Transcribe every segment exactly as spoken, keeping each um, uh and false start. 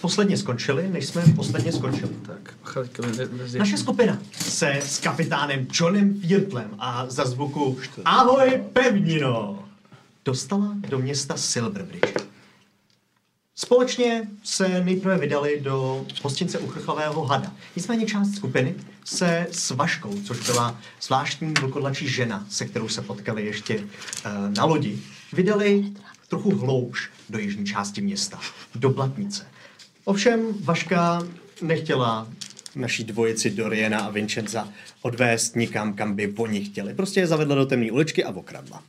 posledně skončili, než jsme posledně skončili. Tak, naše skupina se s kapitánem Johnem Fieltlem a za zvuku Ahoj, pevnino! Dostala do města Silverbridge. Společně se nejprve vydali do hostince u Chrchavého hada. Nicméně část skupiny se s Vaškou, což byla zvláštní vlkodlačí žena, se kterou se potkali ještě uh, na lodi, vydali trochu hloubš do jižní části města, do Blatnice. Ovšem Vaška nechtěla naší dvojici Doriana a Vincenza odvést nikam, kam by oni chtěli. Prostě je zavedla do temné uličky a okradla.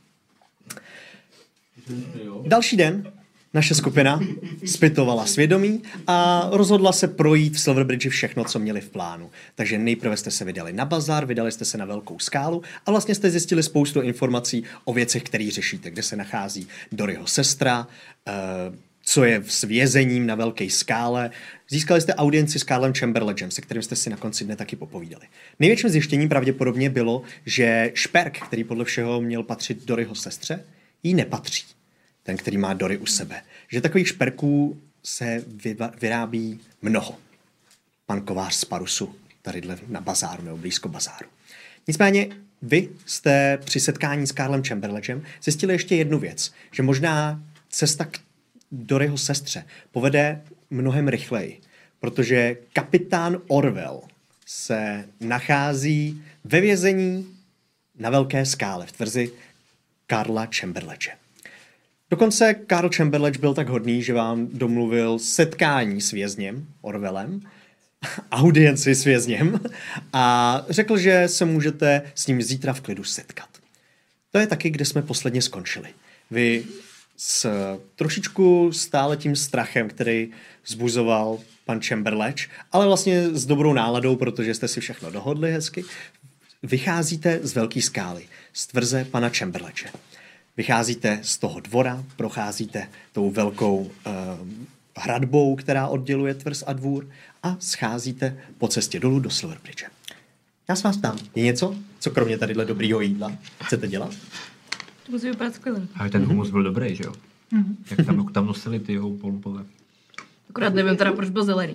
Další den naše skupina zpytovala svědomí a rozhodla se projít v Silverbridge všechno, co měli v plánu. Takže nejprve jste se vydali na bazar, vydali jste se na velkou skálu a vlastně jste zjistili spoustu informací o věcech, které řešíte, kde se nachází Doryho sestra, co je s vězením na velké skále. Získali jste audienci s Karlem Chamberlainem, se kterým jste si na konci dne taky popovídali. Největším zjištěním pravděpodobně bylo, že šperk, který podle všeho měl patřit Doryho sestře, jí nepatří. Ten, který má Dory u sebe. Že takových šperků se vyrábí mnoho. Pan kovář z Parusu, tadyhle na bazáru nebo blízko bazáru. Nicméně vy jste při setkání s Karlem Chamberlainem zjistili ještě jednu věc, že možná cesta k Doryho sestře povede mnohem rychleji, protože kapitán Orwell se nachází ve vězení na velké skále v tvrzi Karla Chamberlaine. Dokonce Karl Chamberlain byl tak hodný, že vám domluvil setkání s vězněm, Orwellem, audienci s vězněm a řekl, že se můžete s ním zítra v klidu setkat. To je taky, kde jsme posledně skončili. Vy s trošičku stále tím strachem, který vzbuzoval pan Chamberlain, ale vlastně s dobrou náladou, protože jste si všechno dohodli hezky, vycházíte z velké skály, z tvrze pana Chamberlaine. Vycházíte z toho dvora, procházíte tou velkou uh, hradbou, která odděluje tvrz a dvůr a scházíte po cestě dolů do Silverbridge. Já se vás ptám, je něco, co kromě tadyhle dobrýho jídla chcete dělat? To musí vypadat skvěle. Ale ten humus byl dobrý, že jo? Mm-hmm. Jak tam, jak tam nosili ty jeho polupové. Akorát nevím teda, proč byl zelený.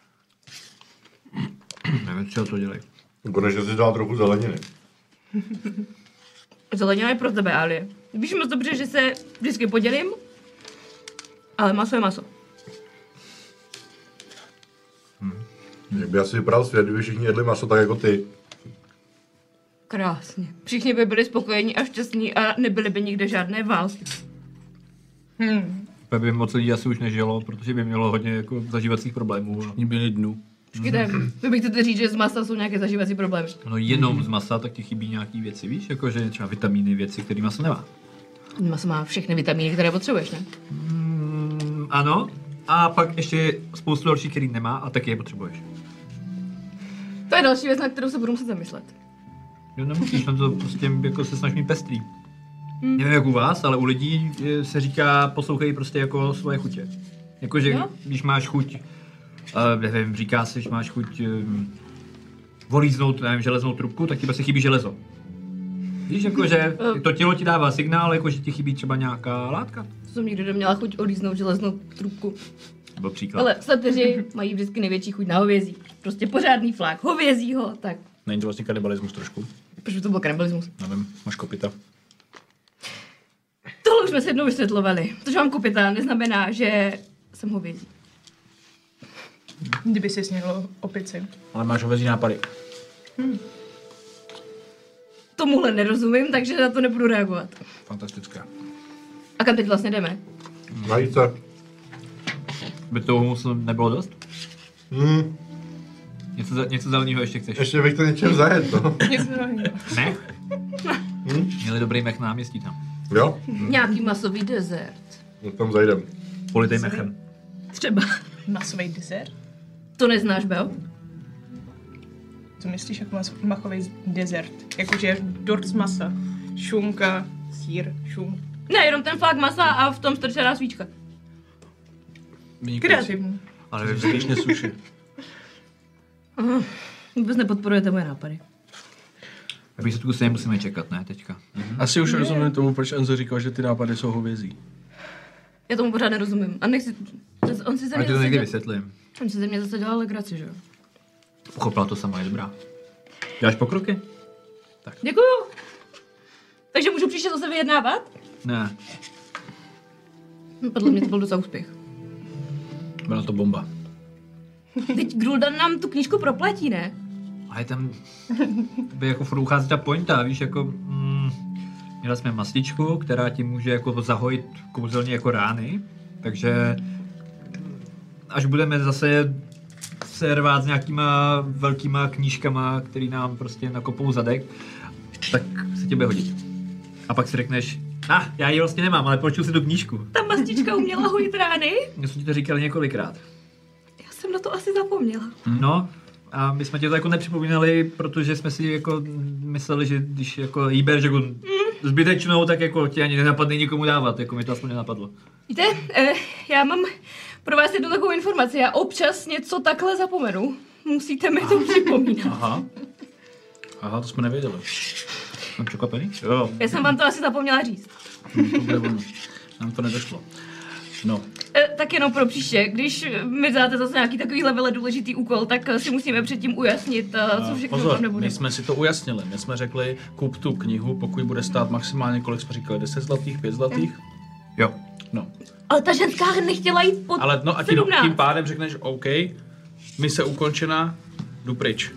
Nevím, co to dělají. Konečně si dal trochu zeleniny. Zelenina je pro tebe, Ali. Víš moc dobře, že se vždycky podělím, ale maso je maso. Hmm. Jak by asi vypadal svět, kdyby všichni jedli maso tak jako ty. Krásně. Všichni by byli spokojení a šťastní a nebyly by nikde žádné války. Hmm. By moc lidí asi už nežilo, protože by mělo hodně jako zažívacích problémů. Oni byli dnu. Počkejte, vy bych chcete říct, že z masa jsou nějaké zažívací problémy. No jenom z masa, tak ti chybí nějaký věci, víš? Jakože třeba vitamíny, věci, které maso nemá. Maso má všechny vitamíny, které potřebuješ, ne? Mm, ano. A pak ještě spoustu dalších, který nemá a taky je potřebuješ. To je další věc, na kterou se budu muset zamyslet. Jo, nemusíš, no to prostě jako se snaž mít pestrý. Hmm. Nevím jak u vás, ale u lidí se říká, poslouchej prostě jako svoje chutě. Jakože když máš chuť, uh, nevím, říká se, že máš chuť um, volíznout, nevím, železnou trubku, tak ti prostě chybí železo. Víš, jakože to tělo ti dává signál, jako že ti chybí třeba nějaká látka. To jsem nikdy neměla chuť olíznout železnou trubku. Byl příklad. Ale slateři mají vždycky největší chuť na hovězí. Prostě pořádný flák hovězího, tak. Není to vlastně kanibalismus trošku? Proč by to byl kanibalismus? Nevím, máš kopita. Tohle už jsme se jednou vysvětlovali. To, že mám kopita, neznamená, že jsem hovězí. Kdyby si snědl opici. Ale máš hovězí nápady. Hmm. Tomuhle nerozumím, takže na to nebudu reagovat. Fantastická. A kam teď vlastně jdeme? Najít se. By toho humusu nebylo dost? Hmm. Něco, za, něco zeleného ještě chceš? Ještě bych to něčem zajet, no. Něco zeleného. Mech? Hmm? Měli dobrý mech na náměstí tam. Jo? Hmm. Nějaký masový dezert. No tam zajdem. Politej mechem. Třeba. Masový dezert? To neznáš, Beo? Co myslíš jako mas- machový dezert? Jakože dort z masa. Šunka, sír, šum. Ne, jenom ten flák masa a v tom strčená svíčka. Kreativní. Ale vy vzdyšně suši. Aha, vůbec nepodporujete moje nápady. A výsledku se nemusíme čekat, ne, teďka. Mhm. Asi už rozumím tomu, proč Enzo říkal, že ty nápady jsou hovězí. Já tomu pořád nerozumím a nechci To, on si ze Ale mě ty to zase někdy dělal, vysvětlím. on si ze mě zase dělal legraci, že jo? Pochopila to sama, je dobrá. Děláš pokroky? Děkuju. Takže můžu příště zase vyjednávat? Ne. Hm, Podle mě to byl docela úspěch. Byla to bomba. Teď Gruldan nám tu knížku proplatí, ne? A je tam, by jako furt uchází ta pointa, víš, jako, mm, měli jsme mastičku, která ti může jako zahojit kouzelně jako rány, takže až budeme zase se rvát s nějakýma velkýma knížkama, který nám prostě nakopou zadek, tak se ti bude hodit. A pak si řekneš, ah, já ji vlastně nemám, ale počul si tu knížku. Ta mastička uměla hojit rány? Já jsem ti to říkal několikrát. Já jsem na to asi zapomněla. No, a my jsme tě to jako nepřipomínali, protože jsme si jako mysleli, že když jako jí bereš jako zbytečnou, tak jako tě ani nenapadne nikomu dávat, jako mi to aspoň nenapadlo. Víte, eh, já mám pro vás jednu takovou informaci. Já občas něco takhle zapomenu. Musíte mi to připomínat. Aha. Aha, to jsme nevěděli. Jsem překvapený? Jo, Já jsem vám to asi zapomněla říct. to bude ono. Nám to nedošlo. No, Eh, tak jenom pro příště, když mi dáte zase nějaký takovýhle vele důležitý úkol, tak eh, si musíme předtím ujasnit, eh, co všechno pozor, tam nebude. my jsme si to ujasnili. My jsme řekli, kup tu knihu, pokud bude stát maximálně, kolik jsme říkali, deset zlatých, pět zlatých? Jo. No. Ale ta ženská nechtěla jít pod Ale no a tím, sedmnáct. tím pádem řekneš, OK, mise ukončena, jdu pryč.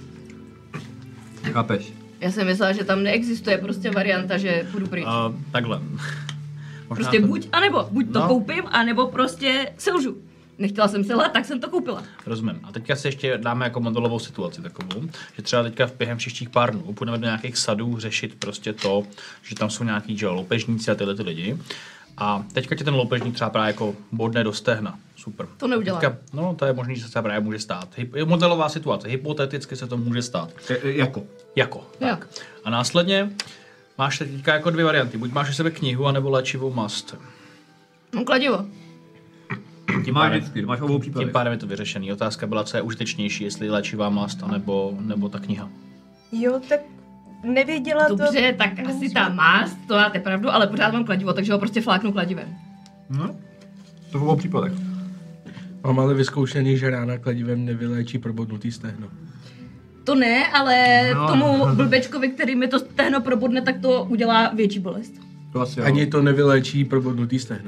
Chápeš? Já jsem myslela, že tam neexistuje prostě varianta, že půjdu pryč. Uh, takhle. Možná Prostě to- buď, anebo. Buď to No. koupím, anebo prostě selžu. Nechtěla jsem selhat, tak jsem to koupila. Rozumím. A teďka si ještě dáme jako modelovou situaci takovou, že třeba teďka v během příštích pár dnů půjdeme do nějakých sadů řešit prostě to, že tam jsou nějaký že jo, loupežníci a tyhle ty lidi. A teďka tě ten loupežník třeba právě jako bodne do stehna. Super. To neudělám. Teďka, no to je možný, že se třeba právě může stát. Hyp, je modelová situace. Hypoteticky se to může stát. E, e, jako? Jako. Jo. A následně máš teďka jako dvě varianty. Buď máš u sebe knihu, anebo léčivou mast. No kladivo. Tím Máš pádem, vždycky, máš v obou případech. tím pádem je to vyřešený. Otázka byla, co je užitečnější, jestli léčivá mast, nebo, nebo ta kniha. Jo, tak nevěděla to... Dobře, tak asi ta mást, to máte pravdu, ale pořád mám kladivo, takže ho prostě fláknu kladivem. No, to v obou případech. Mám ale vyzkoušený, že rána kladivem nevyléčí probodnutý stehno. To ne, ale No. tomu blbečkovi, který mi to stehno probodne, tak to udělá větší bolest. To asi jo. Ani to nevyléčí probodnutý stehno.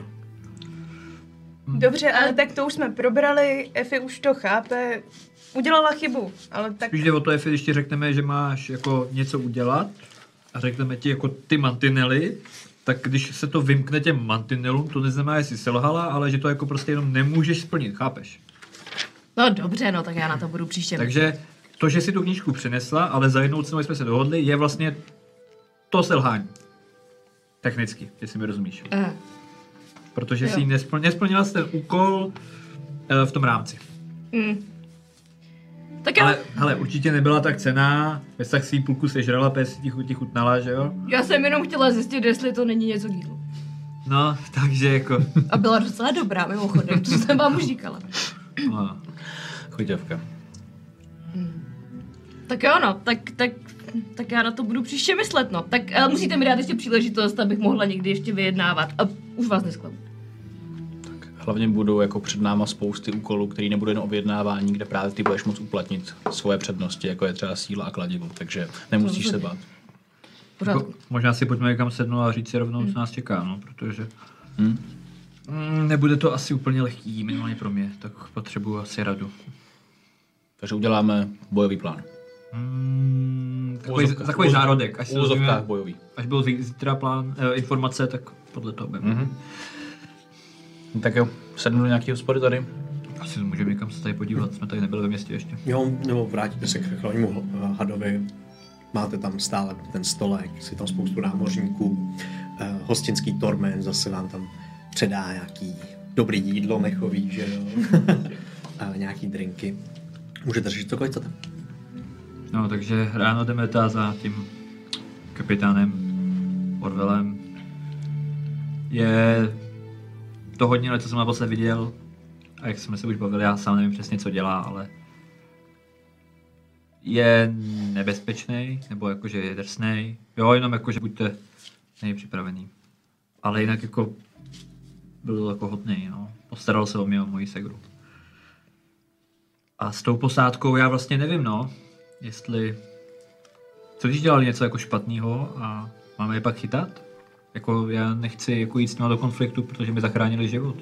Dobře, ale tak to už jsme probrali, Efi už to chápe. Udělala chybu, ale tak... Spíš jde o to, jestli když ti řekneme, že máš jako něco udělat a řekneme ti jako ty mantinely, tak když se to vymkne těm mantinelům, to neznamená, jestli selhala, ale že to jako prostě jenom nemůžeš splnit, chápeš? No dobře, no tak já na to budu příště. Takže to, že si tu knížku přinesla, ale za jednou cenou jsme se dohodli, je vlastně to selhání. Technicky, jestli mi rozumíš. Eh, Protože Jo. si nesplnila, nesplnila jsi ten úkol uh, v tom rámci. mm. Tak jo, Ale hele, určitě nebyla tak cená, bez tak si ji půlku sežrala, protože si ti chuti chutnala, že jo? já jsem jenom chtěla zjistit, jestli to není něco k jídlu. No, takže jako... A byla docela dobrá, mimochodem, to jsem vám už říkala. No. Chuťovka. Tak jo, no, tak, tak, tak já na to budu příště myslet, no. Tak ale musíte mi dát ještě příležitost, abych mohla někdy ještě vyjednávat. A už vás nesklamu. Hlavně budou jako před náma spousty úkolů, který nebude jen o vyjednávání, kde právě ty budeš moct uplatnit svoje přednosti, jako je třeba síla a kladivo, takže nemusíš se bát. V pořádku. Jako, možná si pojďme někam sednout a říct si rovnou, co nás čeká, no, protože... Hm? Mm, nebude to asi úplně lehký, minimálně pro mě, tak potřebuju asi radu. Takže uděláme bojový plán. Mm, takový, Úzovka- takový úzov- zárodek, až, V se úzovkách dozvíme, bojový. až byl zí- zítra plán, eh, informace, tak podle toho budeme. Mhm. Tak jo, sednu do nějaký hospody tady. Asi můžeme někam se tady podívat, jsme tady nebyli ve městě ještě. Jo, nebo vrátíte se k hlavnímu hadovi. Máte tam stále ten stolek, si tam spoustu námořníků. Eh, hostinský tormen zase vám tam předá nějaký dobrý jídlo nechový, že jo. A nějaký drinky. Můžete řešit cokoliv chcete. No, takže ráno jdeme ta za tím kapitánem Orwellem. Je to hodně let, co jsem naposled viděl. A jak jsme se už bavili, já sám nevím přesně, co dělá, ale je nebezpečný, nebo jakože je drsnej. Jo, jenom jakože buďte nejpřipravený. Ale jinak jako byl jako hodnej, no. postaral se o mě, o moji segru. A s tou posádkou já vlastně nevím, no, jestli... Co když dělali něco jako špatného a máme je pak chytat? Jako já nechci jako jít s nimi do konfliktu, protože mi zachránili život.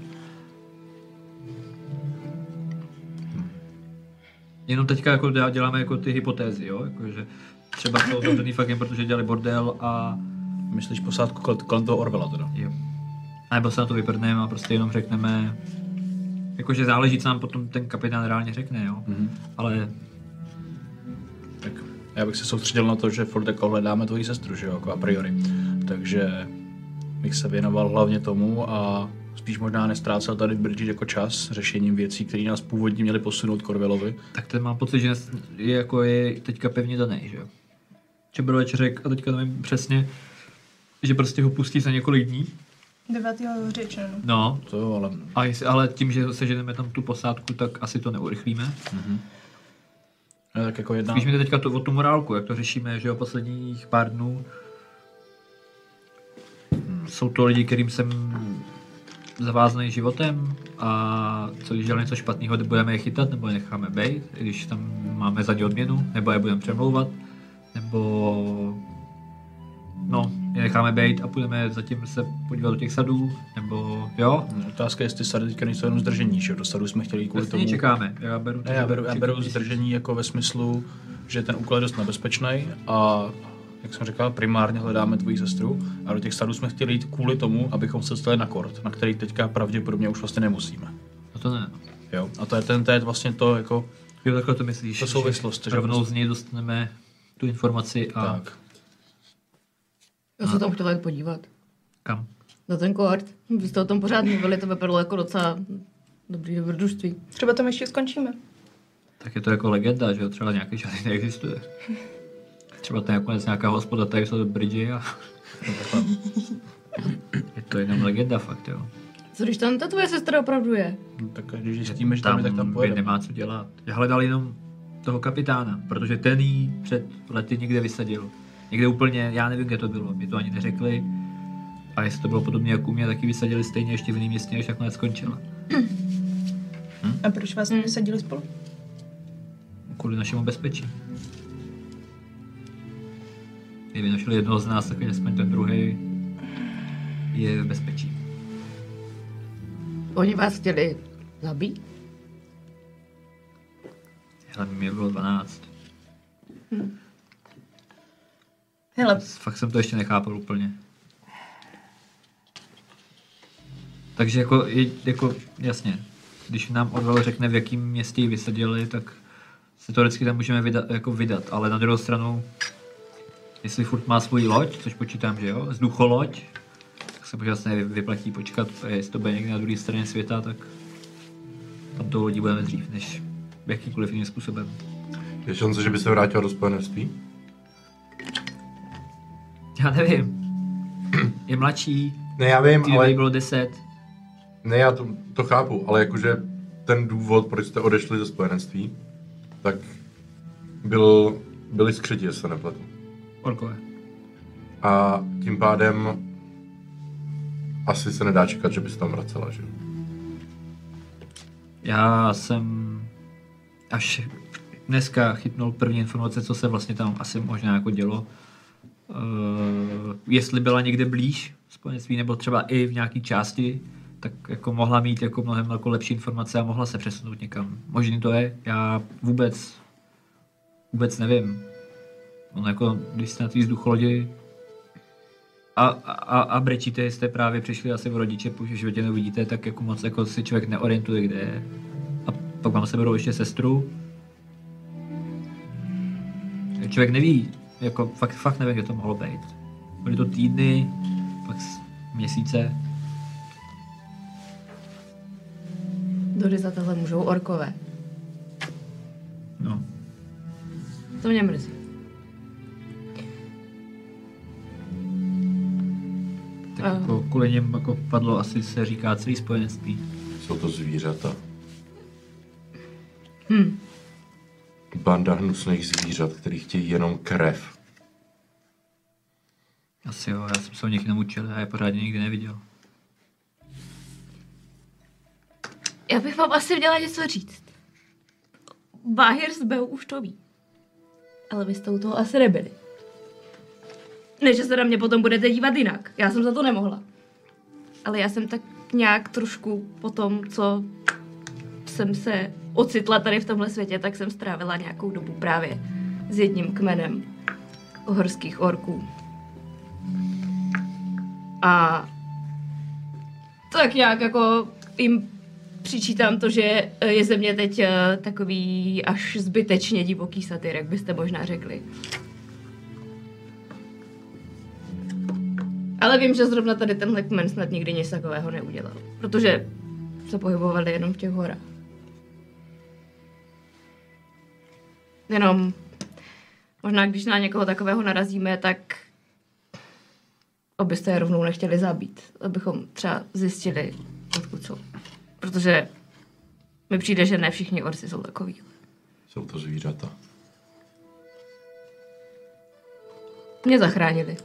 Jenom teďka jako děláme jako ty hypotézy, jo? Jako, že třeba to otevřený fakt jen protože dělali bordel a... Myslíš posádku kol- kolem toho Orvela teda? Jo. A nebo se na to vyprdneme a prostě jenom řekneme... Jakože záleží, co nám potom ten kapitán reálně řekne, jo? Mm-hmm. Ale... Tak já bych se soustředil na to, že furt jako hledáme tvoji sestru, že jo, jako a priori. Takže bych se věnoval hlavně tomu a spíš možná nestrácel tady v Bridget jako čas řešením věcí, které nás původně měli posunout k Orvelovi. Tak ten mám pocit, že je, jako je teďka pevně daný, že jo? Čebroveč řekl, a teďka nevím přesně, že prostě ho pustí za několik dní. devátého řečeno. No. To jo, ale... A jestli, ale tím, že seženeme tam tu posádku, tak asi to neurychlíme. Mm-hmm. No, tak jako jedna... Spíš mi to teďka to, o tu morálku, jak to řešíme, že jo, posledních pár dnů. Hmm. Jsou to lidi, kterým jsem zavázaný životem a co když dělá něco špatného, budeme je chytat, nebo je necháme bejt, když tam máme za ně odměnu, nebo je budeme přemlouvat, nebo no, je necháme bejt a půjdeme zatím se podívat do těch sadů, nebo jo? Otázka je, jestli sady teďka nejsou jenom zdržení, že do sadu jsme chtěli kvůli tomu... čekáme, já beru... Ne, já beru, já beru zdržení jako ve smyslu, že ten úkol je dost nebezpečný a jak jsem říkal, primárně hledáme tvoji sestru a do těch sadů jsme chtěli jít kvůli tomu, abychom se dostali na kort, na který teďka pravděpodobně už vlastně nemusíme. No to ne. Jo, a to je ten, to je vlastně to jako... Jo, takhle to myslíš. To souvislost. Že rovnou z něj dostaneme tu informaci a... Tak. Já se tam chtěla jít podívat. Kam? Na ten kort. Vy jste o tom pořád mluvili, to vypadalo jako docela dobrý dobrodružství. Třeba tam ještě skončíme. Tak je to jako legenda, že jo? Třeba nějaký žádný neexistuje. Třeba to je nakonec nějaká hospoda, tady jsou do Bridge a... je to jenom legenda fakt, jo. Co když tam ta tvoje sestra opravdu je? No, tak když zjistíme, že tam je, tak tam by pojedeme. nemá co dělat. Já hledal jenom toho kapitána, protože ten jí před lety někde vysadil. Někde úplně, já nevím, kde to bylo, mi to ani neřekli. A jestli to bylo podobně jako u mě, taky vysadili stejně ještě v jiném městě, než nakonec skončila. Hm? A proč vás nevysadili spolu? Kvůli našemu bezpečí. Kdyby našli jednoho z nás, tak aspoň ten druhý je v bezpečí. Oni vás chtěli zabít? Hele, mě bylo dvanáct. Hm. Hele. Fakt jsem to ještě nechápal úplně. Takže jako, je, jako jasně, když nám Orwell řekne, v jakém městě ji vysadili, tak se to vždycky tam můžeme vydat, jako vydat, ale na druhou stranu, jestli furt má svůj loď, což počítám, že jo, vzducholoď, tak se vlastně vyplatí počkat, a jestli to bude někde na druhé straně světa, tak tam toho lodí budeme dřív, než jakýkoliv jiným způsobem. Je šance, že by se vrátil do spojenectví? Já nevím. Je mladší, Ne, já vím, ale... ale... bylo deset. Ne, já to, to chápu, ale jakože ten důvod, proč jste odešli ze spojenectví, tak byl, byli skřeti, jestli se nepletu. Orkové. A tím pádem asi se nedá čekat, že by se tam vracela, že jo? Já jsem až dneska chytnul první informace, co se vlastně tam asi možná jako dělo. Uh, jestli byla někde blíž spojenectví, nebo třeba i v nějaké části, tak jako mohla mít jako mnohem jako lepší informace a mohla se přesunout někam. Možný to je, já vůbec vůbec nevím. On jako, když jste na té vzducholodi a, a, a brečíte, jste právě přišli asi v rodiče, protože v životě neuvidíte, tak jako moc jako si člověk neorientuje, kde je. A pak vám se berou ještě sestru. Člověk neví, jako fakt, fakt nevím, kde to mohlo být. Byly to týdny, pak měsíce. Doryzatele můžou orkové. No. To mě mrzí. Tak jako kvůli něm jako padlo asi se říká celý spojenectví. Jsou to zvířata. Hm. Banda hnusných zvířat, který chtějí jenom krev. Asi jo, já jsem se o nich naučil a je pořádně nikdy neviděl. Já bych vám asi měla něco říct. Báhir s Beou už to ví. Ale vy jste u toho asi nebyli. Ne, že se na mě potom budete dívat jinak. Já jsem za to nemohla. Ale já jsem tak nějak trošku po tom, co jsem se ocitla tady v tomhle světě, tak jsem strávila nějakou dobu právě s jedním kmenem horských orků. A tak nějak jako jim přičítám to, že je ze mě teď takový až zbytečně divoký satyr, jak byste možná řekli. Ale vím, že zrovna tady tenhle kmen snad nikdy nic takového neudělal, protože se pohybovali jenom v těch horách. Jenom možná, když na někoho takového narazíme, tak abyste je rovnou nechtěli zabít, abychom třeba zjistili, odkud jsou. Protože mi přijde, že ne všichni orci jsou takový. Jsou to zvířata. Mě zachránili.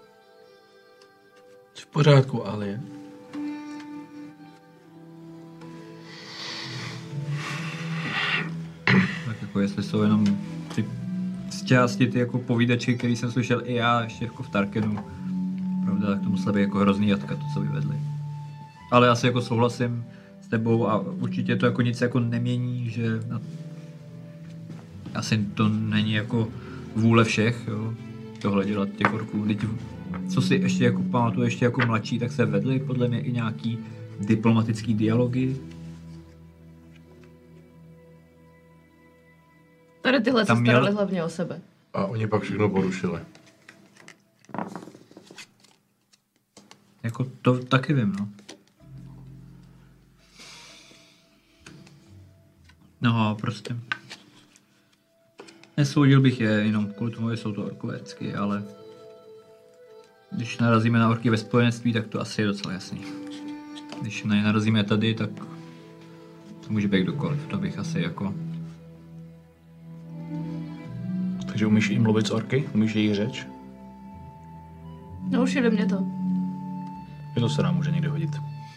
V pořádku, ale Tak jako jestli jsou jenom ty z části ty jako povídačky, který jsem slyšel i já ještě jako v Tarkenu. Pravda, tak to musela být jako hrozný jatka, to co vyvedli. Ale asi jako souhlasím s tebou a určitě to jako nic jako nemění, že na... asi to není jako vůle všech, jo, tohle dělat těch orků. Teď, co si ještě jako pamatuju, ještě jako mladší, tak se vedly podle mě i nějaký diplomatický dialogy. Tady tyhle se Tam měl- starali hlavně o sebe. A oni pak všechno porušili. Jako to taky vím, no. No, prostě. Nesoudil bych je jenom kvůli tomu, že jsou to orkové vždycky, ale když narazíme na orky ve spojenectví, tak to asi je docela jasný. Když na ně narazíme tady, tak to může být kdokoliv, to bych asi jako... Takže umíš i mluvit s orky? Umíš jejich řeč? Naučili mě to. I to se nám může někdy hodit.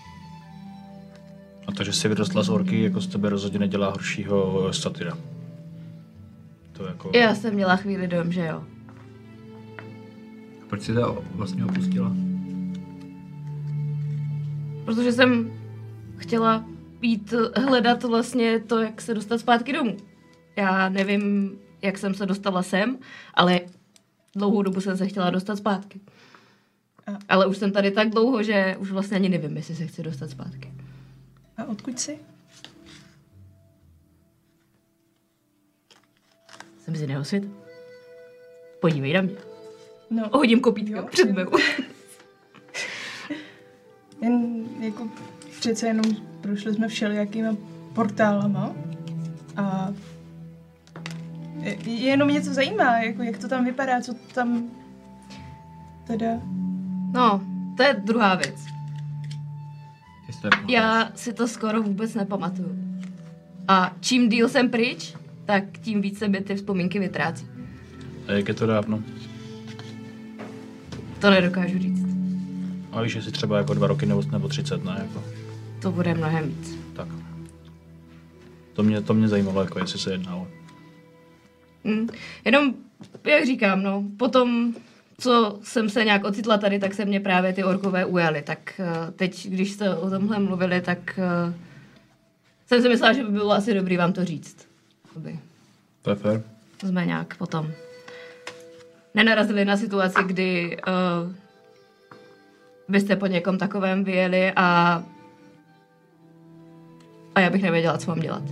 A to, že jsi vyrostla z orky, jako z tebe rozhodně nedělá horšího satyra. To jako... Já jsem měla chvíli dojem, že jo. Proč jsi to vlastně opustila? Protože jsem chtěla jít hledat vlastně to, jak se dostat zpátky domů. Já nevím, jak jsem se dostala sem, ale dlouhou dobu jsem se chtěla dostat zpátky. Ale už jsem tady tak dlouho, že už vlastně ani nevím, jestli se chci dostat zpátky. A odkud jsi? Jsem z jiného světa. Podívej na mě. No, Hodím kopítko jo, před jo. mnou. Jen jako přece jenom prošli jsme všelijakýma portálama a je- jenom mě to zajímá, jako jak to tam vypadá, co tam teda... No, to je druhá věc. Jestli to je Já si to skoro vůbec nepamatuju. A čím díl jsem pryč, tak tím víc se mi ty vzpomínky vytrácí. A jak je to dávno? To nedokážu říct. A víš, jestli třeba jako dva roky nebo, nebo třicet, ne? Jako, To bude mnohem víc. tak. To mě, to mě zajímalo, jako jestli se jednalo. Hm. Jenom, jak říkám, no, potom, co jsem se nějak ocitla tady, tak se mě právě ty orkové ujaly. Tak uh, teď, když jste o tomhle mluvili, tak uh, jsem si myslela, že by bylo asi dobrý vám to říct. Aby To je fér. jsme nějak potom nenarazili na situaci, kdy uh, byste po někom takovém vyjeli a a já bych nevěděla, co mám dělat.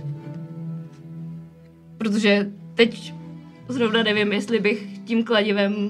Protože teď zrovna nevím, jestli bych tím kladivem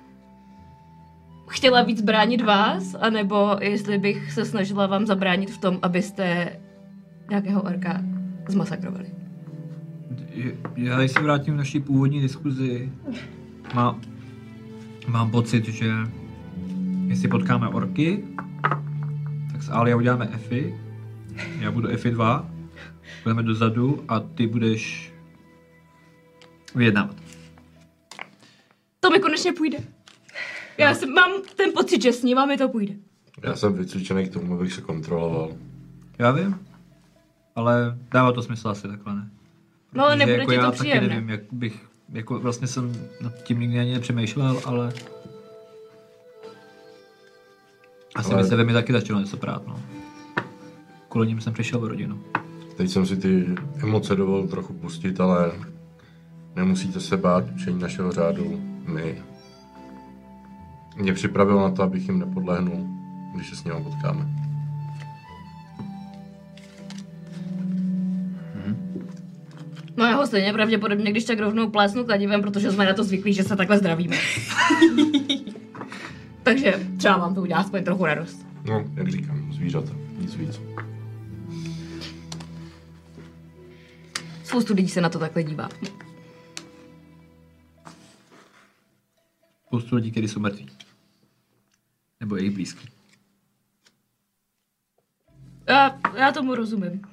chtěla víc bránit vás, anebo jestli bych se snažila vám zabránit v tom, abyste nějakého orka zmasakrovali. Já když se vrátím k naší původní diskuzi, má, mám pocit, že jestli potkáme orky, tak s Alia uděláme Efi, já budu Efi dva, budeme dozadu a ty budeš vyjednávat. To mi konečně půjde. Já jsem, mám ten pocit, že s ním mi to půjde. Já jsem vycvičený k tomu, abych se kontroloval. Já vím. ale dává to smysl asi takhle, ne? No ale Protože nebude jako ti já to taky příjemné. nevím, jak bych, jako vlastně jsem nad tím nikdy ani nepřemýšlel, ale asi Ale- by se ve mě taky začalo něco prát, no. Kvůli ním jsem přišel o rodinu. Teď jsem si ty emoce dovolil trochu pustit, ale nemusíte se bát učení našeho řádu. My. Mě připravil na to, abych jim nepodlehnul, když se s nimi potkáme. No já ho stejně pravděpodobně, když tak rovnou plásnu kladivem, protože jsme na to zvyklí, že se takhle zdravíme. Takže třeba vám to udělá aspoň trochu radost. No, jak říkám, zvířata, nic víc. Spoustu lidí se na to takhle dívá. Spoustu lidí, kteří jsou mrtví. Nebo jejich blízký. Já, já tomu rozumím.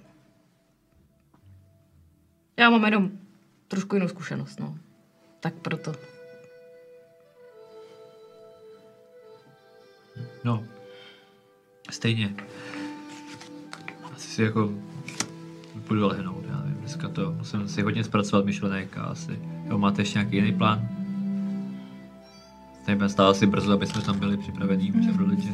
Já mám jenom trošku jinou zkušenost, no. Tak proto. No, stejně. Asi si jako půjdu lehnout, já nevím, dneska to musím si hodně zpracovat myšlenek a asi. Jo, máte ještě nějaký jiný plán? Stejně stále asi brzo, aby jsme tam byli připravení mm. v letě.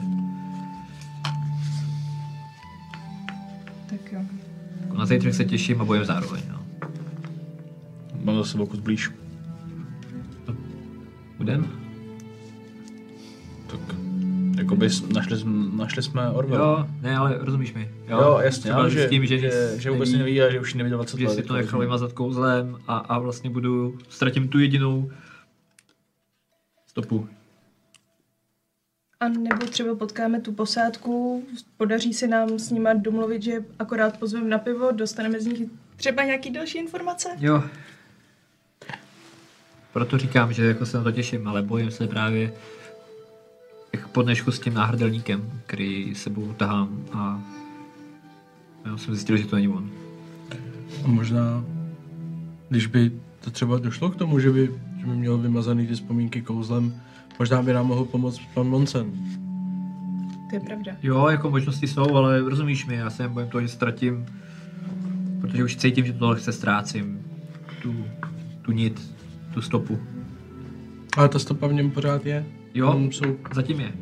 Tak jo. Jako na zítřek se těším a bojem zároveň, no. Mám zase o kus blíž. Budem? Tak, jakoby s- našli, jsme- našli jsme Orwell. Jo, ne, ale rozumíš mi. Jo, Jo, jasně, třeba ale že, zjistím, že, že, že vůbec neví a že už ji neviděl dvacet že let. si to jako nechal rozumím. vymazat kouzlem a, a vlastně budu, ztratím tu jedinou stopu. A nebo třeba potkáme tu posádku, podaří se nám s nima domluvit, že akorát pozveme na pivo, dostaneme z nich třeba nějaký další informace? Jo. Proto říkám, že jako se na to těším, ale bojím se právě jak po dnešku s tím náhrdelníkem, který sebou tahám a já jsem zjistil, že to není on. A možná, když by to třeba došlo k tomu, že by, že by měl vymazaný ty vzpomínky kouzlem, možná by nám mohl pomoct pan Monsen. To je pravda. Jo, jako možnosti jsou, ale rozumíš mi, já se jen bojím toho, že ztratím, protože už cítím, že tohle se ztrácím, tu, tu nit, tu stopu. Ale ta stopa v něm pořád je. Jo, Tam jsou... zatím je.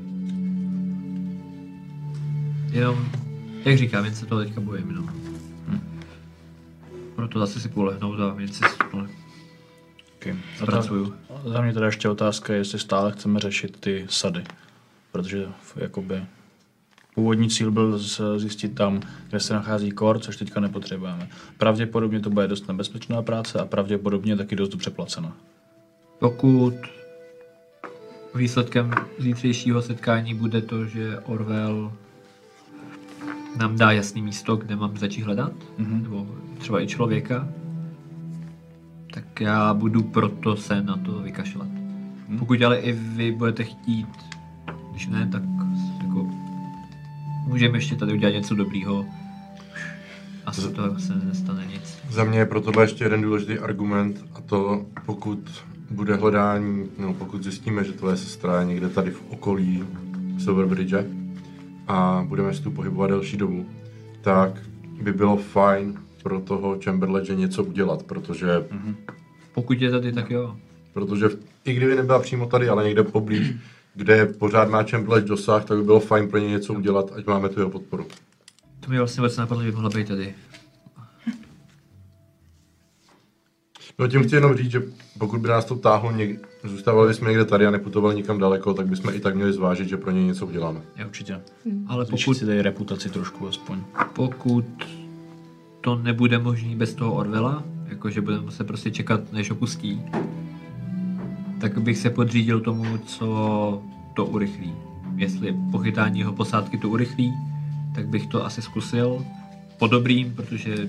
Jenom, jak říkám, jen se toho teďka bojím, no. Hm. Proto zase si polehnout a jen si no, Okay. zpracuju. Za mě teda ještě otázka, jestli stále chceme řešit ty sady. Protože f- jakoby původní cíl byl z- zjistit tam, kde se nachází kor, což teďka nepotřebujeme. Pravděpodobně to bude dost nebezpečná práce a pravděpodobně taky dost dobře placena. Pokud výsledkem zítřejšího setkání bude to, že Orwell nám dá jasný místo, kde mám začít hledat, Mhm. nebo třeba i člověka, tak já budu proto se na to vykašlat. Mhm. Pokud ale i vy budete chtít, když ne, tak jako můžeme ještě tady udělat něco dobrýho. Asi to se nestane nic. Za mě je pro tohle ještě jeden důležitý argument, a to pokud bude hledání, no pokud zjistíme, že tvoje sestra je někde tady v okolí Silverbridge a budeme se tu pohybovat delší dobu, tak by bylo fajn pro toho Chamberledge něco udělat, protože, mm-hmm. Pokud je tady, tak jo. protože v, i kdyby nebyla přímo tady, ale někde poblíž, kde pořád má Chamberledge dosah, tak by bylo fajn pro ně něco udělat, ať máme tu jeho podporu. To mi vlastně vůbec napadlo, že by mohla být tady. No tím chci jenom říct, že pokud by nás to táhlo, někde, zůstávali bychom někde tady a neputovali nikam daleko, tak bychom i tak měli zvážit, že pro ně něco uděláme. Já určitě. Ale Zvýšit pokud, si tady reputaci trošku aspoň. pokud to nebude možný bez toho Orwella, jakože budeme muset prostě čekat, než opustí, tak bych se podřídil tomu, co to urychlí. Jestli pochytání jeho posádky to urychlí, tak bych to asi zkusil po dobrým, protože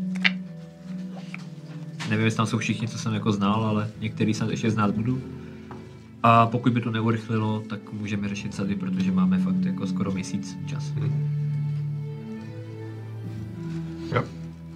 nevím, jestli tam jsou všichni, co jsem jako znal, ale některý snad ještě znát budu. A pokud by to neurychlilo, tak můžeme řešit sady, protože máme fakt jako skoro měsíc čas. Hmm. Jo.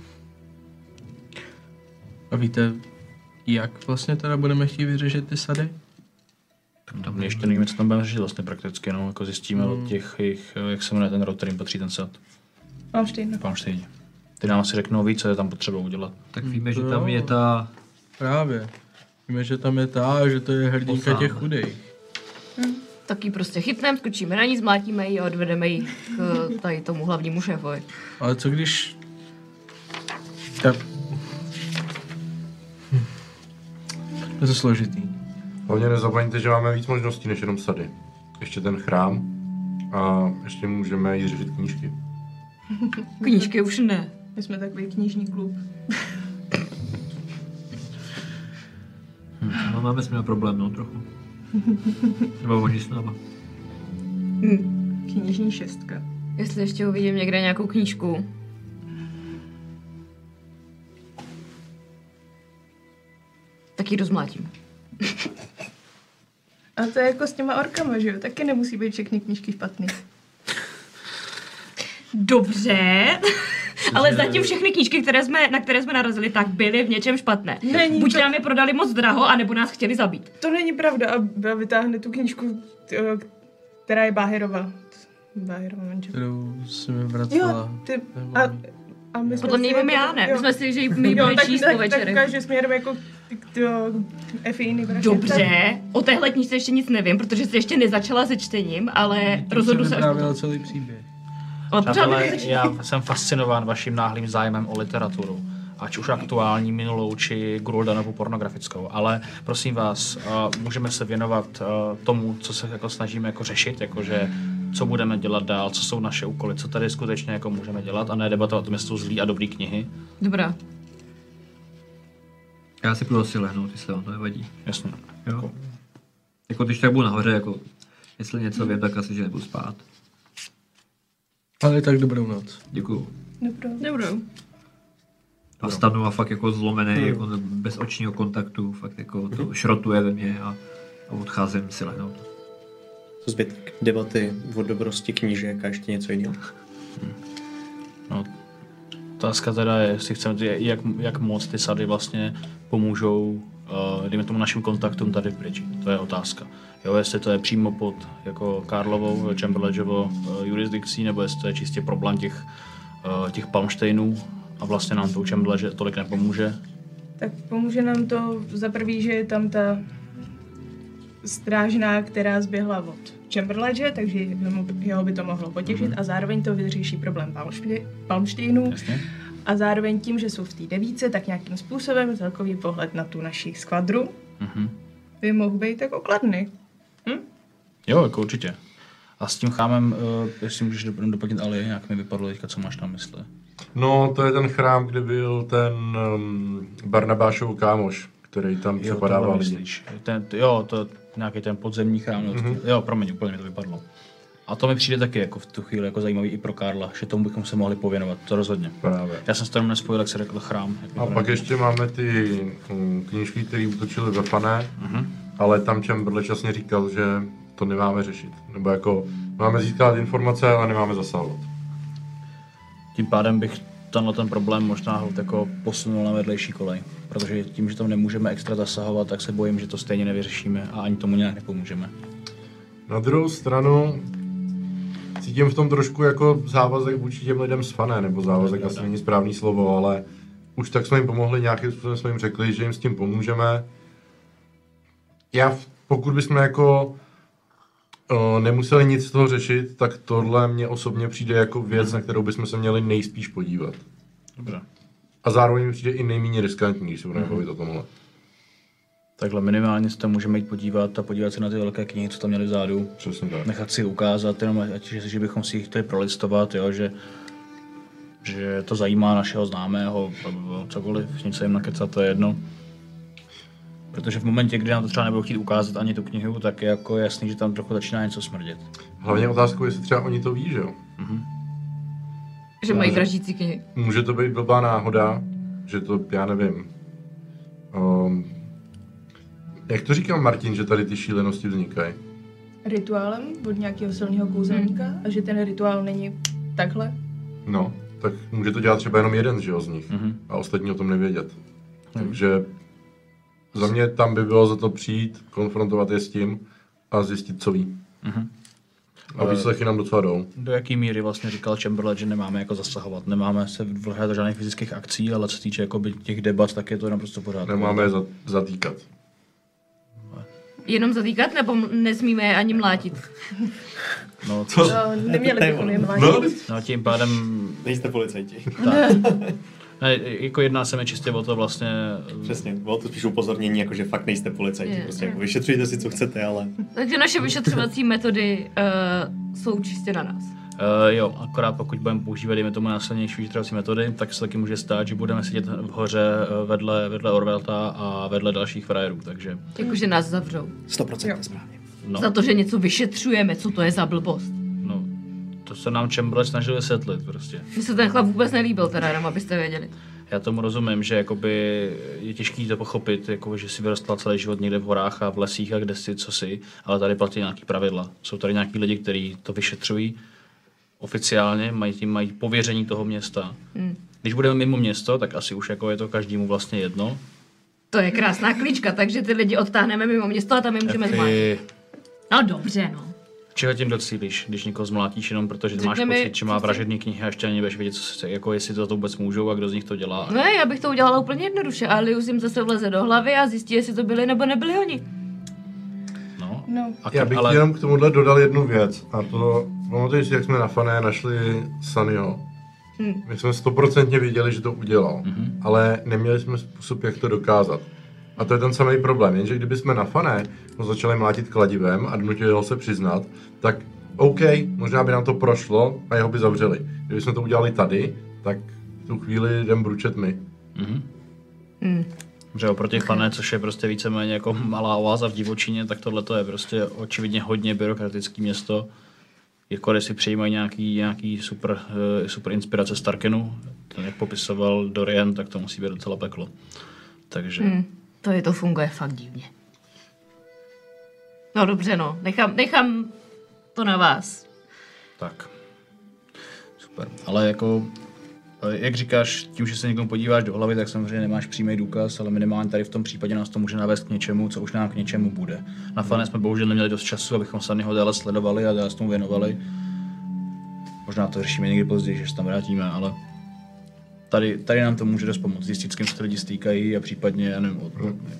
A víte, jak vlastně teda budeme chtít vyřešit ty sady? Tak tam ještě nevíme, co tam budeme řešit vlastně prakticky, no, jako zjistíme Hmm. od těch jejich, jak se jmenuje ten rod, kterým patří ten sad. Mám Štejn. Pánštejně. Ty nám asi řeknou víc, co je tam potřeba udělat. Tak víme, To že tam jo. je ta... Právě. Víme, že tam je ta, že to je hrdinka Osám. těch chudých. Tak ji prostě chytneme, skočíme na ní, zmlátíme ji a odvedeme ji k tady tomu hlavnímu šéfovi. Ale co když... Tak... Hm. Je to složitý. Hlavně nezapomeňte, že máme víc možností než jenom sady. Ještě ten chrám a ještě můžeme jít řešit knížky. Knížky už ne. My jsme takový knižní klub. No, máme s nimi problém, no, trochu. Nebo oni s náma. Knižní šestka. Jestli ještě uvidím někde nějakou knížku. Tak ji rozmlátím. A to je jako s těma orkama, že jo? Taky nemusí být všechny knížky špatný. Dobře, ale zatím všechny knížky, které jsme, na které jsme narazili, tak byly v něčem špatné. Není Buď to- nám je prodali moc draho, anebo nás chtěli zabít. To není pravda a vytáhne tu knížku, t- o, která je Báhirova. Báhirova manželka. Kterou si mi vracela. Jo, ty, a, a my jsme Podle mě si mám jako- já, ne? jo. My jsme si, že ji mi Jo, bude tak, číst tak, po tak večerech. ukážu směrem jako k Efiny. Dobře, o téhle knížce ještě nic nevím, protože jsi ještě nezačala se čtením, ale rozhodu se až vyprávěla potom. celý příběh. Ale pořád Přátelé, nezačni. já jsem fascinován vaším náhlým zájmem o literaturu. Ať už aktuální, minulou, či Gruldanovu pornografickou. Ale prosím vás, uh, můžeme se věnovat uh, tomu, co se jako snažíme jako řešit, jakože co budeme dělat dál, co jsou naše úkoly, co tady skutečně jako můžeme dělat a ne debatovat o tom, jestli jsou zlý a dobrý knihy. Dobrá. Já si půjdu asi lehnout, jestli vám to nevadí. Jasně. Jo. Jako když tak budu nahoře, jako jestli něco vím, tak asi, že nebudu spát. Ale tak dobrou noc. Děkuju. Dobrou. Dobrou. A stanu a fakt jako zlomený, jako bez očního kontaktu, fakt jako to šrotuje ve mně a, a odcházím si lehnout. Co zbytek? Debaty o dobrosti knížek a ještě něco jiného? No, otázka teda je, jestli chceme, jak, jak moc ty sady vlastně pomůžou, uh, dejme tomu našim kontaktům tady v Bridži. To je otázka. Jo, jestli to je přímo pod jako Karlovou, Chamberlainovou uh, jurisdikcí, nebo jestli to je čistě problém těch, uh, těch Palmštejnů a vlastně nám to u Chamberlain tolik nepomůže. Tak pomůže nám to za prvý, že je tam ta strážná, která zběhla od Chamberlaine, takže jeho by to mohlo potěšit mm-hmm. a zároveň to vyřeší problém Palmště- Palmštejnů. Jasně? A zároveň tím, že jsou v té devíce, tak nějakým způsobem celkový pohled na tu naši skvadru Mhm. by mohl být jako kladný. Hm? Jo, jako určitě. A s tím chámem, uh, jestli můžeš dop- doplnit Ali, jak mi vypadlo teďka, co máš na mysli. No, to je ten chrám, kde byl ten um, Barnabášov kámoš, který tam přepadával tohle lidi. myslíš. Ten, jo, to nějaký ten podzemní chrám. Mm-hmm. Jo, promiň, úplně mi to vypadlo. A to mi přijde taky jako v tu chvíli jako zajímavý i pro Karla, že tomu bychom se mohli pověnovat, to rozhodně. Právě. Já jsem se tomu nespojil, jak se řekl chrám. Jak mi A to pak nevím. ještě máme ty um, knížky, které útočily ve Fané, mm-hmm. ale tam Chamberlain časně říkal, že to nemáme řešit. Nebo jako máme získat informace, ale nemáme zasahovat. Tím pádem bych tenhle ten problém možná jako posunul na vedlejší kolej. Protože tím, že tam nemůžeme extra zasahovat, tak se bojím, že to stejně nevyřešíme a ani tomu nějak nepomůžeme. Na druhou stranu cítím v tom trošku jako závazek vůči těm lidem z Fané, nebo závazek asi není správný slovo, ale už tak jsme jim pomohli, nějakým způsobem jsme jim řekli, že jim s tím pomůžeme. Já, pokud bychom jako o, nemuseli nic z toho řešit, tak tohle mně osobně přijde jako věc, na kterou bychom se měli nejspíš podívat. Dobré. A zároveň mi přijde i nejméně riskantní, když se budeme bavit o tomhle. Takhle minimálně se tam můžeme jít podívat a podívat se na ty velké knihy, co tam měli vzadu. Přesně tak. Nechat si ukázat, jenom ať, že, že bychom si jich chtěli prolistovat, jo, že, že to zajímá našeho známého, cokoliv, něco jim nakecat, to je jedno. Protože v momentě, kdy nám to třeba nebudou chtít ukázat ani tu knihu, tak je jako jasný, že tam trochu začíná něco smrdět. Hlavně otázkou, jestli třeba oni to ví, že jo? Že mají vraždící knihy. Může to být blbá náhoda, že to, já nevím. Um, jak to říkal Martin, že tady ty šílenosti vznikají? Rituálem od nějakého silného kouzelníka Hmm. a že ten rituál není takhle. No, tak může to dělat třeba jenom jeden, že jo, z nich. Mhm. A ostatní o tom nevědět. Takže za mě tam by bylo za to přijít, konfrontovat je s tím a zjistit, co ví. A výslechy nám docela jdou. Do jaký míry vlastně říkal Chamberlain, že nemáme jako zasahovat, nemáme se vlhat do žádných fyzických akcí, ale co se týče jakoby těch debat, tak je to naprosto pořád. Nemáme je za, zatýkat. Jenom zatýkat, nebo nesmíme je ani mlátit? No, co? No, neměli bychom je mlátit. No, No tím pádem, Nejste policajti. ne, jako jedná se mi čistě o to vlastně, Přesně, bylo to spíš upozornění, jako že fakt nejste policajti. Je, Prostě je. jako vyšetřujte si, co chcete, ale... Takže naše vyšetřovací metody uh, jsou čistě na nás. Uh, jo, akorát pokud budeme používat, dejme tomu násilnější vyšetřovací metody, tak se taky může stát, že budeme sedět v hoře uh, vedle, vedle Orvelta a vedle dalších frajerů, takže Jakože nás zavřou. sto procent správně. no, Za to, že něco vyšetřujeme, co to je za blbost. no, to se nám Chamberlain snažil vysvětlit prostě. Mně se ten chlap vůbec nelíbil, teda jenom abyste věděli. Já tomu rozumím, že jakoby je těžký to pochopit, jako, že si vyrostla celý život někde v horách a v lesích a kde si, co si, ale tady platí nějaký pravidla. Jsou tady nějaký lidi, kteří to vyšetřují oficiálně, mají tím mají pověření toho města. Hmm. Když budeme mimo město, tak asi už jako je to každému vlastně jedno. To je krásná klíčka, takže ty lidi odtáhneme mimo město a tam je můžeme zmlátit. Efi, No dobře, no. čeho tím docílíš, když někoho zmlátíš jenom protože máš Řekněme, pocit, že má vražední knihy a ještě ani nebudeš vědět, co se, jako jestli to, to vůbec můžou a kdo z nich to dělá. Ne, já bych to udělala úplně jednoduše. Alius jim zase vleze do hlavy a zjistí, jestli to byli nebo nebyli oni. No. No, A Já bych ale... jenom k tomuhle dodal jednu věc. A to, pamatuješ si, jak jsme na Fané našli Sunnyho. Hmm. My jsme stoprocentně věděli, že to udělal, Mhm. ale neměli jsme způsob, jak to dokázat. A to je ten samý problém, jenže kdyby jsme na Fané ho začali mlátit kladivem a donutili ho se přiznat, tak OK, možná by nám to prošlo a jeho by zavřeli. Kdyby jsme to udělali tady, tak v tu chvíli jdem bručet my. Mhm. Hmm. Že oproti okay. Fané, což je prostě víceméně jako malá oáza v divočině, tak tohle je prostě očividně hodně byrokratické město. Jako když si přijímají nějaký, nějaký super, uh, super inspirace z Tarkenu, ten jak popisoval Dorian, tak to musí být docela peklo. Takže... Hmm. To je to funguje fakt divně. No dobře, no. Nechám, nechám to na vás. Tak. Super. Ale jako, jak říkáš, tím, že se někomu podíváš do hlavy, tak samozřejmě nemáš přímý důkaz, ale minimálně tady v tom případě nás to může navést k něčemu, co už nám k něčemu bude. Na Fané jsme bohužel neměli dost času, abychom se ho dále sledovali a dále s tomu věnovali. Možná to řešíme někdy později, že se tam vrátíme, ale tady, tady nám to může dost pomoct. Zjistit, s kým se ty lidi stýkají a případně, já nevím,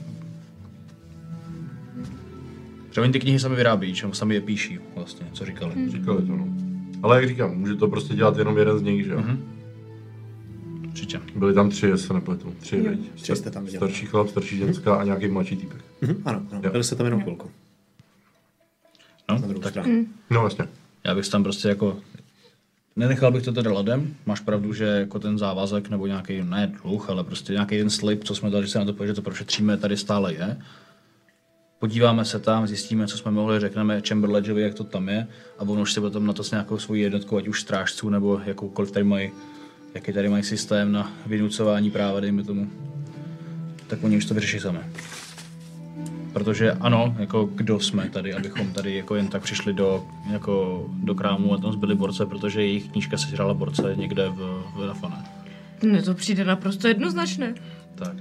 že oni ty knihy sami vyrábí, čemu sami je píší vlastně, co říkali. Hmm. Říkali to, no. Ale jak říkám, může to prostě dělat jenom jeden z nich, že jo? Mhm. Určitě. Byli tam tři, jestli se nepletu. Tři, Jo. viď? Tři jste tam viděli. Starší chlap, starší ženská a nějaký mladší týpek. Mhm, ano, ano. Jo. Byli jste tam jenom chvilku. No, Na druhou tak stranu. No vlastně. já bych tam prostě jako... Nenechal bych to teda ladem. Máš pravdu, že jako ten závazek nebo nějaký, ne dluh, ale prostě nějaký ten slib, co jsme dali, že se na to pojde, že to prošetříme, tady stále je. Podíváme se tam, zjistíme, co jsme mohli, řekneme Chamberlainovi, jak to tam je, a on už si potom na to s nějakou svojí jednotkou, ať už strážců nebo jakoukoliv tady mají, jaký tady mají systém na vynucování práva, dejme tomu, tak oni už to vyřeší sami. Protože ano, jako kdo jsme tady, abychom tady jako jen tak přišli do, jako do krámu a tam zbyli borce, protože jejich knížka sežrala borce někde v, v Nafané. Mně to přijde naprosto jednoznačné. Tak.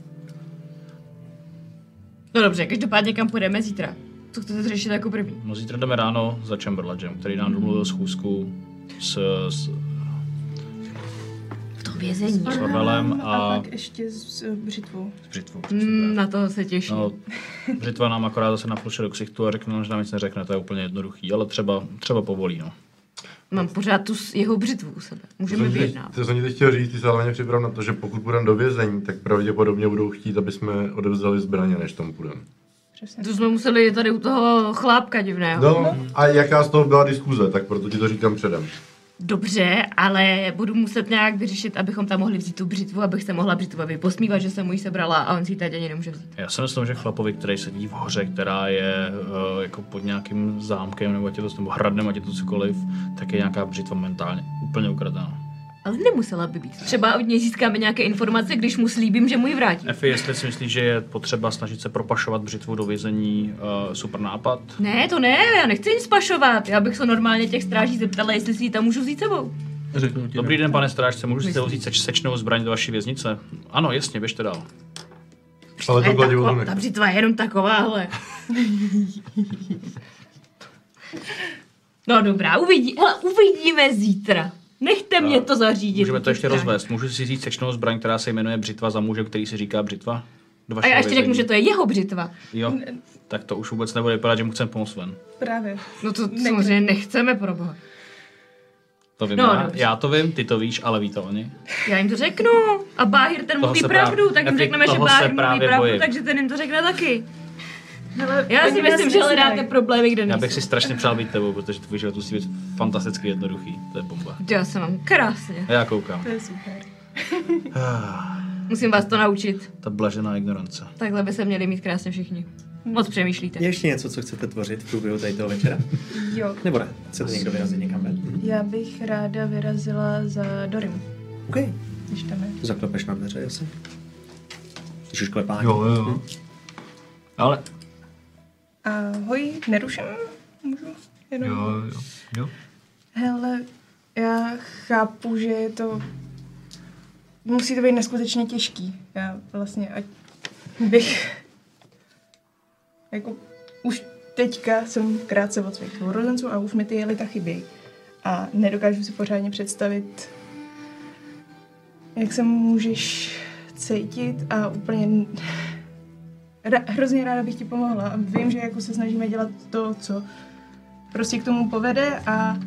No dobře, každopádně kam půjdeme zítra? Co chcete řešit jako první? No zítra jdeme ráno za Chamberlainem, který nám domluvil schůzku s, s, V tom vězení. s Orwellem a a pak ještě s eh, břitvou. s Břitvou. Mm, na to se těším. No, Břitva nám akorát zase napluše do ksichtu a řekne, že nám nic neřekne, to je úplně jednoduchý, ale třeba, třeba povolí, no. Mám pořád tu s- jeho břitvu u sebe. Můžeme vyjednávat. To jsem ti teď chtěl říct, ty se hlavně připrav na to, že pokud budeme do vězení, tak pravděpodobně budou chtít, aby jsme odevzdali zbraně, než tam půjdeme. Přesně. To jsme museli tady u toho chlápka divného. No, a jaká z toho byla diskuze, tak proto ti to říkám předem. Dobře, ale budu muset nějak vyřešit, abychom tam mohli vzít tu břitvu, abych se mohla břitvovi posmívat, že jsem mu ji sebrala a on si ji teď ani nemůže vzít. Já si myslím, že chlapovi, který sedí v hoře, která je uh, jako pod nějakým zámkem, nebo ať je to, nebo hradem, ať je to cokoliv, tak je nějaká břitva mentálně úplně ukradená. Ale nemusela by být. Třeba od něj získáme nějaké informace, když mu slíbím, že mu ji vrátí. Efi, jestli si myslíš, že je potřeba snažit se propašovat břitvu do vězení, uh, super nápad. Ne, to ne, já nechci nic pašovat. Já bych se normálně těch stráží zeptala, jestli si ji tam můžu vzít sebou. Řeknu ti. Dobrý ne. den, pane strážce, můžu si Myslím. vzít seč, sečnou zbraň do vaší věznice? Ano, jasně, běžte dál. Ale to je kladivo taková, to nech. ta břitva je jenom takováhle. No dobrá, uvidí, hele, uvidíme zítra. Nechte mě to zařídit. Můžeme to ještě rozvést. Můžu si říct sečnou zbraň, která se jmenuje břitva za muže, který se říká břitva? Do A já ještě vězení. řeknu, že to je jeho břitva. Jo, tak to už vůbec nebude vypadat, že mu chceme pomoct ven. Právě. No to samozřejmě nechceme, proboha. To vím No, já. dobře. Já to vím, ty to víš, ale ví to oni. Já jim to řeknu. A Báhir ten Toho mluví se pravdu, právě- tak jim Efi, řekneme, že toho se Báhir mluví právě pravdu, bojím. takže ten jim to řekne taky. Hele, Já si oni myslím, nás že neznají. hledáte problémy, kde Já nejsou. bych si strašně přál být tebou, protože tvůj život musí být fantasticky jednoduchý. To je bomba. Já se mám krásně. A já koukám. To je super. Musím vás to naučit. Ta blažená ignorance. Takhle by se měli mít krásně všichni. Moc přemýšlíte. Je ještě něco, co chcete tvořit v průběhu tady toho večera? Jo, Nebo ne? Chcete někdo vyrazit někam ven? já bych ráda vyrazila za Dorim, OK. když tam je. Zaklepeš na dveře, jasně. Slyšíš klepání? Jo, jo, jo. Ale, Ahoj, neruším? Můžu? Jenom? jo, jo, jo. Hele, já chápu, že je to... Musí to být neskutečně těžký. Já vlastně, ať bych... Jako, už teďka jsem krátce od svých sourozenců a už mi ty jelita chybějí. A nedokážu si pořádně představit, jak se můžeš cítit a úplně... Ra- hrozně ráda bych ti pomohla. A vím, že jako se snažíme dělat to, co prostě k tomu povede a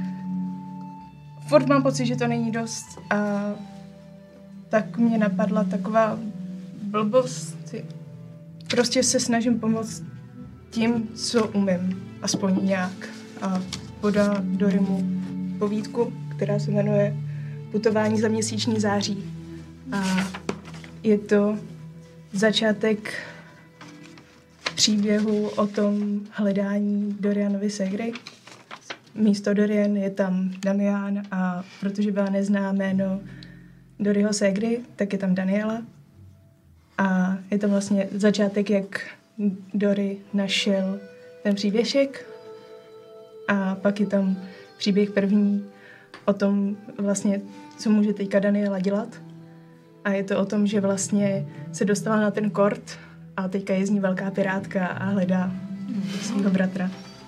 furt mám pocit, že to není dost a tak mě napadla taková blbost. Prostě se snažím pomoct tím, co umím, aspoň nějak. A podá do Rimu povídku, která se jmenuje Putování za měsíční září. A je to začátek příběhu o tom hledání Dorianovy ségry. Místo Dorian je tam Damian a protože byla nezná jméno Doryho ségry, tak je tam Daniela. A je to vlastně začátek, jak Dory našel ten příběžek. A pak je tam příběh první o tom vlastně, co může teďka Daniela dělat. A je to o tom, že vlastně se dostala na ten kort a teďka je z ní velká pirátka a hledá svého bratra.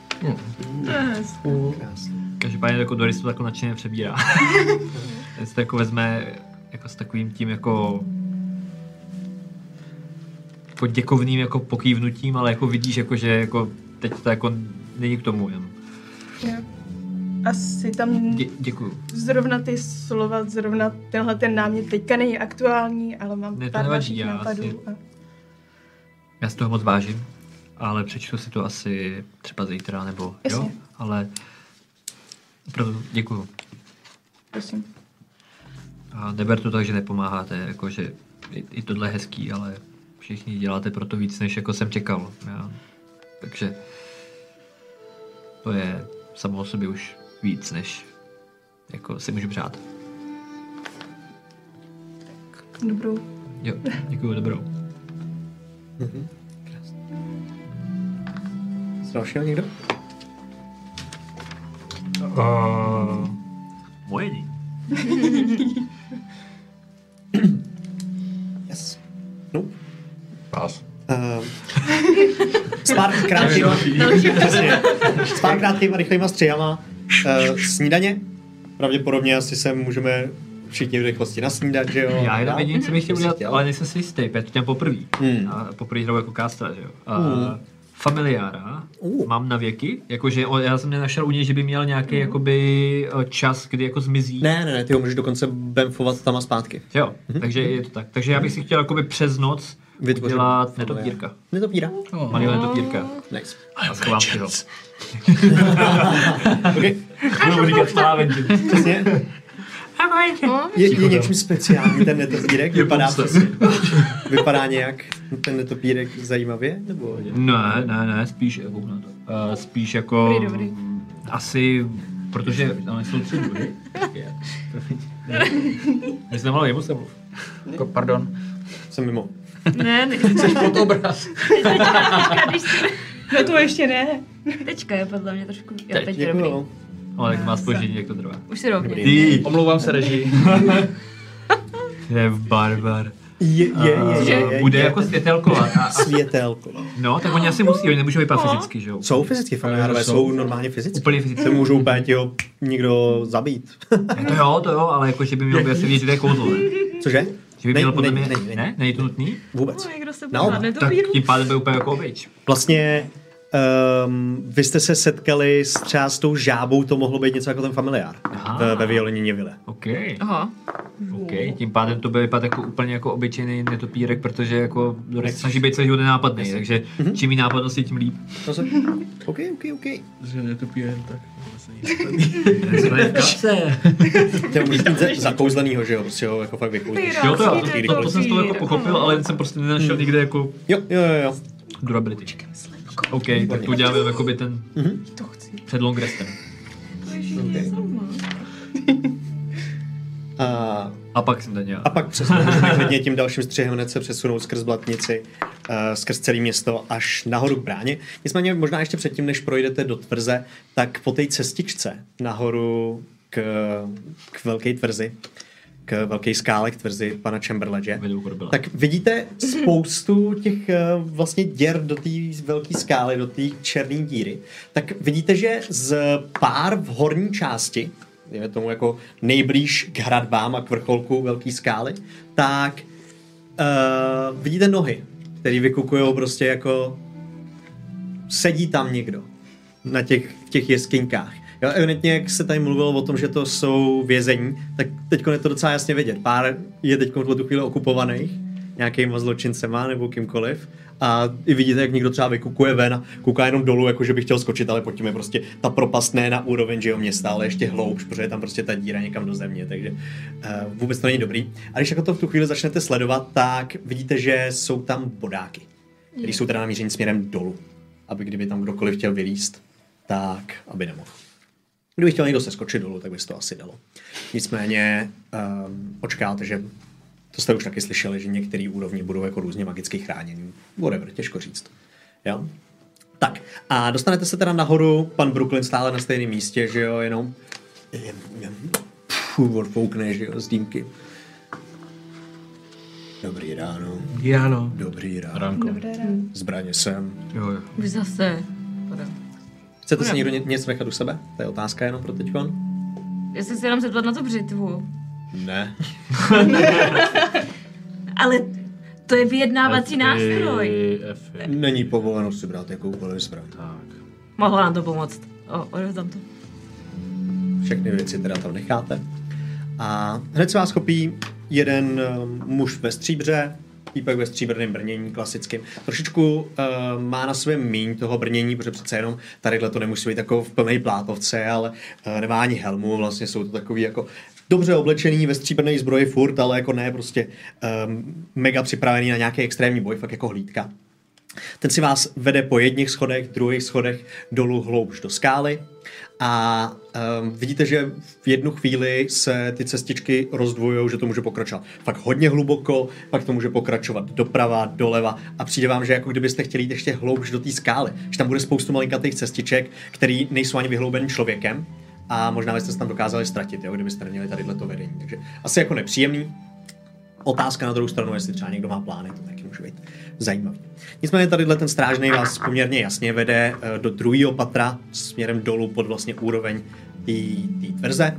Každopádně jako Doris to jako nadšeně přebírá. Ten se to jako vezme jako s takovým tím jako jako děkovným jako pokývnutím, ale jako vidíš, jako, že jako teď to jako není k tomu jen. Jo. Asi tam Dě, děkuju. zrovna ty slova, zrovna tenhle ten námět teďka není aktuální, ale mám Ne, to pár nevadí, dalších já nápadů. asi- A... Já si toho moc vážím, ale přečtu si to asi třeba zítra, nebo jo, Jasně. ale opravdu děkuju. Prosím. A neber to tak, že nepomáháte, jakože i, i tohle je hezký, ale všichni děláte pro to víc, než jako jsem čekal. Já. Takže to je samo o sobě už víc, než jako si můžu přát. Dobrou. Jo, děkuju, dobrou. Z dalšího někdo? Uh, Moje dní. Yes. No. Pás. Uh, s pár krátkýma, přesně, s pár krátkýma rychlýma střihama uh, snídaně. Pravděpodobně asi se můžeme všichni v rychlosti nasnídat, že jo? Já jenom vidím, co bych chtěl Co jsi udělat, chtěl? ale nejsem si jistý, protože to dělám poprvé. Hmm. A poprvé hraju jako kástra, že jo. A Hmm. familiára Uh. mám na věky, jakože on- já jsem nenašel u něj, že by měl nějaký jakoby eh, čas, kdy jako zmizí. Ne, ne, ne, ty ho můžeš dokonce bemfovat tam a zpátky. Jo, takže je to tak. Takže já bych si chtěl jakoby přes noc Vytvořit udělat familiára. netopírka. Netopíra? Malý netopírka. Nice. A schovám si ho. Okay. Budu říkat malá vengeance. Přesně. No, Je, je něčím speciální ten netopírek? Vypadá přesně. Vypadá nějak ten netopírek zajímavě? Nebo... Ne, ne, ne, spíš, kouknu na to. Uh, spíš jako... Dobrý, dobrý. Asi, protože tam jsou tři druhy. My jsme mohli jemu se mluv. Jako, pardon. Jsem mimo. ne, ne. Pod obraz. Teďka, když si... No to ještě ne. Teďka je podle mě trošku... Jo, teď je dobrý. Děkuju. Ale tak má spoždění, jak to trvá. Už si rovně. Ty, Omlouvám se režii. je barbar. Je, je, je, je, je, bude je, jako světelkovat. A, a, Světelko. no, tak oni asi musí, oni nemůžou vypadat fyzicky, že jo? Jsou fyzicky familiárové, Jsou. jsou normálně fyzicky. Úplně fyzicky. Se můžou úplně těho někdo zabít. Ne, to jo, to jo, ale jako, že by mělo být asi vědět, že to je kouzlo, ne? Cože? Že by mělo podle mě, ne, ne, ne? Není to nutný? Vůbec. No, někdo se Naopak. pořádne to Tak víru. tím pádem by úplně jako oběť. Vlastně um, vy jste se setkali s třeba s tou žábou, to mohlo být něco jako ten familiár Aha. ve, ve violině Vile. OK. Aha. OK, tím pádem to by vypadat jako úplně jako obyčejný netopírek, protože jako se snaží být celý život nenápadný, takže čím jí nápadnosti, tím líp. To se... OK, OK, OK. Že netopí jen tak. To je v kapse. To můžeš mít za- zakouzlenýho, že jo, prostě ho jako fakt vykouzlíš. Jo, to jo, Pirátský to, to, to jsem z toho jako netopír. pochopil, ale jsem prostě nenašel nikde jako Jo, jo, jo, jo. durability. OK, tak to uděláme jakoby ten To chci. před long restem. A, A pak jsem to dělal. a pak přesně můžeme klidně tím dalším střihem hned se přesunout skrz Blatnici, uh, skrz celé město až nahoru k bráně. Nicméně možná ještě předtím, než projdete do tvrze, tak po té cestičce nahoru k, k velké tvrzi, k velké skále, k tvrzi pana Chamberledge, Vedou korbila. tak vidíte spoustu těch eh, vlastně děr do té velké skály, do té černé díry. Tak vidíte, že z pár v horní části, dejme tomu jako nejblíž k hradbám a k vrcholku velké skály, tak uh, vidíte nohy, které vykukujou prostě jako sedí tam někdo na těch, v těch jeskyňkách. Jo, evidentně, jak se tady mluvilo o tom, že to jsou vězení, tak teď je to docela jasně vidět. Pár je teď v tu chvíli okupovaných nějakýma zločincema nebo kýmkoliv a i vidíte, jak někdo třeba vykukuje ven a kouká jenom dolů, jako že by chtěl skočit, ale pod tím je prostě ta propast ne na úroveň, že jo, města, ale ještě hloubš, protože je tam prostě ta díra někam do země, takže uh, vůbec to není dobrý. A když jako to v tu chvíli začnete sledovat, tak vidíte, že jsou tam bodáky, které jsou teda namíření směrem dolů, aby kdyby tam kdokoliv chtěl vylízt, tak aby nemohl. Kdyby chtěl někdo se skočit dolů, tak by se to asi dalo. Nicméně um, očekáváte, že to jste už taky slyšeli, že některé úrovně budou jako různě magicky chráněný. Whatever, těžko říct. Jo? Tak, a dostanete se teda nahoru, pan Brooklyn stále na stejném místě, že jo, jenom jen, jen, pů, odfoukne, že jo, z dýmky. Dobrý ráno. Jáno. Dobrý ráno. Ránko. Dobré ráno. Zbraně sem. Jo, jo. Už zase. Pardon. Chcete si někdo ně, něco nechat u sebe? To je otázka jenom pro teďkon. Já jsem se jenom zeptat na tu břitvu. Ne. Ale to je vyjednávací nástroj. F, Není povoleno si brát jakoukoliv zbraň. tak. Mohlo nám to pomoct. O, odevzdám to. Všechny věci teda tam necháte. A hned se vás chopí jeden um, muž ve stříbře, týpek ve stříbrném brnění, klasickým. Trošičku uh, má na svém míň toho brnění, protože přece jenom tadyhle to nemusí být jako v plné plátovce, ale uh, nemá ani helmu, vlastně jsou to takový jako dobře oblečený ve stříbrné zbroji furt, ale jako ne prostě um, mega připravený na nějaký extrémní boj, fakt jako hlídka. Ten si vás vede po jedních schodech, druhých schodech dolů hloubš do skály a um, vidíte, že v jednu chvíli se ty cestičky rozdvojujou, že to může pokračovat fakt hodně hluboko, pak to může pokračovat doprava, doleva a přijde vám, že jako kdybyste chtěli jít ještě hloubš do té skály, že tam bude spoustu malinkatých cestiček, které nejsou ani vyhloubeným člověkem a možná byste se tam dokázali ztratit, jo, kdybyste neměli tadyhle to vedení. Takže asi jako nepříjemný. Otázka na druhou stranu, jestli třeba někdo má plány, to taky může být zajímavý. Nicméně tadyhle ten strážnej vás poměrně jasně vede do druhého patra směrem dolů pod vlastně úroveň té tvrze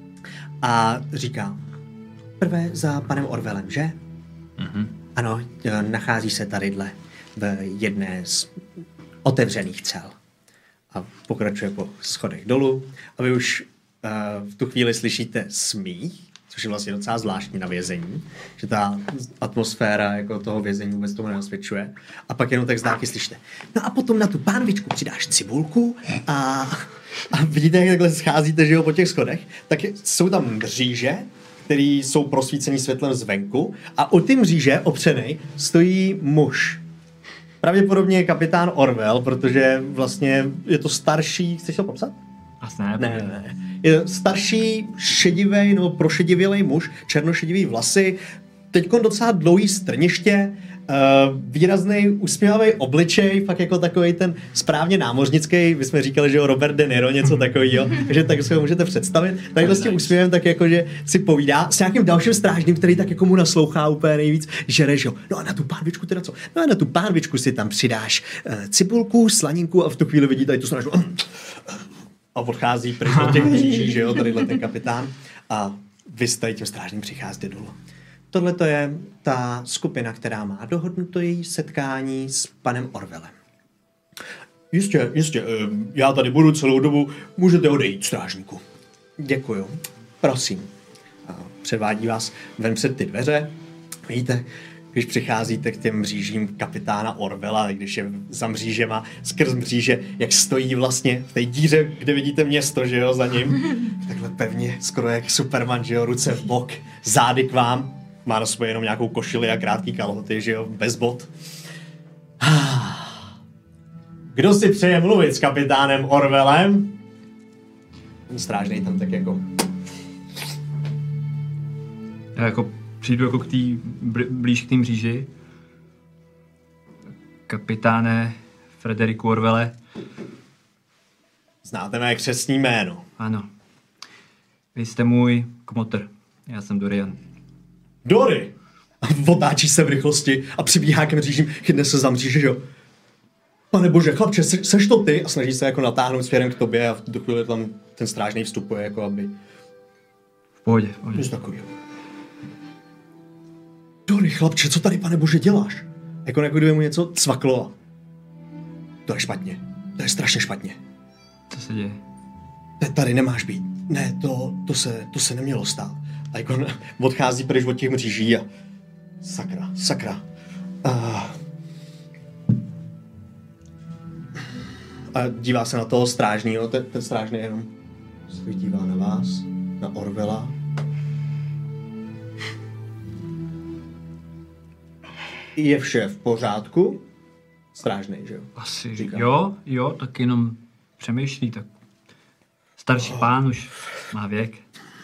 a říká prvé za panem Orwellem, že? Mhm. Ano, nachází se tadyhle v jedné z otevřených cel. A pokračuje po schodech dolů a vy už uh, v tu chvíli slyšíte smích, což je vlastně docela zvláštní na vězení, že ta atmosféra jako toho vězení vůbec tomu nenasvědčuje. A pak jenom tak z dálky slyšíte. No a potom na tu pánvičku přidáš cibulku a, a vidíte, jak takhle scházíte, že jo, po těch schodech, tak jsou tam mříže, které jsou prosvícený světlem zvenku a o ty mříže opřenej stojí muž. Pravděpodobně kapitán Orwell, protože vlastně je to starší, chceš to popsat? Asi ne. Ne, ne, ne. Je starší, šedivý nebo prošedivělej muž, černošedivý vlasy, teďkon docela dlouhý strniště, uh, výrazný usměvavý obličej, fakt jako takový ten správně námořnický, my jsme říkali, že jo, Robert De Niro, něco takového, takže tak si ho můžete představit. Takhle s tím úsměvem tak jako, že si povídá s nějakým dalším strážným, který tak jako mu naslouchá úplně nejvíc, žere, že jo. No a na tu pánvičku teda co? No a na tu pánvičku si tam přidáš uh, cibulku, slaninku a v tu chvíli vidíte tady tu strážu. A odchází pryč od těch mříží, že jo, tadyhle ten kapitán. A vy s tady tím strážným přicházíte dolů. Tohle to je ta skupina, která má dohodnuto její setkání s panem Orwellem. Jistě, jistě, já tady budu celou dobu, můžete odejít, strážníku. Děkuju, prosím. A předvádí vás ven před ty dveře. Víte, když přicházíte k těm mřížím kapitána Orwella, když je za mřížema, skrz mříže, jak stojí vlastně v té díře, kde vidíte město, že jo, za ním. Takhle pevně, skoro jak Superman, že jo, ruce v bok, zády k vám. Má na sobě jenom nějakou košili a krátký kalhoty, že jo, bez bot. Kdo si přeje mluvit s kapitánem Orwellem? Ten strážnej tam tak jako... Já jako přijdu jako k tý, blíž k tým mříži. Kapitáne Frederiku Orwelle. Znáte mé křestní jméno? Ano. Vy jste můj kmotr. Já jsem Dorian. Dory! Otáčí se v rychlosti a přibíhá k mřížím, chytne se za mříže, že jo. Pane bože, chlapče, se, seš to ty? A snaží se jako natáhnout směrem k tobě a v tu chvíli tam ten strážný vstupuje, jako aby... V pohodě, v pohodě. Nic takovýho. Dory, chlapče, co tady, pane bože, děláš? Jako, jako kdyby mu něco cvaklo. To je špatně. To je strašně špatně. Co se děje? Tady nemáš být. Ne, to, to, se, to se nemělo stát. A jako odchází pryč od těch mříží a... Sakra, sakra. A... a dívá se na toho strážnýho, ten, ten strážný jenom se dívá na vás, na Orwella. Je vše v pořádku? Strážnej, že jo? Asi, Říká. jo, jo, tak jenom přemýšlí, tak starší oh. pán už má věk.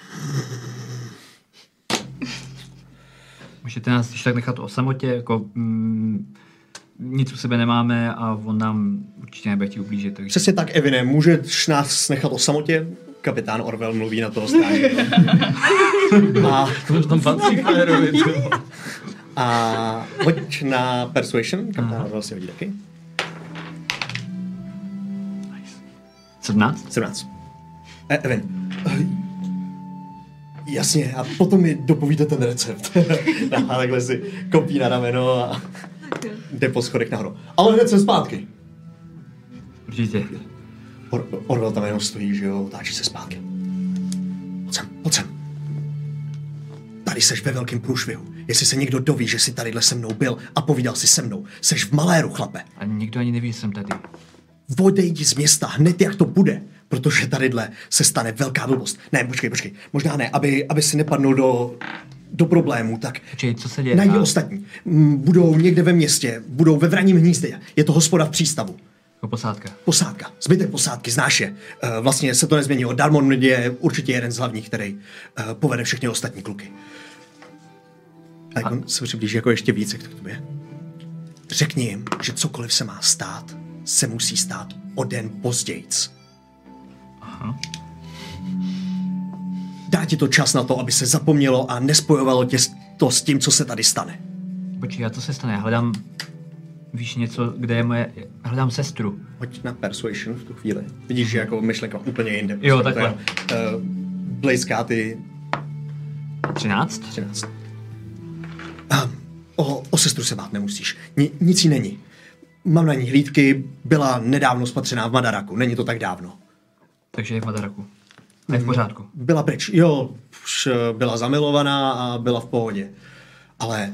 Můžete nás když tak nechat o samotě, jako mm, nic u sebe nemáme a on nám určitě nebude chtít ublížit. Takže... Přesně tak, Evine, můžeš nás nechat o samotě? Kapitán Orwell mluví na toho strážného. A To tam patří Flérovi. A hoď na Persuasion, kapitán Orwell si hodí taky. sedmnáct? sedmnáct. E, Evin. Jasně, a potom mi dopovíte ten recept. A takhle si kopí na rameno a jde po schodech nahoru. Ale hned jsem zpátky. Určitě. Or, Orwell tam jenom stojí, že jo, otáčí se zpátky. Pojď sem, pojď sem. Tady seš ve velkém průšvihu. Jestli se někdo doví, že jsi tadyhle se mnou byl a povídal si se mnou, seš v maléru, chlape. A nikdo ani neví, že jsem tady. Odejdi z města hned, jak to bude, protože tadyhle se stane velká blbost. Ne, počkej, počkej, možná ne, aby, aby si nepadnul do, do problémů, tak Počkej, co se děje? najdi A... ostatní. Mm, Budou někde ve městě, budou ve Vraním hnízdě, je to hospoda v přístavu. Jako posádka. Posádka, zbytek posádky, znáš je. E, vlastně se to nezměnilo, Darmon je určitě jeden z hlavních, který e, povede všechny ostatní kluky. A jak on se přiblíží jako ještě víc, jak to k tobě. Řekni jim, že cokoliv se má stát, se musí stát o den pozdějc. Aha. Dá ti to čas na to, aby se zapomnělo a nespojovalo tě to s tím, co se tady stane. Počkej, a co se stane? Já hledám, víš něco, kde je moje, hledám sestru. Hoď na Persuasion v tu chvíli. Vidíš, že jako myšlenka úplně jinde. Jo, takhle. Uh, Blejská ty... třináct? třináct. Uh, o, o sestru se bát nemusíš. Ni, nic jí není. Mám na ní hlídky, byla nedávno spatřená v Madaraku. Není to tak dávno. Takže je v Madaraku. A je v pořádku. Byla pryč, jo, už byla zamilovaná a byla v pohodě. Ale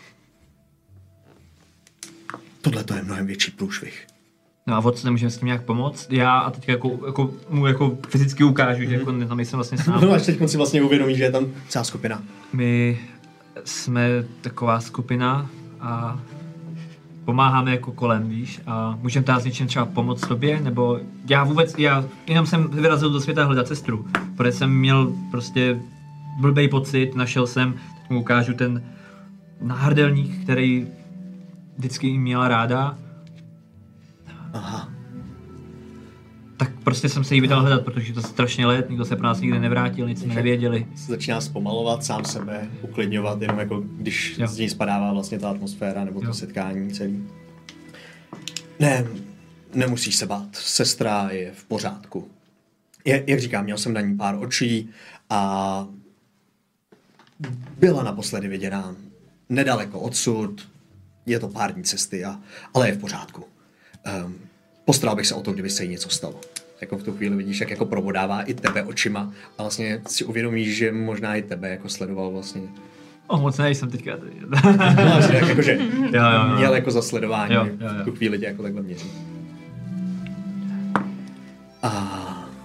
tohle to je mnohem větší průšvih. No a od nemůžeme s tím nějak pomoct? Já a teď jako, jako, mu jako fyzicky ukážu, mm-hmm. že jako tam nejsem vlastně sám. No až teď si vlastně uvědomí, že je tam celá skupina. My jsme taková skupina a pomáháme jako kolem, víš, a můžeme tady s něčím třeba pomoct tobě, nebo já vůbec, já jenom jsem vyrazil do světa hledat sestru, protože jsem měl prostě blbej pocit, našel jsem, teď mu ukážu ten náhrdelník, který vždycky jí měla ráda. Aha. Tak prostě jsem se jí vydal hledat, protože to strašně let, nikdo se pro nás nikdy nevrátil, nic jsme nevěděli. Začíná zpomalovat, sám sebe uklidňovat, jenom jako když jo. z ní spadává vlastně ta atmosféra nebo to jo. setkání celý. Ne, nemusíš se bát, sestra je v pořádku. Je, jak říkám, měl jsem na ní pár očí a byla naposledy viděná nedaleko odsud, je to pár dní cesty, a, ale je v pořádku. Um, Postaral bych se o to, kdyby se jí něco stalo. Jako v tu chvíli vidíš, jak jako probodává i tebe očima a vlastně si uvědomíš, že možná i tebe jako sledoval vlastně. O, moc nejsem teďka. No, vlastně, jak, jakože jo, jo, jo. měl jako za sledování, jo, jo, jo. v tu chvíli tě jako takhle měří. A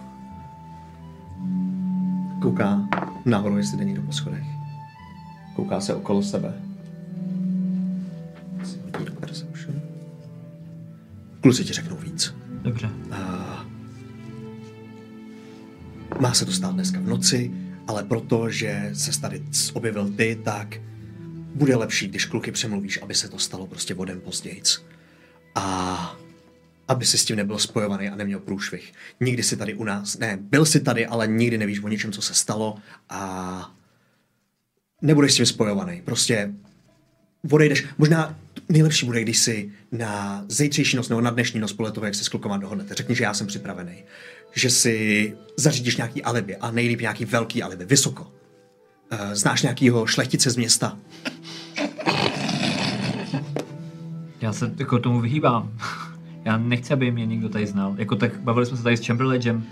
kouká nahoru, jestli jde někdo po schodech. Kouká se okolo sebe. Kluci ti řeknou víc. Dobře. A má se to stát dneska v noci, ale protože se tady objevil ty, tak bude lepší, když kluky přemluvíš, aby se to stalo prostě o den pozdějc. A aby si s tím nebyl spojovaný a neměl průšvih. Nikdy si tady u nás, ne, byl si tady, ale nikdy nevíš o ničem, co se stalo a nebudeš s tím spojovaný. Prostě odejdeš. Možná nejlepší bude, když si na zítřejší noc nebo na dnešní noc podle toho, jak se s klukama dohodnete. Řekni, že já jsem připravený. Že si zařídíš nějaký alibi a nejlíp nějaký velký alibi, vysoko. Uh, znáš nějakýho šlechtice z města? Já se jako tomu vyhýbám. Já nechci, aby mě někdo tady znal. Jako tak bavili jsme se tady s Chamberlainem.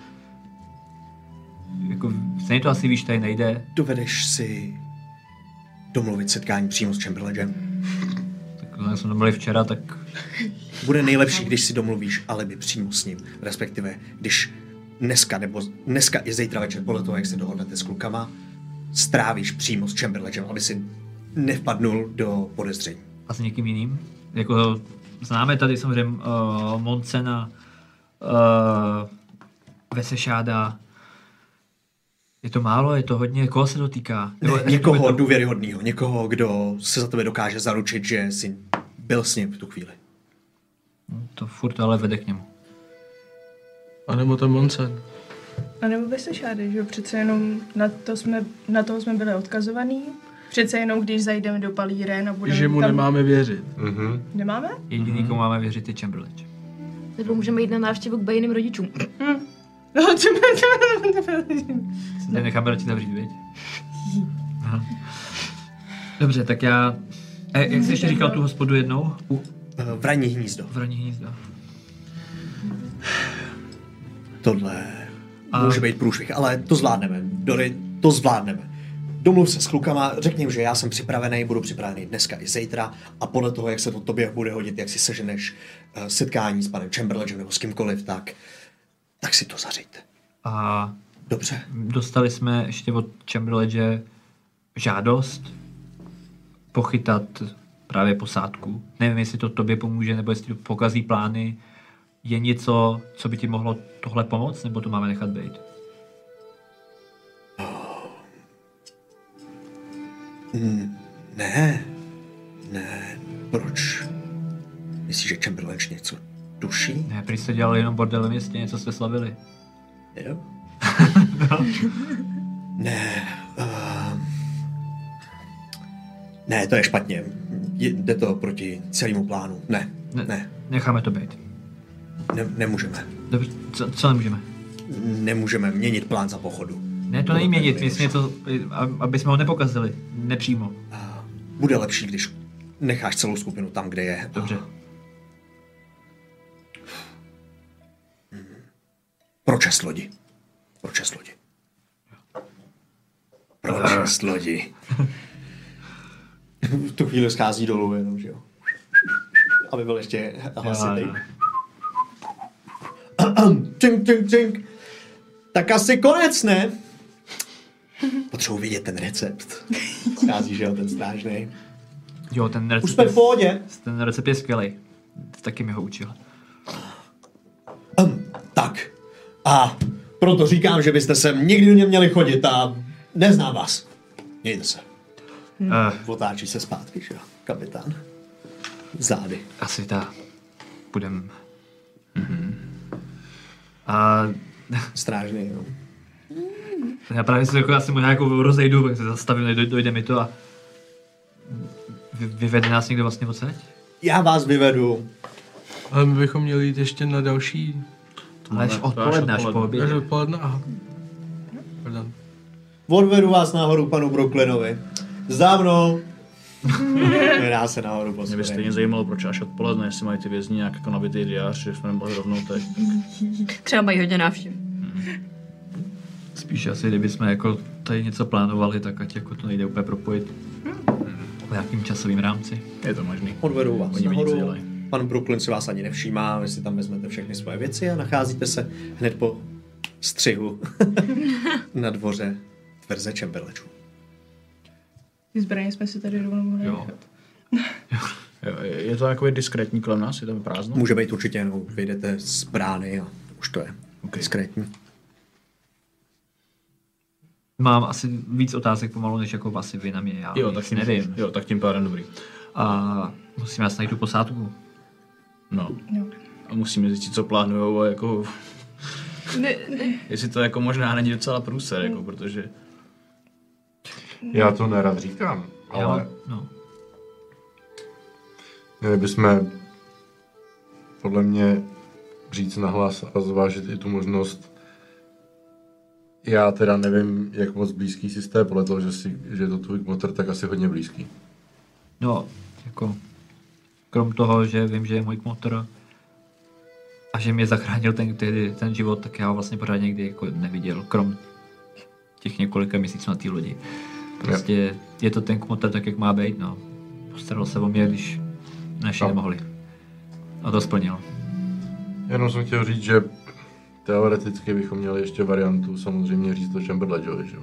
Jako stejně to asi víš, tady nejde. Dovedeš si domluvit setkání přímo s Chamberlainem? Tak jak jsme domluvili včera, tak... Bude nejlepší, když si domluvíš alibi přímo s ním. Respektive, když dneska nebo dneska i zítra večer, podle toho, jak se dohodnete s klukama, strávíš přímo s Chamberlainem, aby si nevpadnul do podezření. A s někým jiným? Jako známe tady samozřejmě uh, Monsena, uh, Vesešáda. Je to málo, je to hodně, koho se to týká? Ne, někoho to... důvěryhodného, někoho, kdo se za tebe dokáže zaručit, že jsi byl s ním v tu chvíli. No, to furt ale vede k němu. A nebo ten Monsen. A nebo Vesešády, že přece jenom na, to jsme, na toho jsme byli odkazovaný. Přece jenom, když zajdeme do Palíren a budeme že mu tam... nemáme věřit. Mm-hmm. Nemáme? Jediný, komu máme věřit, je Chamberlain. Nebo můžeme jít na návštěvu k Bejným rodičům. Mm. Se necháme radši zavřít, viď? Aha. Dobře, tak já... E, jak jsi ještě říkal tu hospodu jednou? U... V Ranní hnízdo. V Ranní hnízdo. Tohle A... může být průšvih, ale to zvládneme. Dory, to zvládneme. Domluv se s klukama, řekni jim, že já jsem připravený, budu připravený dneska i zítra a podle toho, jak se to tobě bude hodit, jak si seženeš uh, setkání s panem Chamberlainem nebo s kýmkoliv, tak, tak si to zařiďte. A dobře. Dostali jsme ještě od Chamberlaina žádost pochytat právě posádku. Nevím, jestli to tobě pomůže, nebo jestli to pokazí plány. Je něco, co by ti mohlo tohle pomoct, nebo to máme nechat být? Mm, ne, ne, proč? Myslíš, že Chamberlain něco tuší? Ne, prý jste dělali jenom bordel ve městě, něco jste slavili. Jo? no. Ne, uh, ne, to je špatně. Jde to proti celému plánu. Ne, ne. ne. Necháme to být. Ne, nemůžeme. Dobře, co, co nemůžeme? Nemůžeme měnit plán za pochodu. Ne, to není měnit, my jsme to, aby jsme ho nepokazili, nepřímo. Bude lepší, když necháš celou skupinu tam, kde je. Dobře. Pro čest lodi. Pro čest lodi. Pro čest lodi. V tu chvíli schází dolů jenom, že jo. Aby byl ještě hlasitý. Čink, čink, čink. Tak asi konec, ne? Potřebuji vidět ten recept. Schází, že jo, ten strážnej. Jo, ten recept, už jsme v pohodě. Ten recept je skvělý. Taky mi ho učil. Um, tak. A proto říkám, že byste sem nikdy neměli chodit a neznám vás. Mějte se. Uh, Otáčí se zpátky, že jo, kapitán. Zády. asi ta. Budem. Mhm. A Strážný, jo. já právě si jako asi možná jako rozejdu, tak se zastavím, dojde, dojde mi to a vy, vyvede nás někdo vlastně odsaď? Já vás vyvedu. Ale my bychom měli jít ještě na další... Ale až odpoledne, až po Až obědě. odpoledne, aha. Pardon. Odvedu vás nahoru panu Brooklynovi. Za mnou. Vydá se nahoru po Mě by stejně schodech. zajímalo, proč až odpoledne, jestli mají ty vězni nějak jako nabitý diář, že jsme nemohli rovnou teď. Třeba mají hodně návštěv. Spíš asi, kdybychom jako tady něco plánovali, tak ať jako to nejde úplně propojit v nějakým časovým rámci. Je to možný. Odvedu vás Oni mi nic nahoru. dělají. Pan Brooklyn si vás ani nevšímá, vy si tam vezmete všechny svoje věci a nacházíte se hned po střihu na dvoře tvrze Chamberlainů. Ty zbraně jsme si tady rovnou mohli Jo. nechat. Jo, je je to takový diskrétní kolem nás, je tam prázdno? Může být určitě jenom vyjdete z brány a už to je Ok. diskrétní. Mám asi víc otázek pomalu, než jako asi vy na mě, já Jo, nic tak tím, nevím. jo, tak tím pádem dobrý. A musíme asi najít tu posádku. No. Jo. A musíme zjistit, co plánujou a jako... Ne, ne. Jestli to jako možná není docela průser, jako, protože... Já to nerad říkám, Já ale mám, no. měli bychom podle mě říct nahlas a zvážit i tu možnost. Já teda nevím, jak moc blízký jsi jste, podle toho, že, si, že je to tvůj motor, tak asi hodně blízký. No, jako, krom toho, že vím, že je můj motor a že mě zachránil ten, tehdy, ten život, tak já ho vlastně pořádně nikdy jako neviděl, krom těch několika měsíců na té lodi. Prostě je. je to ten kmotor tak, jak má být, no. Postaral se o mě, když naši No. nemohli. A to splnil. Jenom jsem chtěl říct, že teoreticky bychom měli ještě variantu samozřejmě říct to Chamberlainovi, že jo?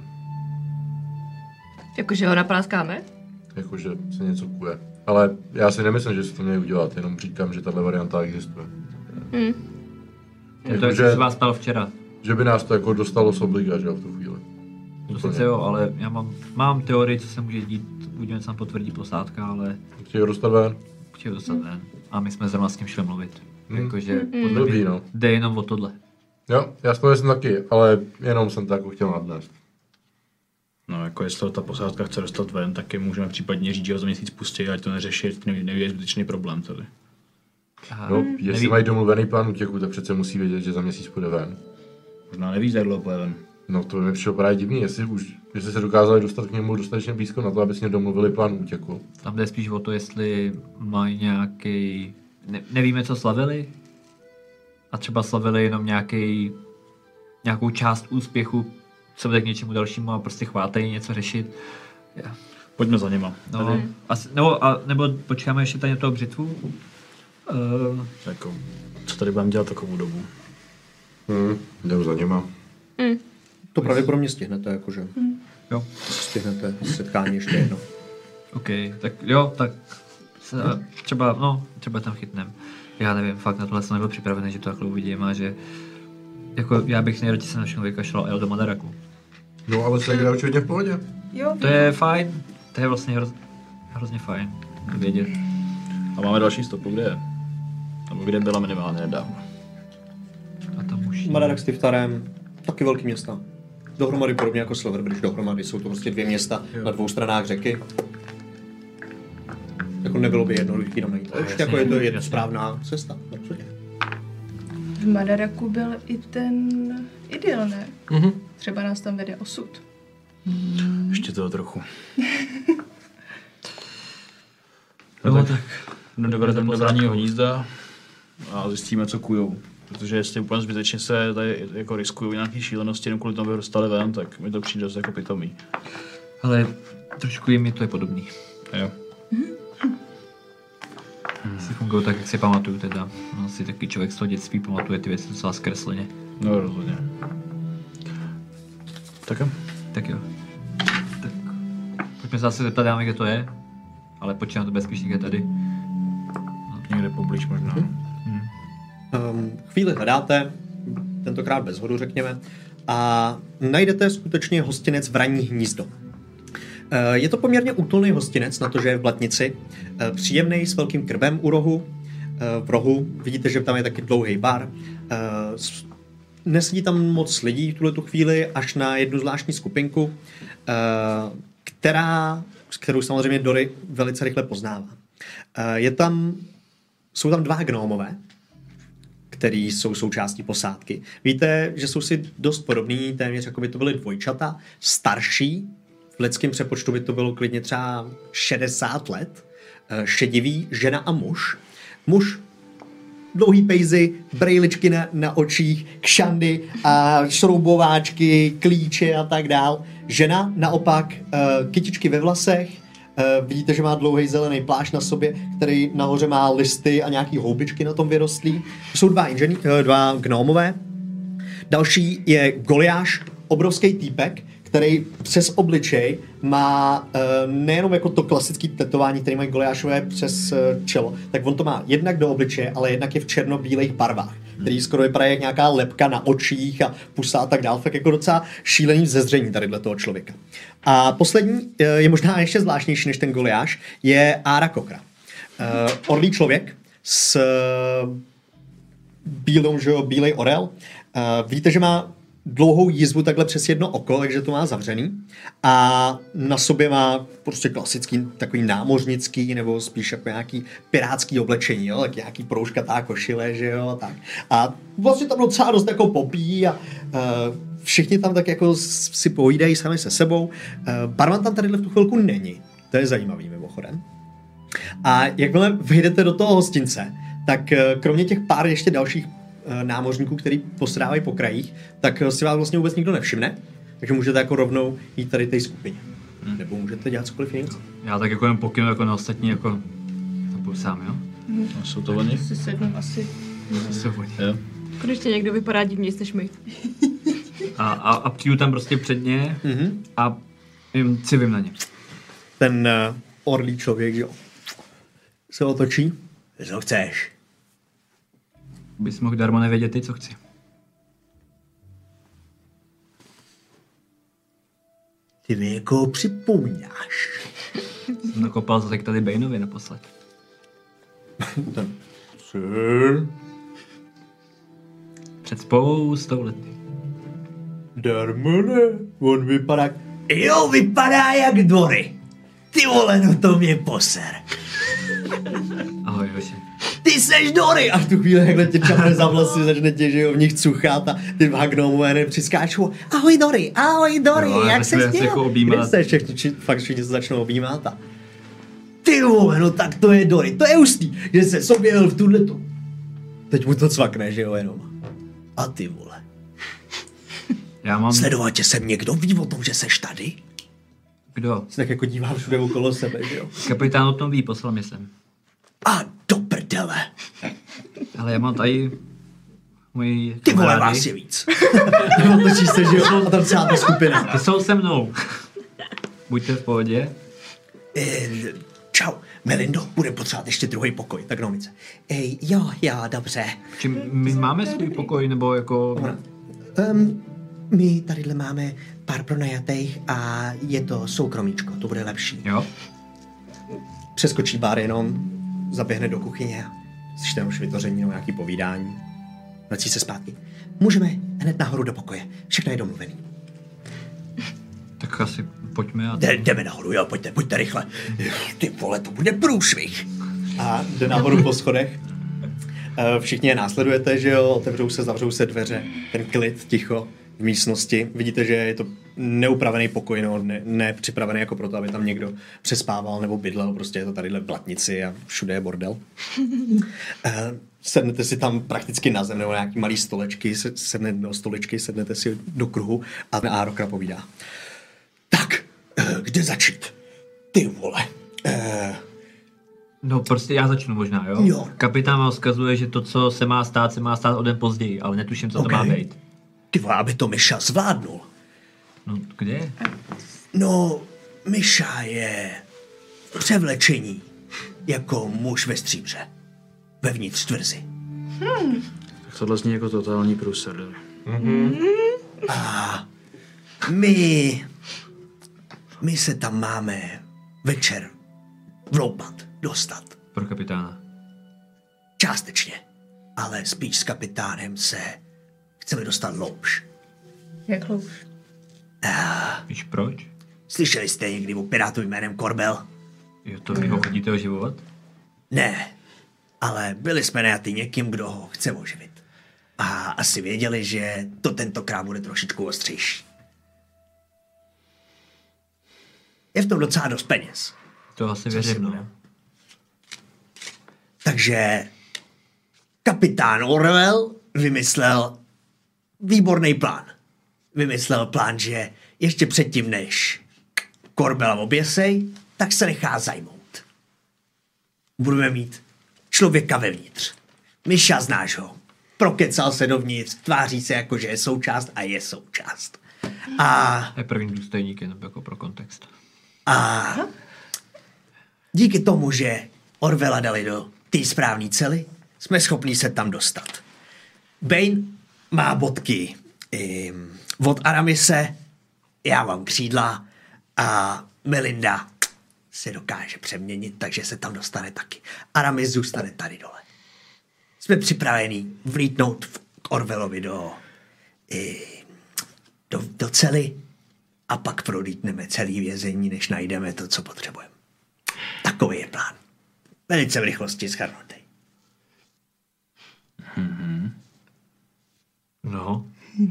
Jakože ho napráskáme? Jakože se něco kuje. Ale já si nemyslím, že si to měli udělat, jenom říkám, že tahle varianta existuje. Hm. To je, co že, jsem vás ptal včera. že by nás to jako dostalo z obliga, že jo, v tu chvíli. To sice jo, ale já mám, mám teorii, co se může dít, budeme tam potvrdí posádka, ale Chtějí ho dostat ven? chtěl dostat ven. A my jsme zrovna s tím šli mluvit. Hmm. Jakože podle Blbý, mě no. jde jenom o tohle. Jo, já s toho jsem taky, ale jenom jsem to jako chtěl nadnést. No, jako jestli ta posádka chce dostat ven, tak je můžeme případně říct, že ho za měsíc pustí, ať to neřeší, ať neví, neví je zbytečný problém tady. A No, jestli neví- mají domluvený plán útěku, tak přece musí vědět, že za měsíc půjde ven. Možná neví, jak dlouho půjde ven. No to mi přišlo právě divný, jestli už, jestli se dokázali dostat k němu dostatečně blízko na to, aby s ním domluvili plán útěku. Tam jde spíš o to, jestli mají nějaký, ne, nevíme, co slavili. A třeba slavili jenom nějaký, nějakou část úspěchu, co vede k něčemu dalšímu a prostě chvátají něco řešit. Ja. Pojďme za něma. No, asi, nebo, a, nebo počkáme ještě tady na toho břitvu. Uh, Jako, co tady budeme dělat takovou dobu? Hm, jdem za něma. To pravděpodobně stihnete, jakože. jo, Stihnete setkání ještě jedno. OK, tak jo, tak se, a třeba, no, třeba tam chytnem. Já nevím, fakt na tohle jsem nebyl připravený, že to takhle uvidím a že jako já bych nejradši se na všechno vykašlal a jel do Madaraku. No ale se jde určitě v pohodě. Jo, To je fajn, to je vlastně hroz, hrozně fajn vědět. A máme další stopu, kde je? Nebo kde byla minimálně nedávno. A tam už... Madarak s Tiftarem, taky velký města. Dohromady podobně jako Silverbridge dohromady, jsou to prostě dvě města jo. na dvou stranách řeky. Jako nebylo by jednoduchý tam najít. Ale ještě jako je to jedna správná cesta. Rozhodně. v Madaraku byl i ten idyl, ne? Mhm. Třeba nás tam vede osud. Ještě toho trochu. No, No, tak. tak. No, dovedeme do braního hnízda a zjistíme, co kujou. Protože jestli úplně zbytečně se tady jako riskují nějaký šílenosti, jenom kvůli tomu, aby ho dostali ven, tak mi to přijde dost jako pitomý. Ale trošku jim to je podobný. Jo. Si fungují tak, jak si pamatuju teda. No, si taky člověk z toho dětství pamatuje ty věci docela zkresleně. No rozhodně. Tak jo. Tak jo. Tak pojďme se zase zeptat dáme, kde to je. Ale počítám to bezpečník tady. Někde poblíž možná. Um, chvíli hledáte, tentokrát bez hodu řekněme, a najdete skutečně hostinec Vraní hnízdo. Je to poměrně útulný hostinec na to, že je v Blatnici. Příjemný, s velkým krbem u rohu. V rohu vidíte, že tam je taky dlouhý bar. Nesedí tam moc lidí v tuhletu chvíli, až na jednu zvláštní skupinku, která, kterou samozřejmě Dory velice rychle poznává. Je tam, jsou tam dva gnómové, který jsou součástí posádky. Víte, že jsou si dost podobný, téměř jako by to byly dvojčata, starší, v lidském přepočtu by to bylo klidně třeba šedesát let, šedivý, žena a muž. Muž, dlouhý pejzy, brejličky na, na očích, kšandy a šroubováčky, klíče a tak dál. Žena naopak, kytičky ve vlasech, vidíte, že má dlouhý zelený plášť na sobě, který nahoře má listy a nějaký houbičky na tom vyrostlý. To jsou dva, inžený, dva gnómové. Další je Goliáš, obrovský týpek, který přes obličej má uh, nejenom jako to klasické tetování, které mají Goliášové přes uh, čelo, tak on to má jednak do obličeje, ale jednak je v černobílých barvách, který skoro vypadá jak nějaká lepka na očích a pusa a tak dál, tak jako docela šílený vzezření tadyhle toho člověka. A poslední uh, je možná ještě zvláštnější než ten Goliáš, je Ára Kokra. Uh, orlý člověk s uh, bílou, že jo, bílej orel. Uh, víte, že má dlouhou jizvu takhle přes jedno oko, takže to má zavřený. A na sobě má prostě klasický takový námořnický nebo spíš jako nějaký pirátský oblečení, jo, tak nějaký proužkatá košile, že jo, tak. A vlastně tam docela dost jako popí a uh, všichni tam tak jako si povídají sami se sebou. Uh, barman tam tady v tu chvilku není. To je zajímavý mimochodem. A jakmile vyjdete do toho hostince, tak uh, kromě těch pár ještě dalších námořníků, který postrávají po krajích, tak si vás vlastně vůbec nikdo nevšimne, takže můžete jako rovnou jít tady té skupině. Hmm. Nebo můžete dělat cokoliv jiného. Já tak jako jen pokynu jako na ostatní, jako to budu sám, jo? Hmm. A jsou to oni? Si sednu asi. Jsou oni. Když tě někdo vypadá divně, jste my. A, a, a přijdu tam prostě před ně mm-hmm. a jim civím na ně. Ten uh, orlý člověk, jo, se otočí. Co chceš? Bys mohl darmo nevědět ty, co chci. Ty mi jako připomínáš. Jsem nakopal zase tady Baneovi naposled. Ten Před spoustou lety. darmo ne, on vypadá... Jo, vypadá jak Dory. Ty vole, no to mě poser. Ahoj, hoši. Ty seš Dory! A v tu chvíli, jakhle tě čapne za vlasy, začne tě, že jo, v nich cuchat a ty dva gnomové přiskáčou. Ahoj Dory, ahoj Dory, no, jak seš dělal? Jako Kde seš? Všichni, či, fakt všichni se začnou objímat a... Ty vole, no tak to je Dory, to je hustý, že se soběl v tuhletu. Teď mu to cvakne, že jo, jenom. A ty vole. Já mám... Sledovat tě sem někdo ví o tom, že seš tady? Kdo? Se tak jako dívám všude okolo sebe, že jo. Kapitán o tom ví, poslal mě sem. A do prdele. Ale já mám tady můj Ty vole, vás je víc. Otočí se, že jo, a tam celá ta skupina. Ty jsou se mnou. Buďte v pohodě. E, čau, Melindo, bude potřebovat ještě druhý pokoj, tak nomice. Ej, jo, jo, dobře. Či my máme svůj pokoj, nebo jako... Um, my tadyhle máme pár pronajatých a je to soukromíčko, to bude lepší. Jo. Přeskočí bar jenom, zaběhne do kuchyně a slyšte už vytvoření nebo nějaký povídání. Vrací se zpátky. Můžeme hned nahoru do pokoje, všechno je domluvený. Tak asi pojďme a... Jde, jdeme nahoru, jo, pojďte, pojďte rychle. Ty vole, to bude průšvih. A jde nahoru po schodech. Všichni je následujete, že jo, otevřou se, zavřou se dveře, ten klid, ticho v místnosti. Vidíte, že je to neupravený pokoj, no, ne, ne připravený jako proto, aby tam někdo přespával nebo bydlel, prostě je to tadyhle v Blatnici a všude je bordel. Sednete si tam prakticky na zem, nebo nějaký malý stolečky, sednete do stoličky, sednete si do kruhu a Árokra povídá. Tak, kde začít? Ty vole. Uh, No prostě já začnu možná, jo? Jo. Kapitán vám vzkazuje, že to, co se má stát, se má stát o den později, ale netuším, co okay. to má být. Ty vole, aby to Miša zvládnul. No, kde je? No, Miša je v převlečení jako muž ve stříbře. Vevnitř tvrzi. Hmm. Tak tohle zní jako totální průser. Mm-hmm. A my my se tam máme večer vloupat, dostat. Pro kapitána. Částečně. Ale spíš s kapitánem se chceme dostat louž. Jak louž? Víš proč? Slyšeli jste někdy o pirátu jménem Korbel? Jo, to vy ho chodíte oživovat? Ne, ale byli jsme najatý někým, kdo ho chce oživit. A asi věděli, že to tentokrát bude trošičku ostřejší. Je v tom docela dost peněz. To asi Co si věřím, budem? no. Takže kapitán Orwell vymyslel výborný plán. Vymyslel plán, že ještě předtím, než Korbela oběsej, tak se nechá zajmout. Budeme mít člověka vevnitř. Myša, znáš ho. Prokecal se dovnitř, tváří se jako, že je součást a je součást. A, Je první důstojník, jenom jako pro kontext. a díky tomu, že Orwella dali do té správné cely, jsme schopni se tam dostat. Bane má bodky um, od Aramise, já mám křídla a Melinda se dokáže přeměnit, takže se tam dostane taky. Aramis zůstane tady dole. Jsme připraveni vlítnout v- k Orwellovi do, i, do, do cely a pak prolítneme celý vězení, než najdeme to, co potřebujeme. Takový je plán. Velice v rychlosti shrnutý. No,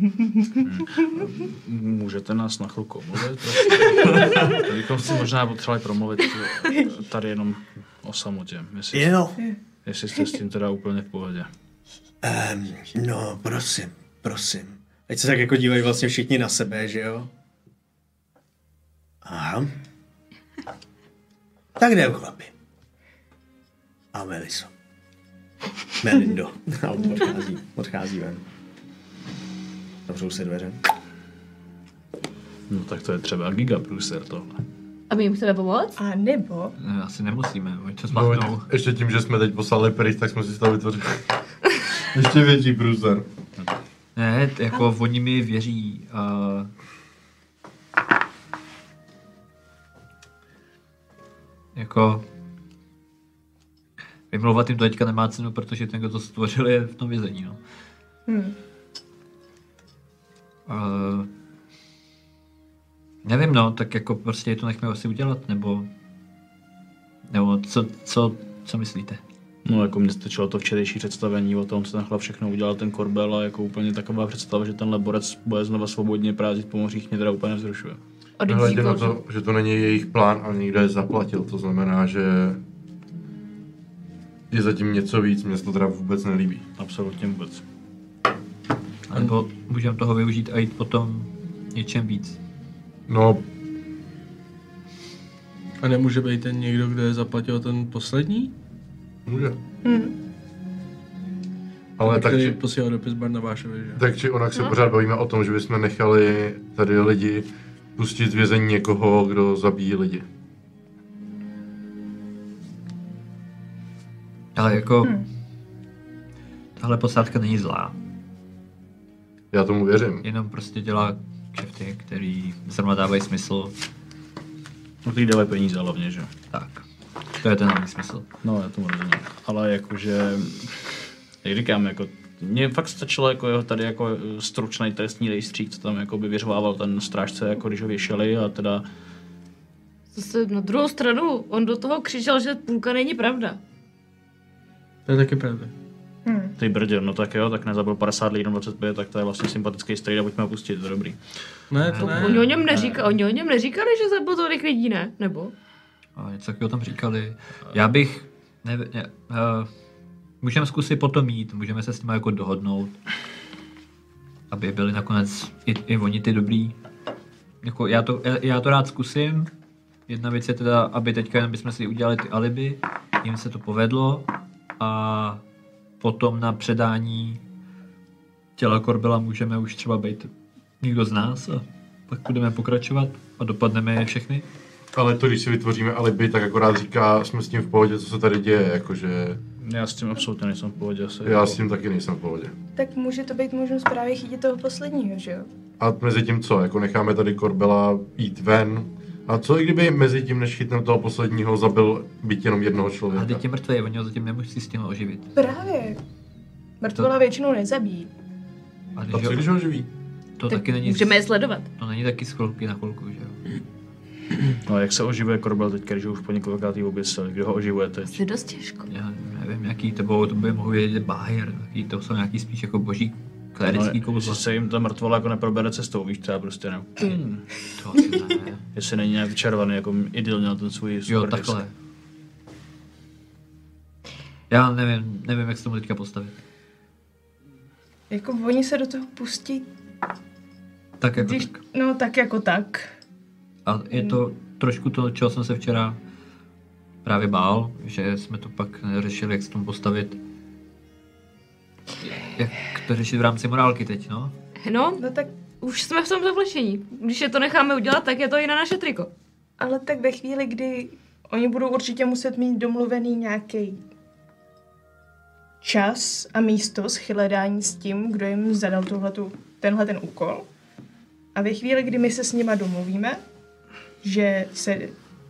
Můžete nás na chvilku omluvit? Bychom si možná potřebovali promluvit tady jenom o samotě. Jestli, Jo, jestli jste s tím teda úplně v pohodě. um, no prosím, prosím. Ať se tak jako dívají vlastně všichni na sebe, že jo? Aha. Tak jdem, chlapi. A Meliso. Melindo. A on odchází, odchází ven. Zavřou se dveře. No tak to je třeba gigaprůser tohle. A my jim chceme pomoct? A nebo... ne, asi nemusíme, oni to No, zmatnou. ještě tím, že jsme teď poslali pryč, tak jsme si z toho vytvořili ještě větší průser. Ne, t- jako oni mi věří. Uh, jako... Vymlouvat jim to teďka nemá cenu, protože ten, kdo to stvořil, je v tom vězení, no. Hmm. Uh, nevím, no, tak jako prostě to nechme asi udělat, nebo... Nebo co, co, co myslíte? No jako mně stačilo to včerejší představení o tom, co tenhle všechno udělal ten Korbel a jako úplně taková představa, že tenhle borec bude znova svobodně prázdnit po mořích, mě teda úplně nevzrušuje. Hledě na to, že to není jejich plán a někdo je zaplatil, to znamená, že je zatím něco víc, mně se to teda vůbec nelíbí. Absolutně vůbec. A nebo můžeme toho využít a jít potom něčem víc. No, A nemůže být ten někdo, kdo je zaplatil ten poslední? může. Hmm. Ale tak, Který či, posílal dopis Barnabášovi, že? tak či onak se pořád bavíme o tom, že bychom nechali tady lidi pustit z vězení někoho, kdo zabíjí lidi. Ale jako... Hmm. Tahle posádka není zlá. Já tomu věřím. Jenom prostě dělá kšefty, který zrovna dávají smysl. No ty dávají peníze hlavně, že? Tak. To je ten hlavní smysl. No, já tomu rozumím. Ale jakože, jak říkám, jako, mně fakt stačilo jako jeho tady jako stručný trestní rejstřík, co tam jako by vyřvával ten strážce, jako když ho věšeli a teda... Zase na druhou stranu, on do toho křičel, že půlka není pravda. To je taky pravda. Hmm. Ty brdě, no tak jo, tak nezabil padesát lidí, dvacet pět, tak to je vlastně sympatický strejda, pojďme ho pustit, to je dobrý. Ne, to ne. Oni o něm neříkali, oni o něm neříkali, že zabil tolik lidí, ne? Nebo? A něco takového tam říkali. Já bych... Ne, ne, uh, můžeme zkusit potom jít, můžeme se s nimi jako dohodnout. Aby byli nakonec i, i oni ty dobrý. Jako já, to, já to rád zkusím. Jedna věc je teda, aby teďka jenom bychom si udělali ty alibi. Jim se to povedlo. A potom na předání těla Korbela můžeme už třeba být někdo z nás a pak budeme pokračovat a dopadneme je všechny. Ale to, když si vytvoříme alibi, tak akorát říká, jsme s tím v pohodě, co se tady děje, jakože Já s tím absolutně nejsem v pohodě asi. já s tím taky nejsem v pohodě. Tak může to být možnost právě chytit toho posledního, že jo? A mezi tím co, jako necháme tady Korbela jít ven A co i kdyby mezi tím, než chytneme toho posledního, zabil byť jenom jednoho člověka? A teď je mrtvý, oni ho zatím nemusí s tím oživit. Právě. Mrtvola To- většinou nezabíjí. A A když co ho, když ho živí? to Tak taky není, můžeme je sledovat. to není taky z chvilky na chvilku, že jo? No, jak se oživuje Korbel teďka, když ho už po několikátý oběsil? Kdo ho oživuje teď? Asi dost těžko. Já nevím, jaký to bylo, to by mohl vědět Bájer, jaký to jsou nějaký spíš jako boží klerický No, kouzla. jestli se jim ta mrtvola jako neprobere cestou, víš, třeba prostě ne. Hmm. To asi ne. Jestli není nějak vyčarovaný, jako idylně na ten svůj Jo, super disk. takhle. Já nevím, nevím, jak se tomu teďka postavit. Jako oni se do toho pustí, Tak jako když, tak. no tak jako tak. A je to trošku to, čeho jsem se včera právě bál, že jsme to pak neřešili, jak se tomu postavit. Jak to řešit v rámci morálky teď, no? No, No tak, už jsme v tom zavlečení. Když je to necháme udělat, tak je to i na naše triko. ale tak ve chvíli, kdy oni budou určitě muset mít domluvený nějaký čas a místo shledání s tím, kdo jim zadal tohletu, tenhle ten úkol. A ve chvíli, kdy my se s nima domluvíme, že se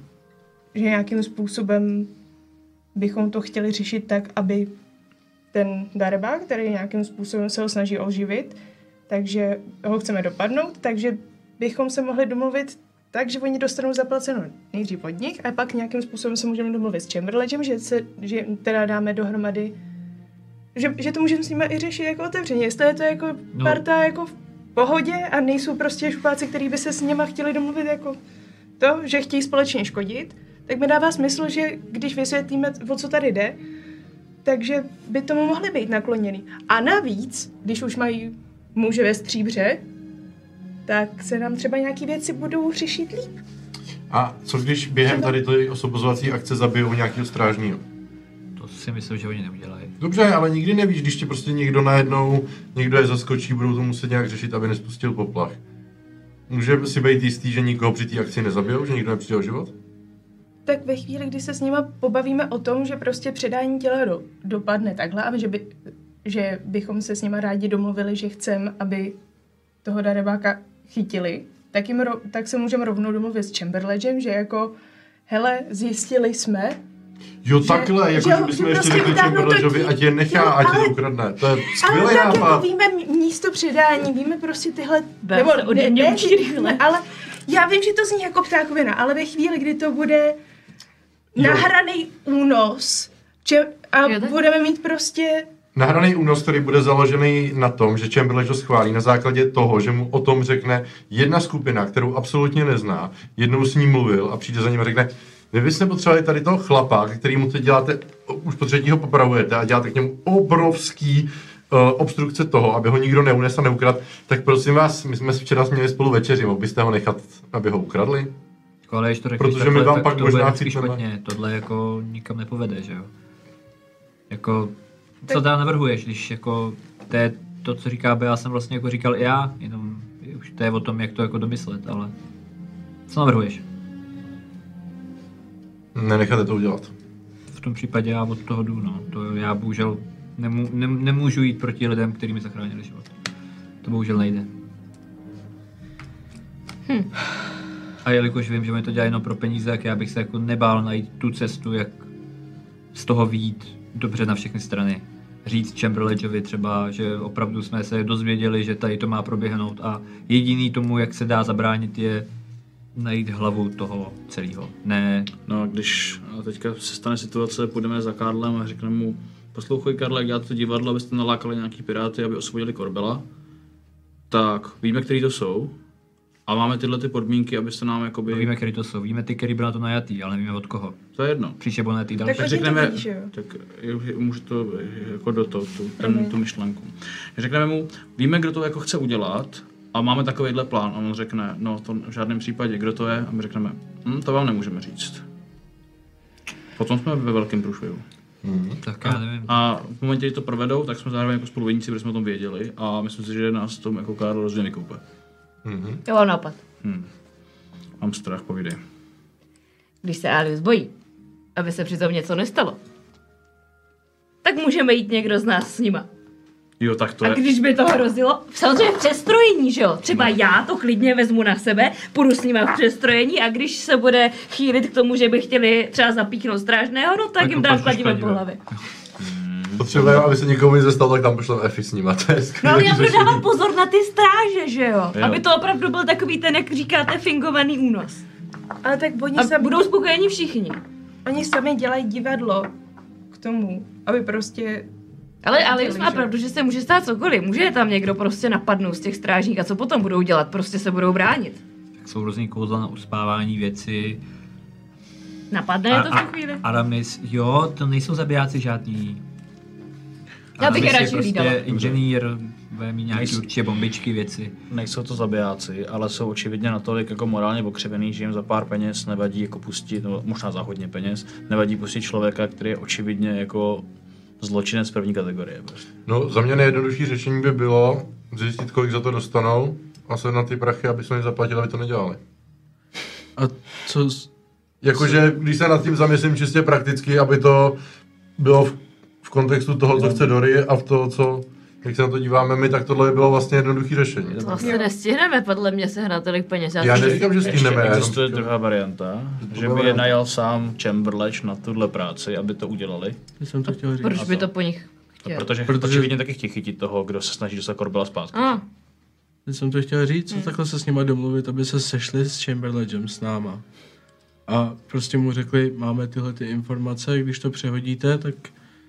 že nějakým způsobem bychom to chtěli řešit tak, aby ten darebák, který nějakým způsobem se ho snaží oživit, takže ho chceme dopadnout, takže bychom se mohli domluvit tak, že oni dostanou zaplaceno nejdřív od nich a pak nějakým způsobem se můžeme domluvit s Chamberlainem, že, se, že teda dáme dohromady, že, že to můžeme s nimi i řešit jako otevřeně. Jestli je to jako No. parta jako v pohodě a nejsou prostě šupáci, kteří by se s nima chtěli domluvit jako to, že chtějí společně škodit, tak mi dává smysl, že když vysvětlíme, o co tady jde, takže by tomu mohli být nakloněný. A navíc, když už mají muže ve stříbře, tak se nám třeba nějaký věci budou řešit líp. A co když během tady té osobozovací akce zabijou nějakého strážního? To si myslím, že oni neudělají. Dobře, ale nikdy nevíš, když ti prostě někdo najednou, někdo je zaskočí, budou to muset nějak řešit, aby nespustil poplach. Může si být jistý, že nikoho při té akci nezabijou, že nikdo nepřijde o život? Tak ve chvíli, kdy se s nima pobavíme o tom, že prostě předání těla do, dopadne takhle a že, by, že bychom se s nima rádi domluvili, že chceme, aby toho darebáka chytili, tak, jim ro, tak se můžeme rovnou domluvit s Chamberlainem, že jako, hele, zjistili jsme, Jo, Že- takhle, jako že- že bychom že ještě prostě řekli vytáhnou to Chamberlainovi, dítě. ať je nechá, Jo, ať je ale- to ukradne. To je ale skvělý tak jako nápad. víme místo předání, víme prostě tyhle, Bel se ode mě učí rychle. ale já vím, že to zní jako ptákovina, ale ve chvíli, kdy to bude nahraný únos, če, a Jo, tak- budeme mít prostě Nahraný únos, který bude založený na tom, že Chamberlain to schválí na základě toho, že mu o tom řekne jedna skupina, kterou absolutně nezná, jednou s ním mluvil a přijde za ním a řekne, vy byste potřebovali tady toho chlapa, který mu teď děláte, už po třetího popravujete a děláte k němu obrovský uh, obstrukce toho, aby ho nikdo neunesl a neukradl, tak prosím vás, my jsme včera měli spolu večeři, mohl byste ho nechat, aby ho ukradli? Jako, ale když to řekneš Protože takhle, my vám tak pak to možná bude vždycky chytneme. špatně. Tohle jako nikam nepovede, že jo? Jako, co dá navrhuješ, když jako to je to, co říká Bea, jsem vlastně jako říkal i já, jenom už to je o tom, jak to jako domyslet, ale co navrhuješ? Nenecháte to udělat. V tom případě já od toho jdu, no. To já bohužel nemů, ne, nemůžu jít proti lidem, kteří mi zachránili život. To bohužel nejde. Hm. A jelikož vím, že mi to dělá jenom pro peníze, tak já bych se jako nebál najít tu cestu, jak z toho vyjít dobře na všechny strany. Říct Chamberlainovi třeba, že opravdu jsme se dozvěděli, že tady to má proběhnout a jediný tomu, jak se dá zabránit, je najít hlavu toho celého. Ne, No a když a teďka se stane situace, půjdeme za Karlem a řekneme mu, poslouchej Karle, jak děláte to divadlo, abyste nalákali nějaký piráty, aby osvobodili Korbela, tak víme, který to jsou a máme tyhle ty podmínky, abyste nám jakoby... víme, který to jsou. Víme ty, který byl na to najatý, ale nevíme od koho. To je jedno. Příště nebo ne ty Tak další. oni řekneme, to ví, že jo? tak je- můžu to jako do toho, tu, ten, tu myšlenku. Řekneme mu, víme, kdo to jako chce udělat a máme takovýhle plán. A on řekne, no to v žádném případě, kdo to je? A my řekneme, hm, to vám nemůžeme říct. Potom jsme ve velkém průšvihu. Tak já nevím. A v momentě, kdy to provedou, tak jsme zároveň jako spoluviníci, protože jsme o tom věděli a myslím si, že nás v tom jako Karl rozhodně nekoupe. Mhm. Jo, nápad. Hm. Mám strach, povídej. Když se Alius bojí, aby se přitom něco nestalo, tak můžeme jít někdo z nás s nima. Jo, tak to A je... když by to hrozilo, samozřejmě v přestrojení, že jo? Třeba já to klidně vezmu na sebe, půjdu s nima v přestrojení a když se bude chýlit k tomu, že by chtěli třeba zapíchnout strážného, no tak, tak jim dám kladivo po hlavě. Potřebujeme, aby se nikomu nic nestalo, tak tam pošlem Efi s nima. To je No ale já budu řešení. dávat pozor na ty stráže, že jo? Jo. Aby to opravdu byl takový ten, jak říkáte, fingovaný únos. Ale tak oni A sami, budou spokojeni všichni. oni sami dělají divadlo k tomu, aby prostě... Ale, ale Dělej, má že? pravdu, že se může stát cokoliv. Může je tam někdo prostě napadnout z těch strážníků a co potom budou dělat? Prostě se budou bránit. Tak jsou různý kouzla na uspávání věci. Napadne je to v tu chvíli. Aramis, jo, to nejsou zabijáci žádný. Já bych je Aramis radši hlídala. prostě inženýr, bude mít nějaký Nejsou- určitě bombičky, věci. Nejsou to zabijáci, ale jsou očividně natolik jako morálně pokřivený, že jim za pár peněz nevadí jako pustit, no, možná za hodně peněz, nevadí pustit člověka, který je očividně jako zločinec první kategorie. Prostě. No, za mě nejjednodušší řešení by bylo zjistit, kolik za to dostanou a se na ty prachy, aby jsme jim zaplatili, aby to nedělali. A co... s- Jakože, když se nad tím zamyslím čistě prakticky, aby to bylo v, v kontextu toho, co chce Dory a v toho, co, jak se na to díváme my, tak tohle by bylo vlastně jednoduché řešení. To asi nestihneme, podle mě se hrát tolik peněz. Já si- neříkám, že Ještě stihneme, já existuje jenom- druhá varianta, že by je najal sám Chamberlain na tuhle práci, aby to udělali. Já jsem to chtěl říct. Proč by to po nich chtěl? Protože, Protože- protože očividně taky chtějí chytit toho, kdo se snaží dostat Korbela zpátky. A, Já jsem to chtěl říct, co takhle se s nima domluvit, aby se sešli s Chamberlainem s náma. A prostě mu řekli, máme tyhle ty informace, když to přehodíte, tak...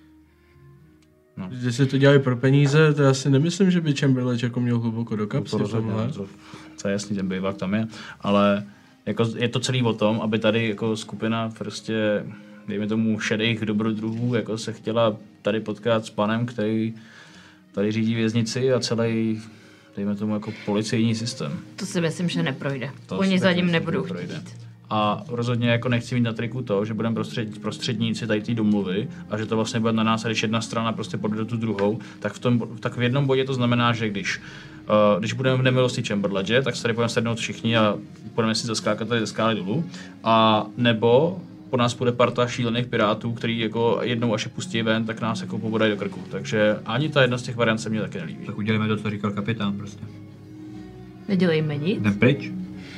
No. Když si to dělají pro peníze, to já si nemyslím, že by Chamberlain jako měl hluboko do To kapsy v rozhodně, tomhle. to, to je jasný, ten bývák tam je, ale jako je to celý o tom, aby tady jako skupina prostě, dejme tomu šedých dobrodruhů, jako se chtěla tady potkat s panem, který tady řídí věznici a celý, dejme tomu jako policejní systém. to si myslím, že neprojde. To Oni si za taky ním myslím, nebudou že projde. chtít. A rozhodně jako nechci mít na triku to, že budeme prostřed, prostředníci tady té domluvy a že to vlastně bude na nás, a když jedna strana prostě podjde tu druhou, tak v, tom, tak v jednom bodě to znamená, že když, uh, když budeme v nemilosti Chamberlaine, tak se tady budeme sednout všichni a budeme si zaskákat tady ze skály dolů, a nebo po nás půjde parta šílených pirátů, který jako jednou až je pustí ven, tak nás jako pobodají do krku. Takže ani ta jedna z těch variant se mně taky nelíbí. Tak uděláme to, co říkal kapitán prostě. Nedělejme nic. Jdem pryč.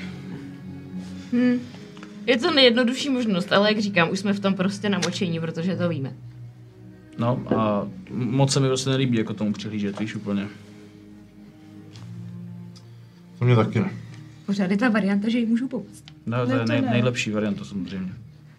Hm. Je to nejjednodušší možnost, ale jak říkám, už jsme v tom prostě namočení, protože to víme. No a moc se mi vlastně nelíbí jako tomu přihlížet, víš, úplně. To mě taky ne. Pořád je ta varianta, že jí můžu pomoct. No, to Ne, je to nej, ne. nejlepší varianta samozřejmě.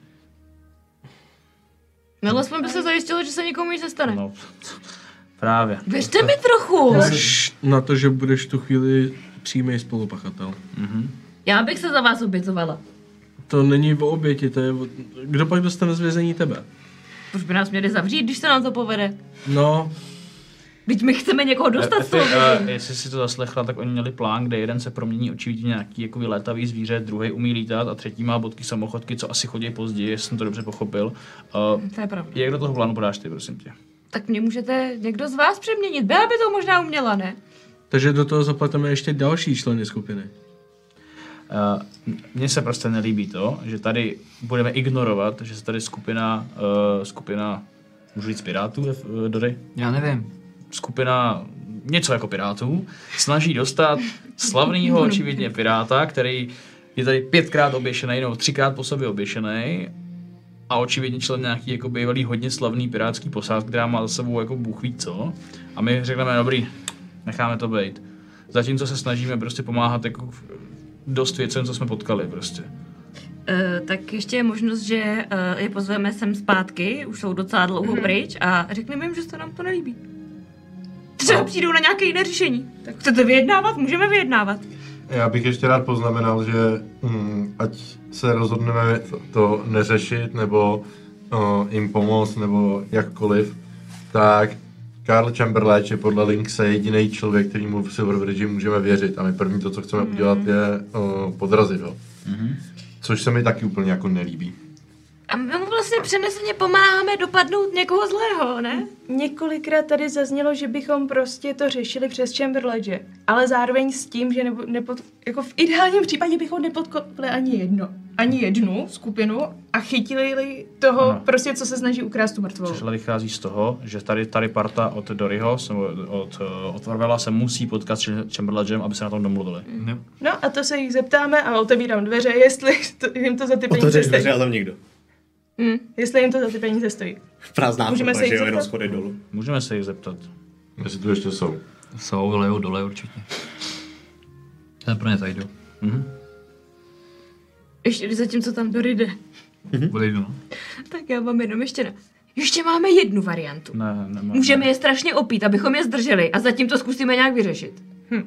No ale aspoň by se zajistilo, že se nikomu nic nestane. No, právě. Věřte mi trochu. Až na to, že budeš tu chvíli přímý spolupachatel. Mhm. Já bych se za vás obětovala. To není o oběti, to je o... Kdo pak dostane z vězení tebe? Proč by nás měli zavřít, když se nám to povede? No, Vždyť my chceme někoho dostat z toho Efi, eh, vězení. jestli si to zaslechla, tak oni měli plán, kde jeden se promění očividně nějaký jako létavý zvíře, druhý umí lítat a třetí má bodky samochodky, co asi chodí později, jestli jsem to dobře pochopil. Uh, To je pravda. jak do toho plánu podáš ty, prosím tě? Tak mě můžete někdo z vás přeměnit. Bea by to možná uměla, ne? takže do toho zaplatíme ještě další členy skupiny. Uh, Mně se prostě nelíbí to, že tady budeme ignorovat, že se tady skupina, uh, skupina, můžu říct pirátů, uh, Dory? Já nevím. Skupina něco jako pirátů snaží dostat slavného očividně piráta, který je tady pětkrát oběšený, nebo třikrát po sobě oběšený a očividně člen nějaký jako bývalý hodně slavný pirátský posádky, která má za sebou jako bůh ví co. A my řekneme, dobrý, necháme to být. Zatímco se snažíme prostě pomáhat jako dost věcem, co jsme potkali prostě. Uh, tak ještě je možnost, že uh, je pozveme sem zpátky, už jsou docela dlouho pryč a řekneme jim, že se nám to nelíbí. Třeba přijdou na nějaké jiné řešení. Tak chcete vyjednávat? Můžeme vyjednávat. Já bych ještě rád poznamenal, že hm, ať se rozhodneme to, to neřešit, nebo uh, jim pomoct, nebo jakkoliv, tak Karl Chamberlain je podle Linkse jediný člověk, kterýmu v Silverbridge můžeme věřit. A my první to, co chceme mm. udělat, je uh, podrazit ho. Mm-hmm. Což se mi taky úplně jako nelíbí. A my mu vlastně přeneseně pomáháme dopadnout někoho zlého, ne? Několikrát tady zaznělo, že bychom prostě to řešili přes Chamberlaine, ale zároveň s tím, že nebo, nepod, jako v ideálním případě bychom nepodkopli ani jedno. ani jednu skupinu a chytili toho Ano. prostě, co se snaží ukrást tu mrtvolu. Což ale vychází z toho, že tady, tady parta od Doryho, se- od, od Orwella se musí potkat s Chamberlainem, aby se na tom domluvili. Ne. No a to se jich zeptáme a otevírám dveře, jestli to, jim to za ty peníze Otevřeš stojí. dveře a tam nikdo. Mm, jestli jim to za ty peníze stojí. Prázdná Můžeme chodba, se jich že jo, jenom zeptat? schody dolů. Můžeme se jich zeptat. Jestli tu ještě jsou. Jsou, lejou dole určitě. Ten pro ně zajdu. Mhm. Ještě zatímco tam Dory jde. Odejdu, no. Tak já vám jenom ještě ne. Ještě máme jednu variantu. Ne, nemám. Můžeme je strašně opít, abychom je zdrželi a zatím to zkusíme nějak vyřešit.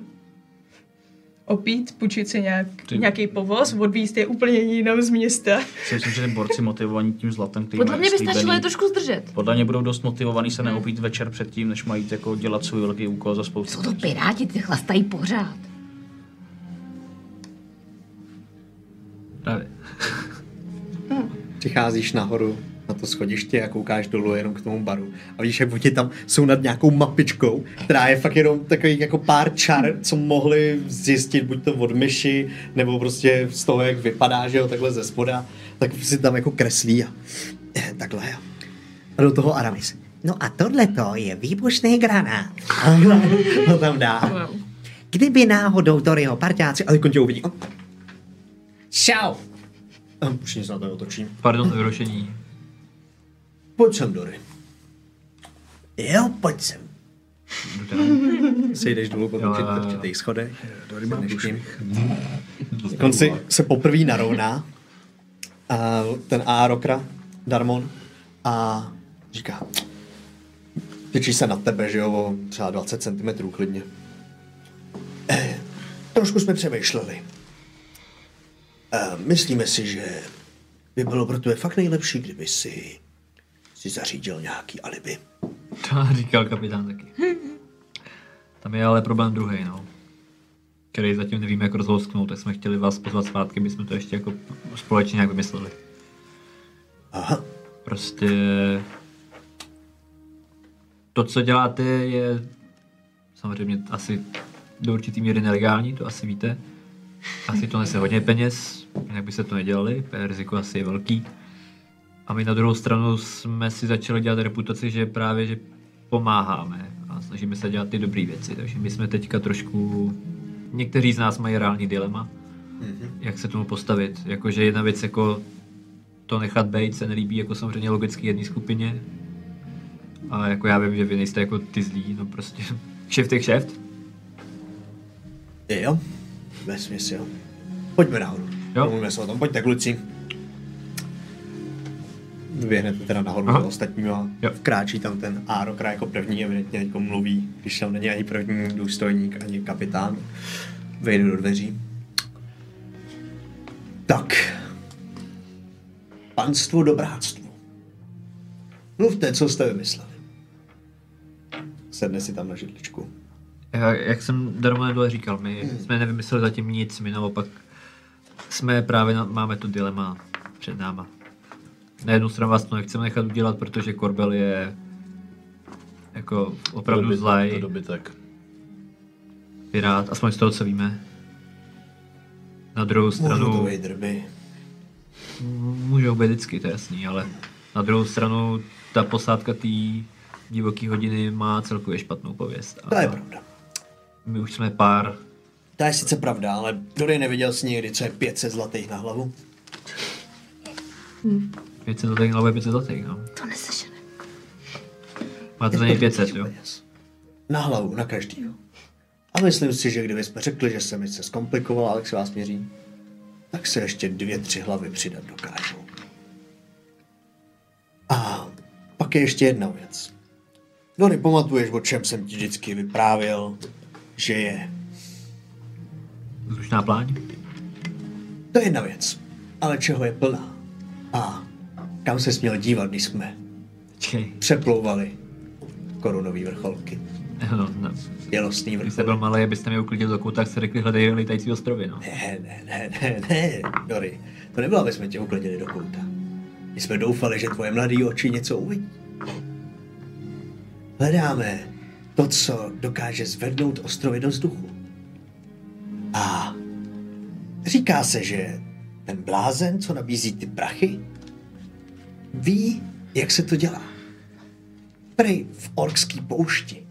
Opít, půjčit si nějak, Ty- nějaký povoz, odvízt je úplně jinam z města. Si myslím, že ty borci motivovaní tím zlatem, který Podle mají mě by slíbený, stačilo je trošku zdržet. podle mě budou dost motivovaní se neopít večer předtím, než mají jako dělat svůj velký úkol za spoustu. Jsou to piráti, ty chlastají pořád. Právě. Přicházíš nahoru na to schodiště a koukáš dolů jenom k tomu baru. A vidíš, jak oni tam jsou nad nějakou mapičkou, která je fakt jenom takový jako pár čar, co mohli zjistit buď to od myši, nebo prostě z toho, jak vypadá, že jo, takhle ze spoda, tak si tam jako kreslí a eh, takhle jo. A do toho Aramis. No a tohleto je výbušný granát. A to tam dá. Wow. Kdyby náhodou Doryho parťáci, ale tě uvidí. Čau. A už nic na to otočím. Pardon, vyrošení. Pojď sem, Dory. Jo, pojď sem. Jdu teda. Sejdeš dolů po Jo, jo, jo. určitých schodech. Dory má Na konci se poprvé narovná a ten Aarokra, Darmon, a říká, tyčí se na tebe, že jo, o třeba dvacet centimetrů klidně. Eh, trošku jsme přemýšleli. Eh, myslíme si, že by bylo pro tebe fakt nejlepší, kdyby si, si zařídil nějaký alibi. To říkal kapitán taky. Tam je ale problém druhý, no. Který zatím nevíme, jak rozlousknout, tak jsme chtěli vás pozvat zpátky, my jsme to ještě jako společně nějak vymysleli. Aha, Prostě to, co děláte, je samozřejmě asi do určitý míry nelegální, to asi víte. Asi to nese hodně peněz, jinak by se to nedělali, riziko asi je velký. A my na druhou stranu jsme si začali dělat reputaci, že právě že pomáháme a snažíme se dělat ty dobré věci. Takže my jsme teďka trošku, někteří z nás mají reální dilema, mm-hmm. jak se tomu postavit. Jakože jedna věc jako to nechat být se nelíbí jako samozřejmě logicky jedné skupině. A jako já vím, že vy nejste jako ty zlí, no prostě kšeft je kšeft. jo, vesměs jo. Pojďme nahoru. Jo. Mluvíme se o tom, pojďte kluci. Běhnete teda nahoru Aha. za ostatníma. Jo. Vkráčí tam ten Aarokra jako první, evidentně jako mluví, když tam není ani první důstojník, ani kapitán. Vejdu do dveří. Tak. Panstvo dobráctvo. Mluvte, co jste vymysleli. Sedne si tam na židličku. Já, jak jsem Darmone dole říkal, my jsme nevymysleli zatím nic, my naopak jsme právě, na, máme tu dilema před náma. Na jednu stranu vás to nechceme nechat udělat, protože Korbel je jako opravdu To zlej dobytek. pirát, aspoň z toho, co víme. Na druhou Můžu to stranu být drby. můžou být vždycky, to je jasný, ale na druhou stranu ta posádka té divoký hodiny má celkově špatnou pověst. To je pravda. My už jsme pár. To je sice pravda, ale Dory neviděl jsi někdy, co je pět set zlatých na hlavu? pět set zlatých, nebo pět set zlatých, no. To nesešene. Máte za něj pět set, jo? Na hlavu, na každýho. A myslím si, že kdyby jsme řekli, že se mi se zkomplikovala, ale si vás měří, tak se ještě dvě, tři hlavy přidat dokážou. A pak je ještě jedna věc. Dory, pamatuješ, o čem jsem ti vždycky vyprávěl, že je... Vzdušná pláň? To je jedna věc, ale čeho je plná? A kam se směl dívat, když jsme Čekej. přeplouvali korunový vrcholky? No, no. Dělostný Když jste vrcholky. byl malý, abyste mě uklidil do kouta, tak jste řekli, hledej letající ostrovy, no. Ne, ne, ne, ne, ne, Dory. To nebylo, aby jsme tě uklidili do kouta. My jsme doufali, že tvoje mladé oči něco uvidí. Hledáme to, co dokáže zvednout ostrovy do vzduchu. A říká se, že ten blázen, co nabízí ty prachy, ví, jak se to dělá. Prej v orkský poušti.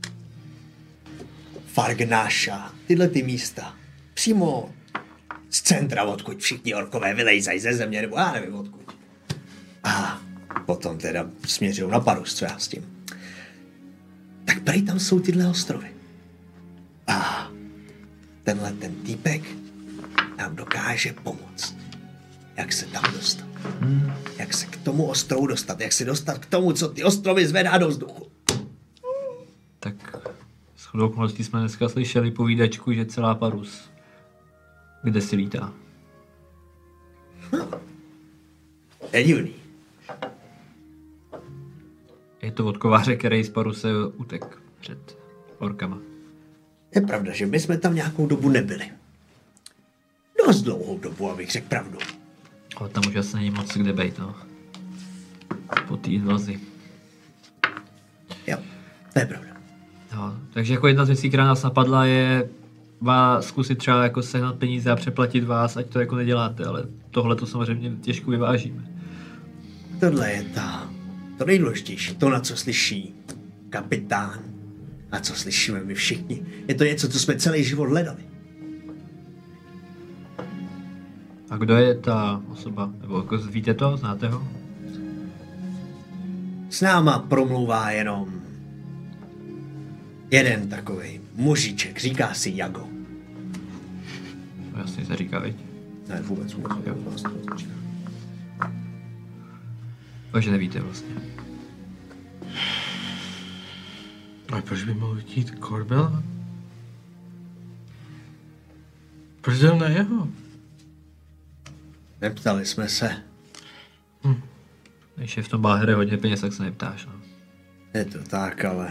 Fargnáša, tyhle ty místa. Přímo z centra, odkud všichni orkové vylejzají ze země, nebo já nevím odkud. A potom teda směřují na Parus, co já s tím. Tak prej tam jsou tyhle ostrovy. A tenhle ten týpek nám dokáže pomoct. Jak se tam dostat. Hmm. Jak se k tomu ostrovu dostat. Jak se dostat k tomu, co ty ostrovy zvedá do vzduchu. Tak shodou okolností jsme dneska slyšeli povídačku, že celá Parus kde si lítá. No. Je divný. Je to od kováře, který z Paruse utek před orkama. Je pravda, že my jsme tam nějakou dobu nebyli. Dost dlouhou dobu, abych řekl pravdu. Ale tam už asi není moc kde bejt, no. Po té invazi. Jo, to je pravda. No, takže jako jedna z věcí, která nás napadla, je vás zkusit třeba jako sehnat peníze a přeplatit vás, ať to jako neděláte, ale tohle to samozřejmě těžko vyvážíme. Tohle je ta, to nejdůležitější, to, na co slyší kapitán a co slyšíme my všichni. Je to něco, co jsme celý život hledali. A kdo je ta osoba? Nebo jako víte to? Znáte ho? S náma promlouvá jenom jeden takovej mužiček, říká si Jago. To jasně se říká, viď? Ne, vůbec, vůbec, vůbec to říká. Takže nevíte vlastně. A proč by mohl chtít Korbela? Proč jel na jeho? Neptali jsme se. Hm. Když je v tom báhre hodně peněz, tak se neptáš, no. Je to tak, ale...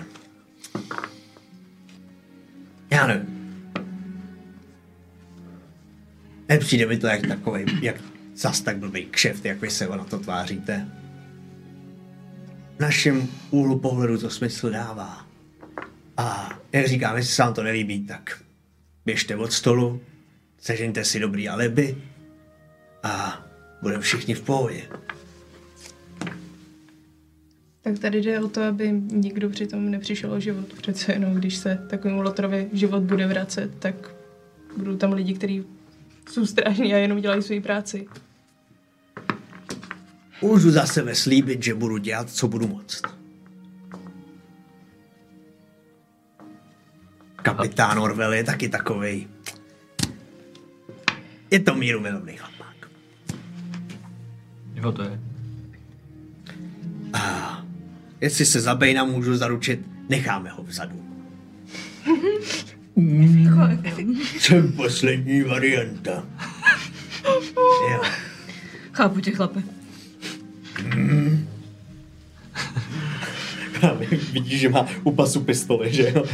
Já nevím. Nepřijde mi to jak takovej, jak zas tak blbý kšeft, jak vy se na to tváříte. V našem úhlu pohledu to smysl dává. A jak říkám, jestli se vám to nelíbí, tak běžte od stolu, sežeňte si dobrý alibi a budeme všichni v pohodě. Tak tady jde o to, aby nikdo přitom nepřišel o život. Přece jenom, když se takovému Lotrovi život bude vracet, tak budou tam lidi, kteří jsou strážní a jenom dělají svou práci. Můžu za sebe slíbit, že budu dělat, co budu moct. Kapitán Orwell je taky takovej. Je to mírumilovný chlapák. Jo, to je. A jestli se za Bejna můžu zaručit, necháme ho vzadu. Jsem poslední varianta. Jo. Chápu tě, chlape. Hmm. Právě vidíš, že má u pasu pistoli, že jo?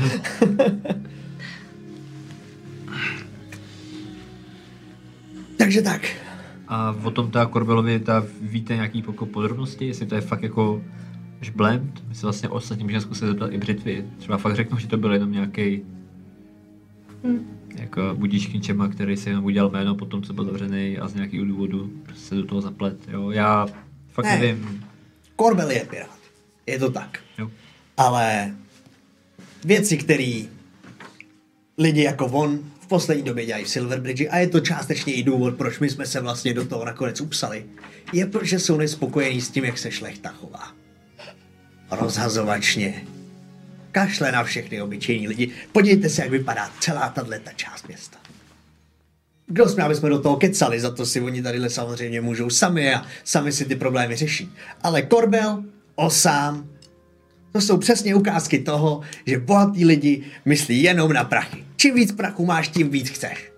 Takže tak. A o tom ta Korbelovi, ta víte nějaký podrobnosti, jestli to je fakt jako žblend? My se vlastně ostatním můžeme zkusit zeptat i Břitvy. Třeba fakt řeknou, že to byl jenom nějaký hmm. jako budíš k ničema, který si jenom udělal jméno po tom, co byl zavřený a z nějakého důvodu se do toho zaplet. Jo? Já fakt ne. nevím. Korbel je pirát. Je to tak. Jo. Ale věci, které lidi jako on v poslední době dělají v Silverbridge a je to částečně i důvod, proč my jsme se vlastně do toho nakonec upsali, je protože jsou nespokojení s tím, jak se šlechta chová. Rozhazovačně. Kašle na všechny obyčejní lidi. Podívejte se, jak vypadá celá tato část města. Kdo jsme, aby jsme do toho kecali, za to si oni tadyhle samozřejmě můžou sami a sami si ty problémy řeší. Ale Korbel, Osám, to jsou přesně ukázky toho, že bohatí lidi myslí jenom na prachy. Čím víc prachu máš, tím víc chceš.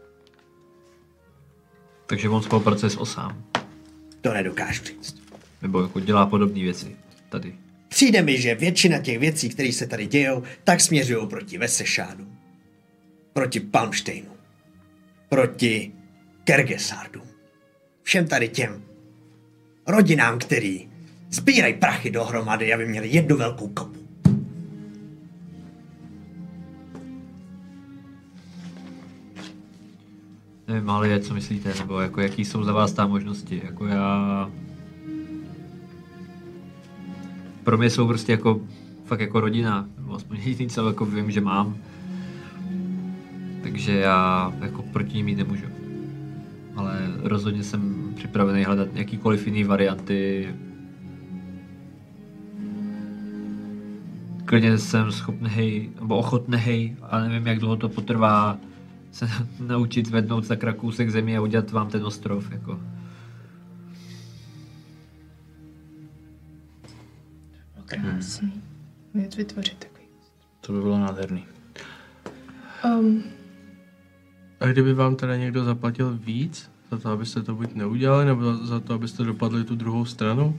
Takže on spolupracuje s Osám. To nedokážu říct. Nebo jako dělá podobné věci tady. Přijde mi, že většina těch věcí, které se tady dějou, tak směřují proti Vesešádu. Proti Palmsteinu. Proti Kergesardu. Všem tady těm rodinám, který sbírají prachy dohromady, aby měli jednu velkou kopu. nevím, ale co myslíte, nebo jako jaký jsou za vás tam možnosti, jako já... Pro mě jsou prostě jako, fakt jako rodina, nebo aspoň jediný, co jako vím, že mám. Takže já jako proti ním jít nemůžu. Ale rozhodně jsem připravený hledat jakýkoliv jiný varianty. Klidně jsem schopný, nebo ochotný, ale nevím, jak dlouho to potrvá, se naučit vednout tak kousek země a udělat vám ten ostrov, jako. Krásný. Mět hmm. vytvořit takový. To by bylo nádherný. Um, A kdyby vám teda někdo zaplatil víc, za to, abyste to buď neudělali, nebo za to, abyste dopadli tu druhou stranu?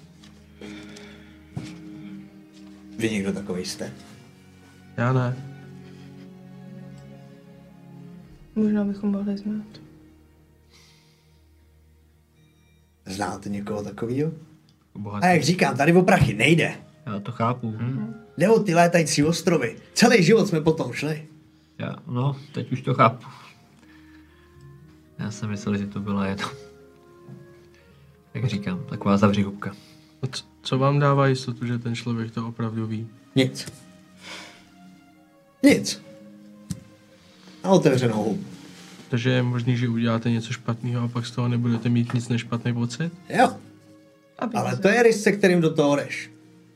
Vy někdo takový jste? Já ne. možná bychom mohli znát. Znáte někoho takového? Bohatý. A jak říkám, tady o prachy nejde. Já to chápu. Hmm. Jde o ty létající ostrovy. Celý život jsme potom šli. Já, no, teď už to chápu. Já jsem myslel, že to byla jenom, jak říkám, taková zavřihubka. Co, co vám dává jistotu, že ten člověk to opravdu ví? Nic. Nic. Na otevřenou hubu. Takže je možný, že uděláte něco špatného a pak z toho nebudete mít nic než špatný pocit? Jo. Aby Ale to je risk, se kterým do toho jdeš.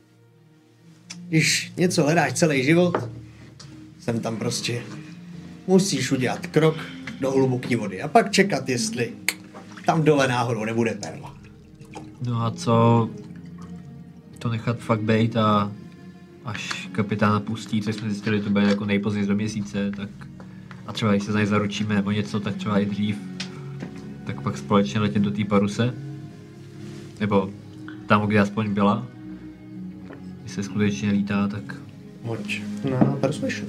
Když něco hledáš celý život, jsem tam prostě musíš udělat krok do hluboké vody a pak čekat, jestli tam dole náhodou nebude perla. No a co to nechat fakt bejt a až kapitána pustí, což jsme zjistili, to bude jako nejpozději do měsíce, tak a třeba když se za ně zaručíme nebo něco, tak třeba i dřív, tak pak společně letět do té Paruse, nebo tam, kde aspoň byla, když se skutečně lítá, tak... Hoď na persuasion.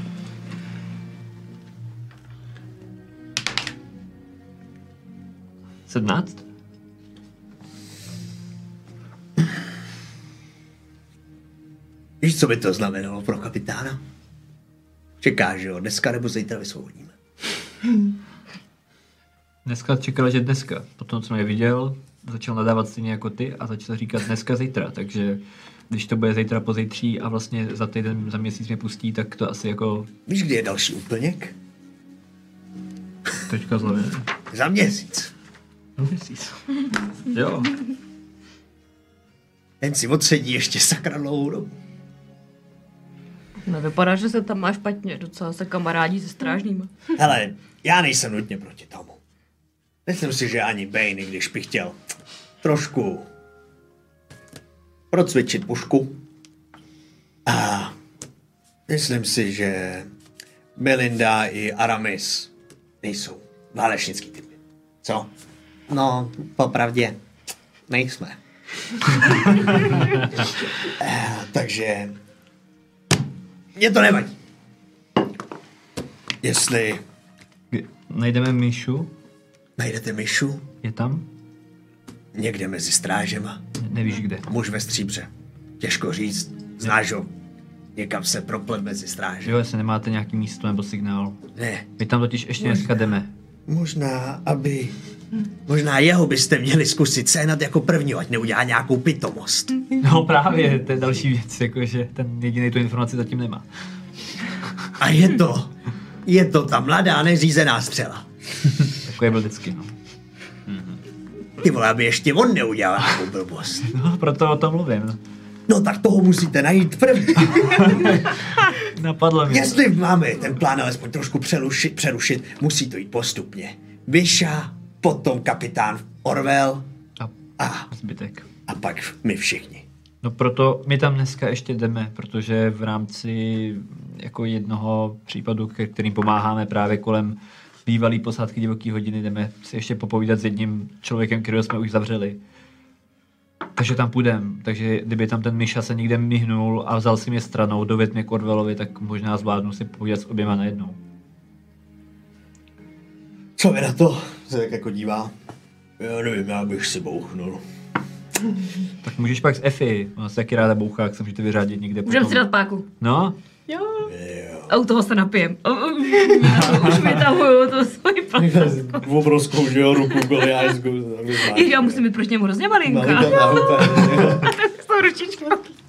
sedmnáct? Víš, co by to znamenalo pro kapitána? Čekáš, že jo? Dneska nebo zítra vysvobodíme. Dneska čekal, že dneska. Potom, co mě viděl, začal nadávat stejně jako ty a začal říkat dneska, zítra. Takže když to bude zítra, pozítří a vlastně za týden, za měsíc mě pustí, tak to asi jako... Víš, kdy je další úplněk? Teďka zlevě. Za měsíc. No měsíc. Jo. Ten si odsedí ještě sakra dlouhou dobu. Nevypadá, že se tam má špatně, docela se kamarádí se strážnýma. Hele, já nejsem nutně proti tomu. Myslím si, že ani Bane, když bych chtěl trošku procvičit pušku. A myslím si, že Belinda i Aramis nejsou válečnický typy. Co? No, popravdě nejsme. eh, takže mě to nevadí. Jestli Najdeme Míšu? najdete myšu Je tam? někde mezi strážema, Ne- nevíš kde. muž ve stříbře. Těžko říct, znáš ho. Někam se proplet mezi stráže. Jo, jestli nemáte nějaký místo nebo signál. Ne, My tam totiž ještě dneska jdeme. možná, aby... Možná jeho byste měli zkusit sénat jako prvního, ať neudělá nějakou pitomost. No právě, to je další věc, jakože ten jediný tu informaci zatím nemá. A je to... Je to ta mladá neřízená střela. Takový byl vždycky, no. Ty vole, aby ještě on neudělal nějakou blbost. No, proto o tom mluvím, no. No tak toho musíte najít první. Napadlo mě. Jestli máme ten plán alespoň trošku přerušit, přerušit, musí to jít postupně. Vyša, potom kapitán Orwell A a, zbytek. a pak my všichni. No proto my tam dneska ještě jdeme, protože v rámci jako jednoho případu, ke kterým pomáháme právě kolem bývalý posádky divoký hodiny, jdeme si ještě popovídat s jedním člověkem, kterého jsme už zavřeli. Takže tam půjdem. Takže kdyby tam ten Miša se někde myhnul a vzal si mě stranou, dovedl mě k Orwellovi, tak možná zvládnu si povídat s oběma najednou. Co vy na to? Se tak jako dívá. Já nevím, já bych si bouchnul. Tak můžeš pak s Efi, ona se taky ráda bouchá, jak se můžete vyřádit někde. Můžeme potom. si dát páku. No, Jo. A u toho se napijem. O, o, Už vytahuju to svoji Obrovskou, že jo, ruku goliášskou. Ježi, já musím být proti němu hrozně malinká. Malinká, úplně, jo. Tak jsou ručičky.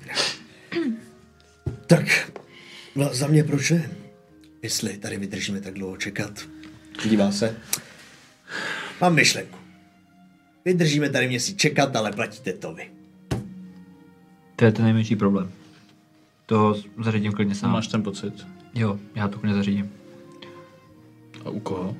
Tak, no, za mě proč ne? Jestli tady vydržíme tak dlouho čekat. Dívá se. Mám myšlenku. Vydržíme tady měsíc čekat, ale platíte to vy. To je ten nejmenší problém. To zařídím klidně sám. Máš ten pocit? Jo, já to klidně zařídím. A u koho?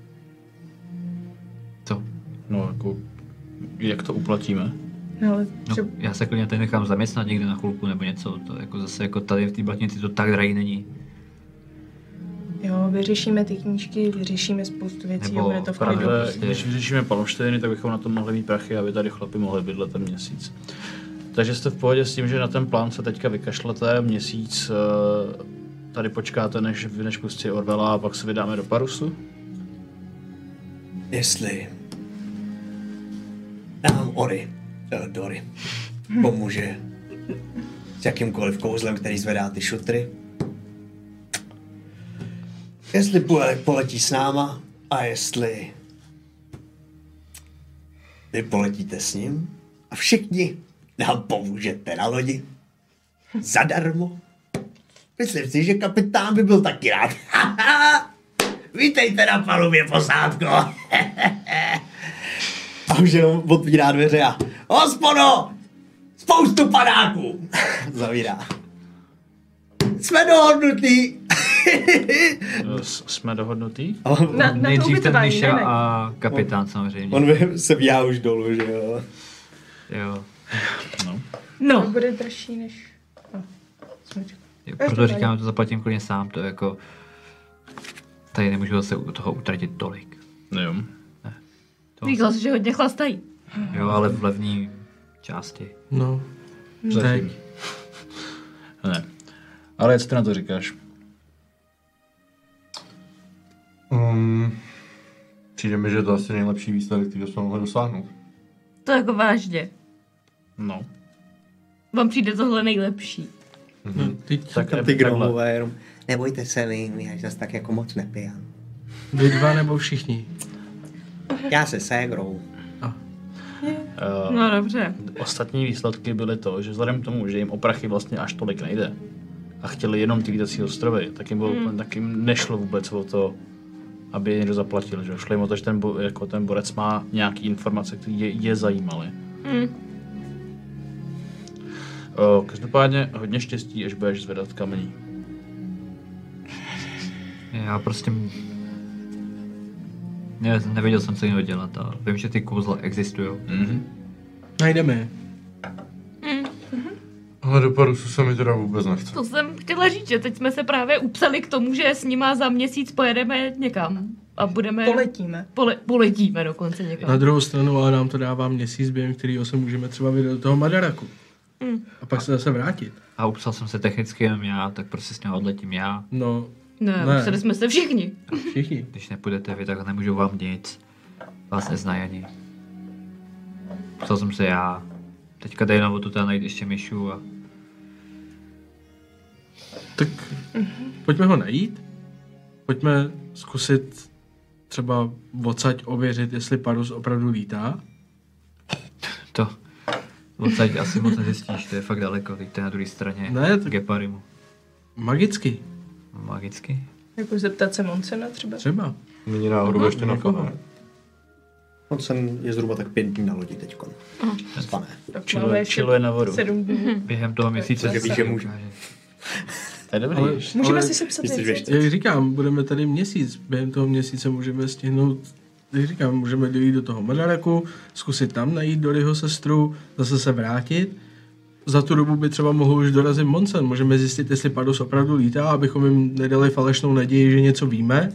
Co? No jako, jak to uplatíme? No, ale No, třeba... já se klidně tady nechám zaměstnat někde na chvilku nebo něco. To jako zase jako tady v té blatnici to tak drahý není. Jo, vyřešíme ty knížky, vyřešíme spoustu věcí Nebo a bude to v právě- klidu. Ale prostě- když vyřešíme paloštejny, tak bychom na to mohli mít prachy, aby tady chlapi mohli bydlet ten měsíc. Takže jste v pohodě s tím, že na ten plán se teďka vykašlete, měsíc eh, tady počkáte, než, než pustí Orvela a pak se vydáme do Parusu? Jestli nám Ori, eh, Dory, pomůže s jakýmkoliv kouzlem, který zvedá ty šutry. Jestli půjde, poletí s náma a jestli vy poletíte s ním a všichni nám pomůžete na lodi zadarmo. Myslím si, že kapitán by byl taky rád. Vítejte na palubě, posádko. A už jenom otvírá dveře a hospodo, spoustu padáků. Zavírá. Jsme dohodnutí. Eh, s- Jsme dohodnutí? A on, Na, na to Nejdřív ten ubytování, Míša ne, ne. a kapitán samozřejmě. on vy- se bíhá už dolů, že jo. Jo. No. To No, bude dražší než... No, jsme čekali. Jo, proto říkám, to zaplatím klidně sám, to je jako... Tady nemůžu zase u toho utratit tolik. Jo. To, říkal jsi, že hodně chlastají. jo, ale v levní části. No, Zatím. teď. Ne. Ale co ty na to říkáš? Um, přijde mi, že je to asi nejlepší výsledek, který jsme mohli dosáhnout. To jako vážně. No. Vám přijde tohle nejlepší. No, teď Tak A eh, ty takhle. gnomové jenom, nebojte se, my, my až zase tak jako moc nepijám. vy dva nebo všichni. Já se ségrou. Eh, No dobře. Ostatní výsledky byly to, že vzhledem k tomu, že jim o prachy vlastně až tolik nejde a chtěli jenom ty lítací ostrovy, tak jim, bylo, hmm. tak jim nešlo vůbec o to, aby je někdo zaplatil. Že? Šlo jim o to, že ten, bo, jako ten borec má nějaké informace, které je, je zajímaly. Mm. O, každopádně hodně štěstí, až budeš zvedat kamení. Já prostě... Ne, nevěděl jsem, co jiného dělat a vím, že ty kouzla existují. Mm-hmm. Najdeme je. Ale do Parusu se mi teda vůbec nechce. To jsem chtěla říct, že teď jsme se právě upsali k tomu, že s nima za měsíc pojedeme někam. A budeme... Poletíme. Pole, poletíme dokonce někam. Na druhou stranu, ale nám to dává měsíc, během kterého se můžeme třeba vydat do toho Madaraku. Mm. A pak se zase vrátit. A upsal jsem se technicky jenom já, tak prostě s ním odletím já. No, Ne, Ne. upsali jsme se všichni. všichni. Když nepůjdete vy, tak nemůžu vám nic. Vás neznají ani. Upsal jsem se já. Teďka dej na to teda najít ještě Mišu a... Tak pojďme ho najít. Pojďme zkusit třeba odsaď ověřit, jestli Parus opravdu lítá. To... Odsaď asi moc nezjistíš, to je fakt daleko, teď to je na druhé straně Ne, tak- Geparimu. Magicky. Magicky. Jako zeptat se Monsena třeba. Třeba. Není náhodou ještě na někoho. fone. On jsem je zhruba tak pět dní na lodi teďkon. Spané. Tak Čiluje- máme ještě čiluje na vodu. sedm dnů. Během toho měsíce... Takže víš, že můžu. To je dobrý. Ale- Můžeme Ale si sepsat jsi věci. věštec. Jak říkám, budeme tady měsíc. Během toho měsíce můžeme stihnout, jak říkám, můžeme dojít do toho Madaraku, zkusit tam najít Doryho sestru, zase se vrátit. Za tu dobu by třeba mohl už dorazit Monsen. Můžeme zjistit, jestli Parus opravdu lítá, abychom jim nedali falešnou naději, že něco víme.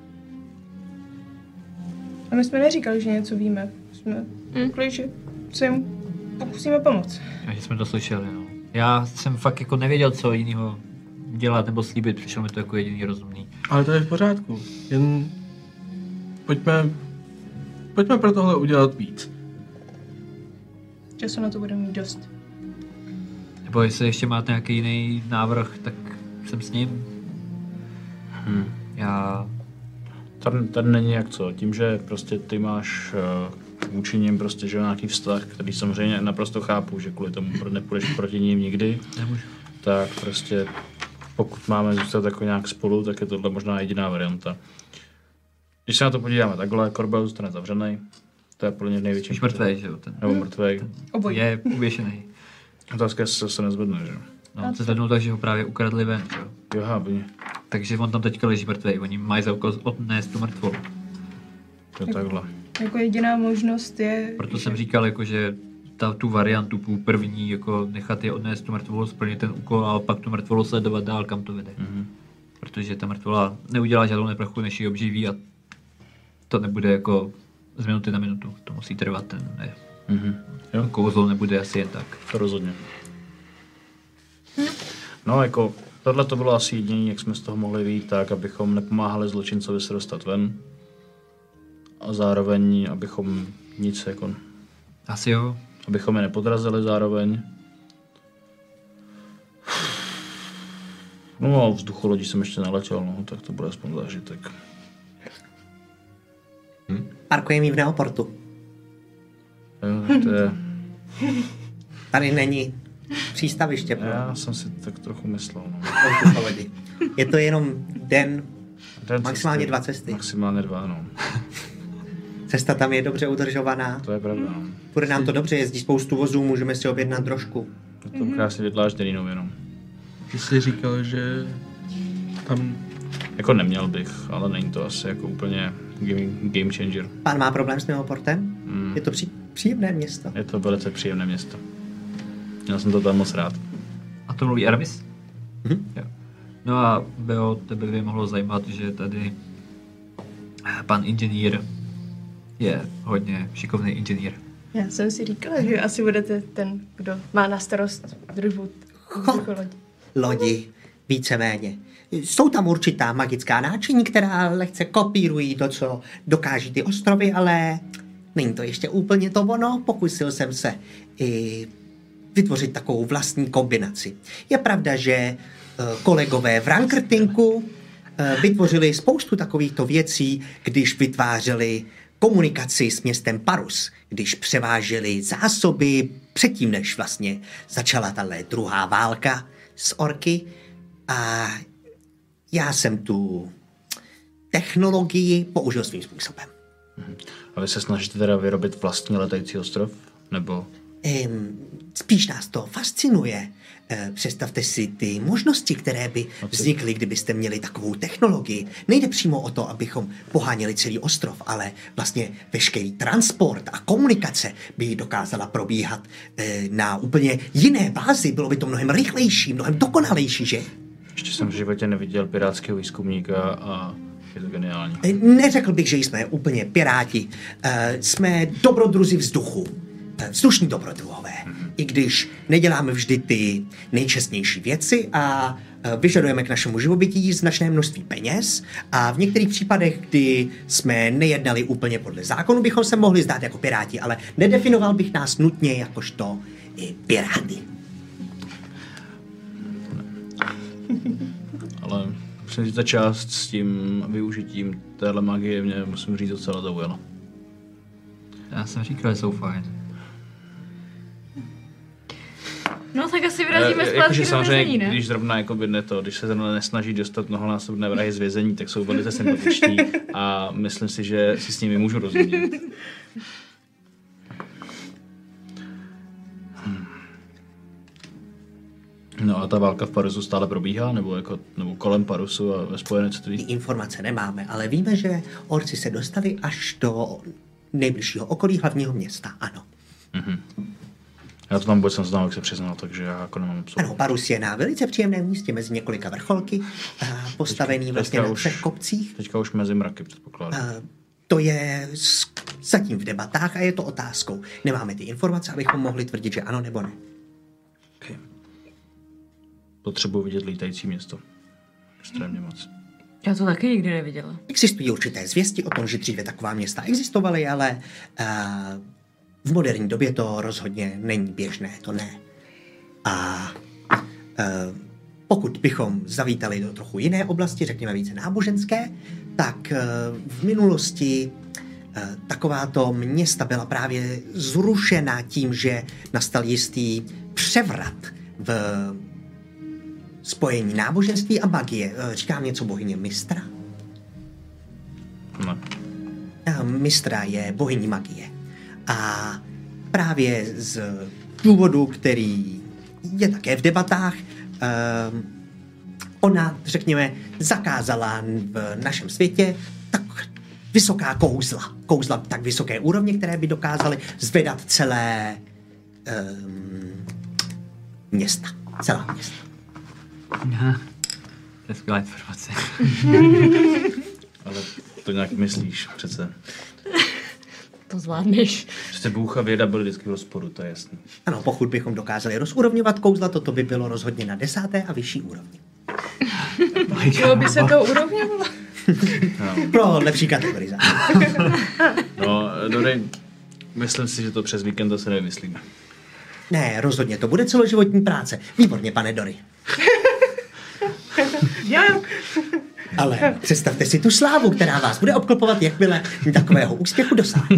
A my jsme neříkali, že něco víme. Jsme řekli, že se jim pokusíme pomoct. A že jsme to slyšeli, no. Já jsem fakt jako nevěděl, co jiného dělat nebo slíbit, přišlo mi to jako jediný rozumný. Ale to je v pořádku. Jen pojďme, pojďme pro tohle udělat víc. Času na to budeme mít dost. Nebo jestli ještě máte nějaký jiný návrh, tak jsem s ním. Hm. Já Tady, tady není jak co. Tím, že prostě ty máš uh, vůči nim prostě, že nějaký vztah, který samozřejmě naprosto chápu, že kvůli tomu nepůjdeš proti ním nikdy, Nemůžu. tak prostě pokud máme zůstat jako nějak spolu, tak je tohle možná jediná varianta. Když se na to podíváme takhle, Korbel zůstane zavřený. To je podle mě největší. Jsi mrtvej, že jo? Ten. Nebo mrtvej. Obojí. Je uvěšený. Otázka se, se nezvedne, že? No, se zvednul tak, že ho právě ukradli ven, že jo? Jo, hábně. Takže on tam teďka leží mrtvej. Oni mají za úkol odnést tu mrtvolu. To je takhle. Jako jediná možnost je... Proto jsem říkal, jako, že ta, tu variantu tu první, jako nechat je odnést tu mrtvolu, splnit ten úkol a pak tu mrtvolu sledovat dál, kam to vede. Mhm. Protože ta mrtvola neudělá žádnou neprachu, než ji obživí a to nebude jako z minuty na minutu. To musí trvat, ten ne. Mhm. Jo, Kouzlo nebude asi jen tak. to rozhodně. No, jako, tohle to bylo asi jediné, jak jsme z toho mohli vyjít tak, abychom nepomáhali zločincovi se dostat ven. A zároveň, abychom nic jako, Asi jo. abychom je nepodrazili zároveň. No a vzducholodí jsem ještě neletěl, no, tak to bude aspoň zážitek. Parkujeme jí v Neoportu. Jo, to je, Tady není přístaviště pro já jsem si tak trochu myslel, no. vzducholodi. Je to jenom den, Den maximálně cesty. dva cesty. Maximálně dva, no. Cesta tam je dobře udržovaná. To je pravda, no. Bude nám to dobře, jezdí spoustu vozů, můžeme si objednat drožku. Je to krásně vydlážděný jenom. Ty jsi říkal, že tam... Jako neměl bych, ale není to asi jako úplně game, game changer. Pán má problém s Neoportem? Mm. Je to pří, příjemné město. Je to velice příjemné město. Měl jsem to tam moc rád. A to mluví Aramis? Mhm. Jo. No a Beo, tebe by mohlo zajímat, že tady pan inženýr je hodně šikovný inženýr. Já jsem si říkala, že asi budete ten, kdo má na starost druhu vzducholodí. Lodi, víceméně. Jsou tam určitá magická náčiní, která lehce kopírují to, co dokáží ty ostrovy, ale není to ještě úplně to ono. Pokusil jsem se i vytvořit takovou vlastní kombinaci. Je pravda, že eh, kolegové v Rankrtinku eh, vytvořili spoustu takovýchto věcí, když vytvářeli komunikaci s městem Parus, když převáželi zásoby předtím, než vlastně začala tahle druhá válka s orky. A já jsem tu technologii použil svým způsobem. A vy se snažíte teda vyrobit vlastní letající ostrov? Nebo... Ehm, spíš nás to fascinuje. E, představte si ty možnosti, které by vznikly, kdybyste měli takovou technologii. Nejde přímo o to, abychom poháněli celý ostrov, ale vlastně veškerý transport a komunikace by dokázala probíhat e, na úplně jiné bázi. Bylo by to mnohem rychlejší, mnohem dokonalejší, že? Ještě jsem v životě neviděl pirátského výzkumníka a je to geniální. E, neřekl bych, že jsme úplně piráti. E, jsme dobrodruzi vzduchu. Vzdušní dobrodruhové. I když neděláme vždy ty nejčestnější věci a vyžadujeme k našemu živobytí značné množství peněz a v některých případech, kdy jsme nejednali úplně podle zákonu, bychom se mohli zdát jako piráti, ale nedefinoval bych nás nutně jakožto i piráty. Ale musím říct, ta část s tím využitím téhle magie mě, musím říct, docela zaujala. Já jsem říkal, že jsou fajn. No tak asi vyrazíme Eh, zpátky jakože do samozřejmě, vězení, ne? když zrovna jako by ne to, když se zrovna nesnaží dostat mnohonásobné vrahy z vězení, tak jsou velice sympatiční a myslím si, že si s nimi můžu rozumět. Hmm. No a ta válka v Parusu stále probíhá, nebo, jako, nebo kolem Parusu a ve spojenectví? Ty informace nemáme, ale víme, že orci se dostali až do nejbližšího okolí hlavního města, ano. Mhm. Já to tam vůbec neznám, jak se přiznal, takže já jako nemám absolutně. Ano, Parus je na velice příjemném místě mezi několika vrcholky, a postavený Teďka- vlastně teďka na už- třech kopcích. Teďka už mezi mraky předpokládám. A to je s- zatím v debatách a je to otázkou. Nemáme ty informace, abychom mohli tvrdit, že ano nebo ne. Okay. Potřebuji vidět lítající město. Extrémně moc. Já to taky nikdy neviděla. Existují určité zvěsti o tom, že dříve taková města existovaly, ale uh, v moderní době to rozhodně není běžné, to ne. A uh, pokud bychom zavítali do trochu jiné oblasti, řekněme více náboženské, tak v minulosti takováto města byla právě zrušena tím, že nastal jistý převrat v spojení náboženství a magie. Říkám něco bohyně Mystra? No. Mystra je bohyní magie. A právě z důvodu, který je také v debatách, um, ona, řekněme, zakázala v našem světě tak vysoká kouzla. Kouzla tak vysoké úrovně, které by dokázaly zvedat celé um, města. Celá města. Aha. To je skvělá informace. Ale to nějak myslíš přece. To zvládneš. Přece Bůh a věda byly vždycky v rozporu, to je jasný. Ano, pokud bychom dokázali rozúrovňovat kouzla, toto by bylo rozhodně na desáté a vyšší úrovni. Čeho by se to urovňovalo? No, Pro lepší kategorizaci. no Dory, myslím si, že to přes víkend zase nevymyslíme. Ne, rozhodně, to bude celoživotní práce. Výborně, pane Dory. Já. Ale představte si tu slávu, která vás bude obklopovat, jakmile takového úspěchu dosáhne.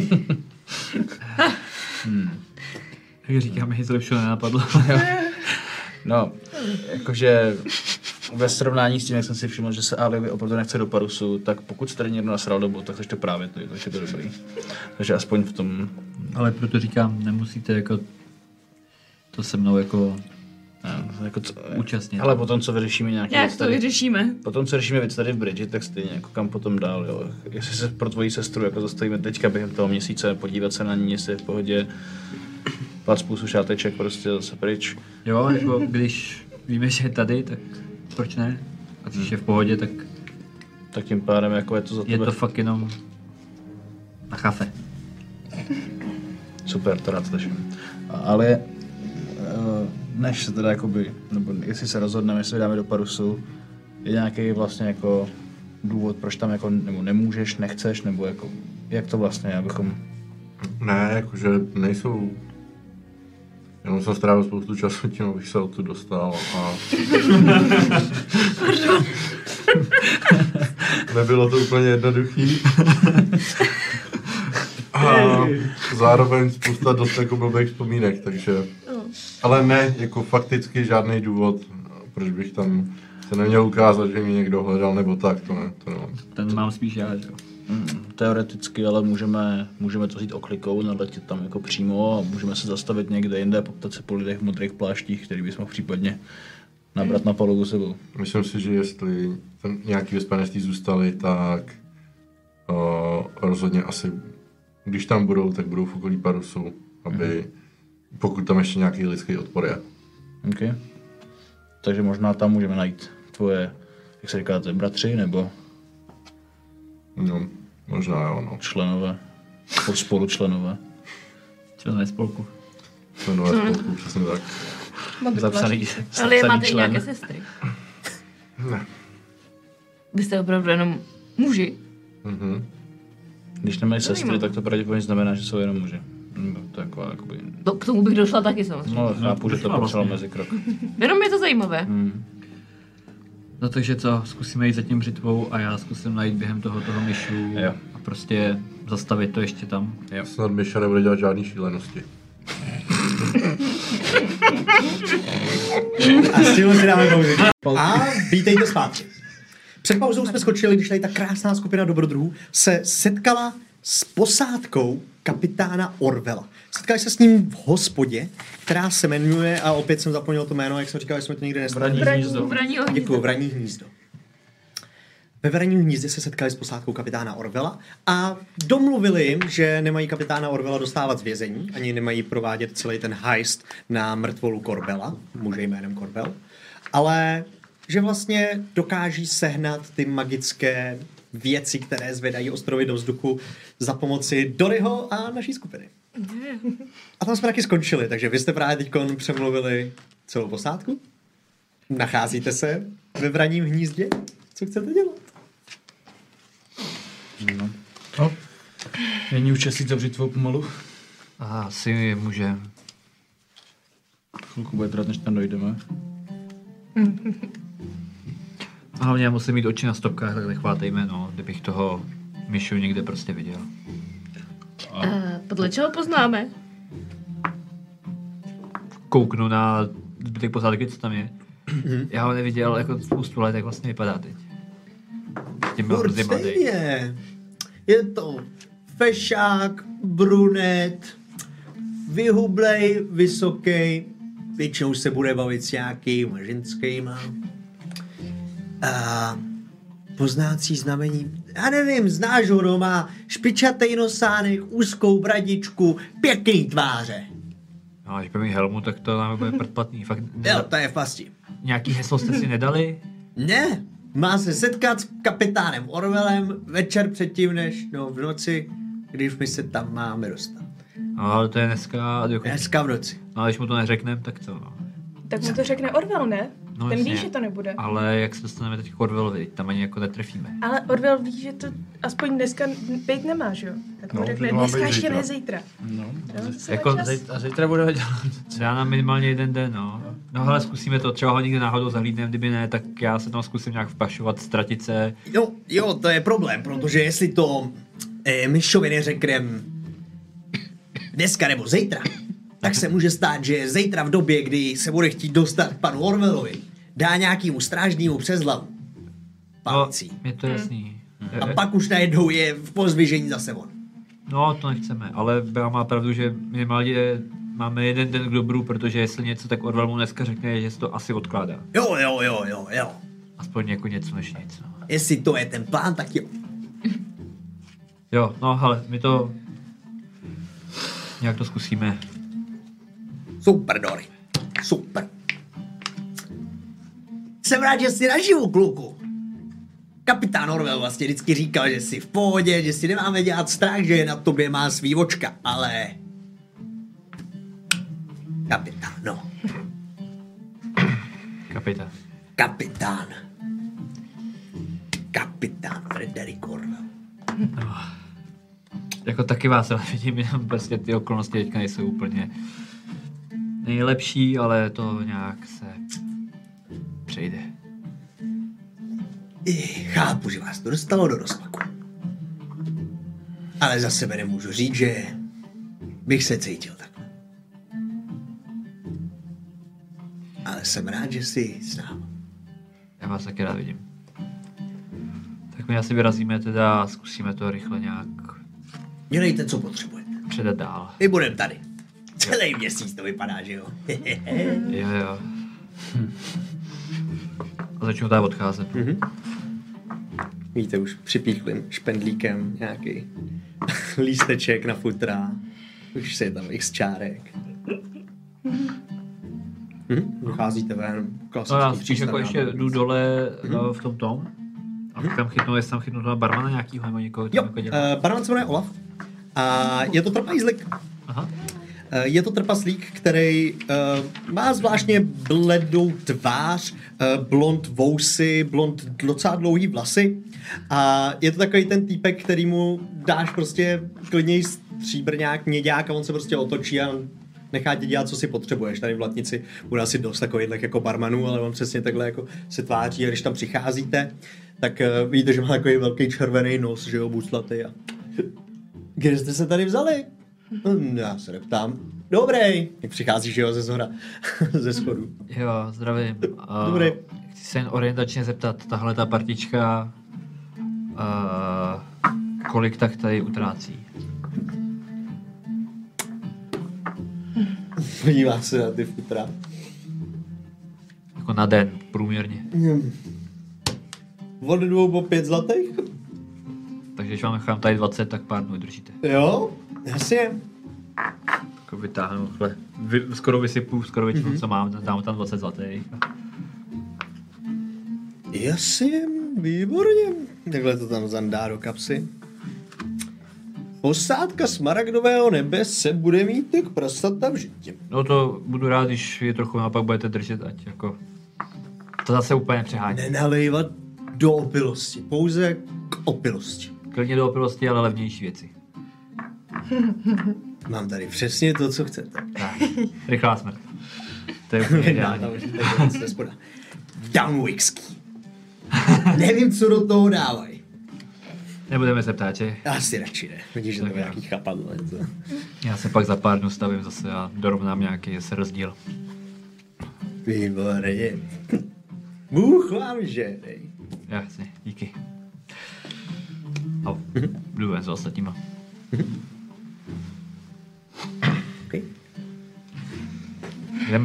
Hmm. Jak říkám, mi nic lepšího nenapadlo. No, jakože ve srovnání s tím, jak jsem si všiml, že se Aliovi opravdu nechce do Parusu, tak pokud jste někdo nasral dobu, tak to právě to, takže to je dobrý. Takže aspoň v tom... Ale proto říkám, nemusíte jako to se mnou jako, Ne, jako co, účastnit. ale potom, co vyřešíme nějaký Jak věc to tady, vyřešíme? potom, co řešíme věc tady v Bridget, tak stejně jako kam potom dál, jo. Jestli se pro tvoji sestru jako zastavíme teďka během toho měsíce, podívat se na ní, jestli je v pohodě, pát spoustu šáteček prostě zase pryč. Jo, jako když víme, že je tady, tak proč ne? A když je v pohodě, tak Tak tím pádem jako je to za je tebe. to fakt jenom na kafe. Super, to rád slyším. A- Ale eh, než se teda jakoby, nebo jestli se rozhodneme, jestli dáme do Parusu, je nějaký vlastně jako důvod, proč tam jako, nebo nemůžeš, nechceš, nebo jako, jak to vlastně, abychom... Ne, jakože nejsou... Jenom jsem strávil spoustu času tím, abych se odtud dostal a... Nebylo to úplně jednoduchý. A zároveň spousta dost jako blbých vzpomínek, takže... Ale ne, jako fakticky žádný důvod, proč bych tam se neměl ukázat, že mě někdo hledal, nebo tak, to ne, to nemám. Ten mám spíš já, že jo. Mm, teoreticky, ale můžeme, můžeme to vzít oklikou, naletět tam jako přímo a můžeme se zastavit někde jinde a poptat se po lidech v modrých pláštích, který bychom případně nabrat na palubu sebou. Myslím si, že jestli tam nějaký vyspanectví zůstali, tak uh, rozhodně asi, když tam budou, tak budou v okolí Parusu, aby, pokud tam ještě nějaký lidský odpor je. Okay. Takže možná tam můžeme najít tvoje, jak se říkáte, bratři nebo No, možná jo, no. členové, spolučlenové. Členové spolku. Členové spolku, přesně tak. Zapsaný, Ale je zapsaný máte i člen. nějaké sestry. Ne. Vy jste opravdu jenom muži. Mhm. Když nemají sestry, Zajímavé. tak to pravděpodobně znamená, že jsou jenom muži. No, to je taková, jakoby... To, k tomu bych došla taky samozřejmě. No, chápu, že to došla potřeboval vlastně. mezi krok. Jenom je to zajímavé. Hmm. No takže co, zkusíme jít za tím břitvou a já zkusím najít během toho toho myšu Jo. a prostě zastavit to ještě tam. Jo. Snad Miša nebude dělat žádný šílenosti. A s tím si dáme pauzu. A vítejte zpátky. Před pauzou jsme skočili, když tady ta krásná skupina dobrodruhů se setkala s posádkou kapitána Orvela. Setkali se s ním v hospodě, která se jmenuje, a opět jsem zapomněl to jméno, jak jsem říkal, že jsme to nikdy Vraní neslyšeli. hnízdo. Braního hnízda. Děkuju, Vraní hnízdo. Ve Vraním hnízdě se setkali s posádkou kapitána Orvela a domluvili jim, že nemají kapitána Orvela dostávat z vězení, ani nemají provádět celý ten heist na mrtvolu Korbela, muže jménem Korbel, ale že vlastně dokáží sehnat ty magické věci, které zvedají ostrovy do vzduchu za pomoci Doryho a naší skupiny. A tam jsme taky skončili, takže vy jste právě teď přemluvili celou posádku? Nacházíte se ve Vraním hnízdě? Co chcete dělat? No. Oh. Není už čas jít zavřít tvou pomalu? A asi může. Chvilku bude trvat, než tam dojdeme. A hlavně já musím mít oči na stopkách, tak nechvátejme, no, kdybych toho myšu někde prostě viděl. Uh, podle čeho poznáme? Kouknu na zbytek posádky, co tam je. Já ho neviděl jako spoustu let, jak vlastně vypadá teď. Tím byl hrozně mladý. Stejně. Je to fešák, brunet, vyhublej, vysoký, většinou se bude bavit s nějakýma ženskýma. A poznávací znamení, já nevím, znáš ho, no, má špičatej nosánek, úzkou bradičku, pěkný tváře. No, když bude mít helmu, tak to nám bude předplatný. Fakt, Jo, to je v pasti. nějaký heslo jste si nedali? Ne, má se setkat s kapitánem Orwellem večer předtím, než, no, v noci, když my se tam máme dostat. No, ale to je dneska... Jako, Dneska v noci. no, ale když mu to neřekneme, tak to... No. Tak mu to řekne Orwell, ne? No, Ten jasně. ví, že to nebude. Ale jak se dostaneme teď k Orwellovi, tam ani jako netrefíme. Ale Orwell ví, že to aspoň dneska být nemá, že jo? Tak mu No, řekne, to má dneska být ještě zítra. ne zítra. No. Jo, zase Jako má čas. A zítra budeme dělat. Třeba na minimálně jeden den, no. No hele, zkusíme to, třeba ho někde náhodou zahlídneme, kdyby ne, tak já se tam zkusím nějak vpašovat, ztratit se. Jo, jo, to je problém, protože jestli to eh, myšovi neřeknem dneska nebo zítra, tak se může stát, že zítra v době, kdy se bude chtít dostat k panu Orwellovi, dá nějakýmu strážnímu přes hlavu. Palicí. No, je to jasný. A pak už najednou je v pozdvižení zase on. No, to nechceme, ale Bea má pravdu, že minimálně máme jeden den k dobru, protože jestli něco, tak Orwell mu dneska řekne, že se to asi odkládá. Jo, jo, jo, jo, jo. Aspoň jako něco než nic, no. Jestli to je ten plán, tak jo. Jo, no hele, my to... Nějak to zkusíme. Super, Dory. Super. Jsem rád, že jsi naživu, kluku. Kapitán Orwell vlastně vždycky říkal, že jsi v pohodě, že si nemáme dělat strach, že na tobě má svý očka, ale... Kapitán, no. Kapitán. Kapitán. Kapitán Frederick Orwell. Jako taky vás ale vidím, jenom prostě ty okolnosti teďka nejsou úplně nejlepší, ale to nějak se přejde. I chápu, že vás to dostalo do rozpaku. Ale za sebe nemůžu říct, že bych se cítil takhle. Ale jsem rád, že jsi s námi. Já vás taky rád vidím. Tak my asi vyrazíme teda a zkusíme to rychle nějak Dělejte, co potřebujete. předat dál. My budeme tady. Celý měsíc to vypadá, že jo? Jo, jo. A začnu tady odcházet. Mm-hmm. Víte, už připíchlým špendlíkem nějaký lísteček na futra. Už se je tam x čárek. Hm? Vycházíte ven. No já spíš jako ještě jdu dole mm-hmm. v tom tom. A tam chytnu, jestli tam chytnu toho barmana nějakýho nebo někoho, Jo, jako dělá. uh, barman se jmenuje Olaf. A je to trpajízlik. Aha. Uh, je to trpaslík, který uh, má zvláštně bledou tvář, uh, blond vousy, blond docela dlouhý vlasy. A je to takový ten týpek, který mu dáš prostě klidněji stříbrňák, měďák a on se prostě otočí a nechá tě dělat, co si potřebuješ. Tady v Blatnici bude asi dost takových jako barmanů, ale on přesně takhle jako se tváří a když tam přicházíte, tak uh, vidíte, že má takový velký červený nos, že jo, buslatý a... Kde jste se tady vzali? Hm, já se neptám. Dobrý. Jak přicházíš, jo, ze zhora, ze schodu. Jo, zdravím. Uh, Dobrý. Chci se jen orientačně zeptat, tahle ta partička, uh, kolik tak tady utrácí? Podívá se na ty futra. Jako na den, průměrně. Hm. Od dvou po pět zlatých? Takže když vám nechám tady dvacet, tak pár dnů držíte. Jo, jasně. Jako vytáhnu, chle. Vy, skoro vysypu, skoro většinu, mm-hmm. co mám, dám tam dvacet zlatých. Jasně, výborně. Takhle to tam zandá do kapsy. Posádka smaragdového nebe se bude mít jak prasata v žitě. No to budu rád, když je trochu naopak budete držet, ať jako... To zase úplně nepřehání. Nenalejvat do opilosti, pouze k opilosti. Klidně do opilosti, ale levnější věci. Mám tady přesně to, co chcete. Tak, rychlá smrt. To je úplně ideální. Down whisky. Nevím, co do toho dávají. Nebudeme se ptát, že? Asi radši ne. Vidíš, že to je nějaký chapadlo. To... Já se pak za pár dnů stavím zase a dorovnám nějaký se rozdíl. Výborně. Bůh vám žehnej. Jasně, díky. A jdu ven s ostatníma. Okay. Jdem.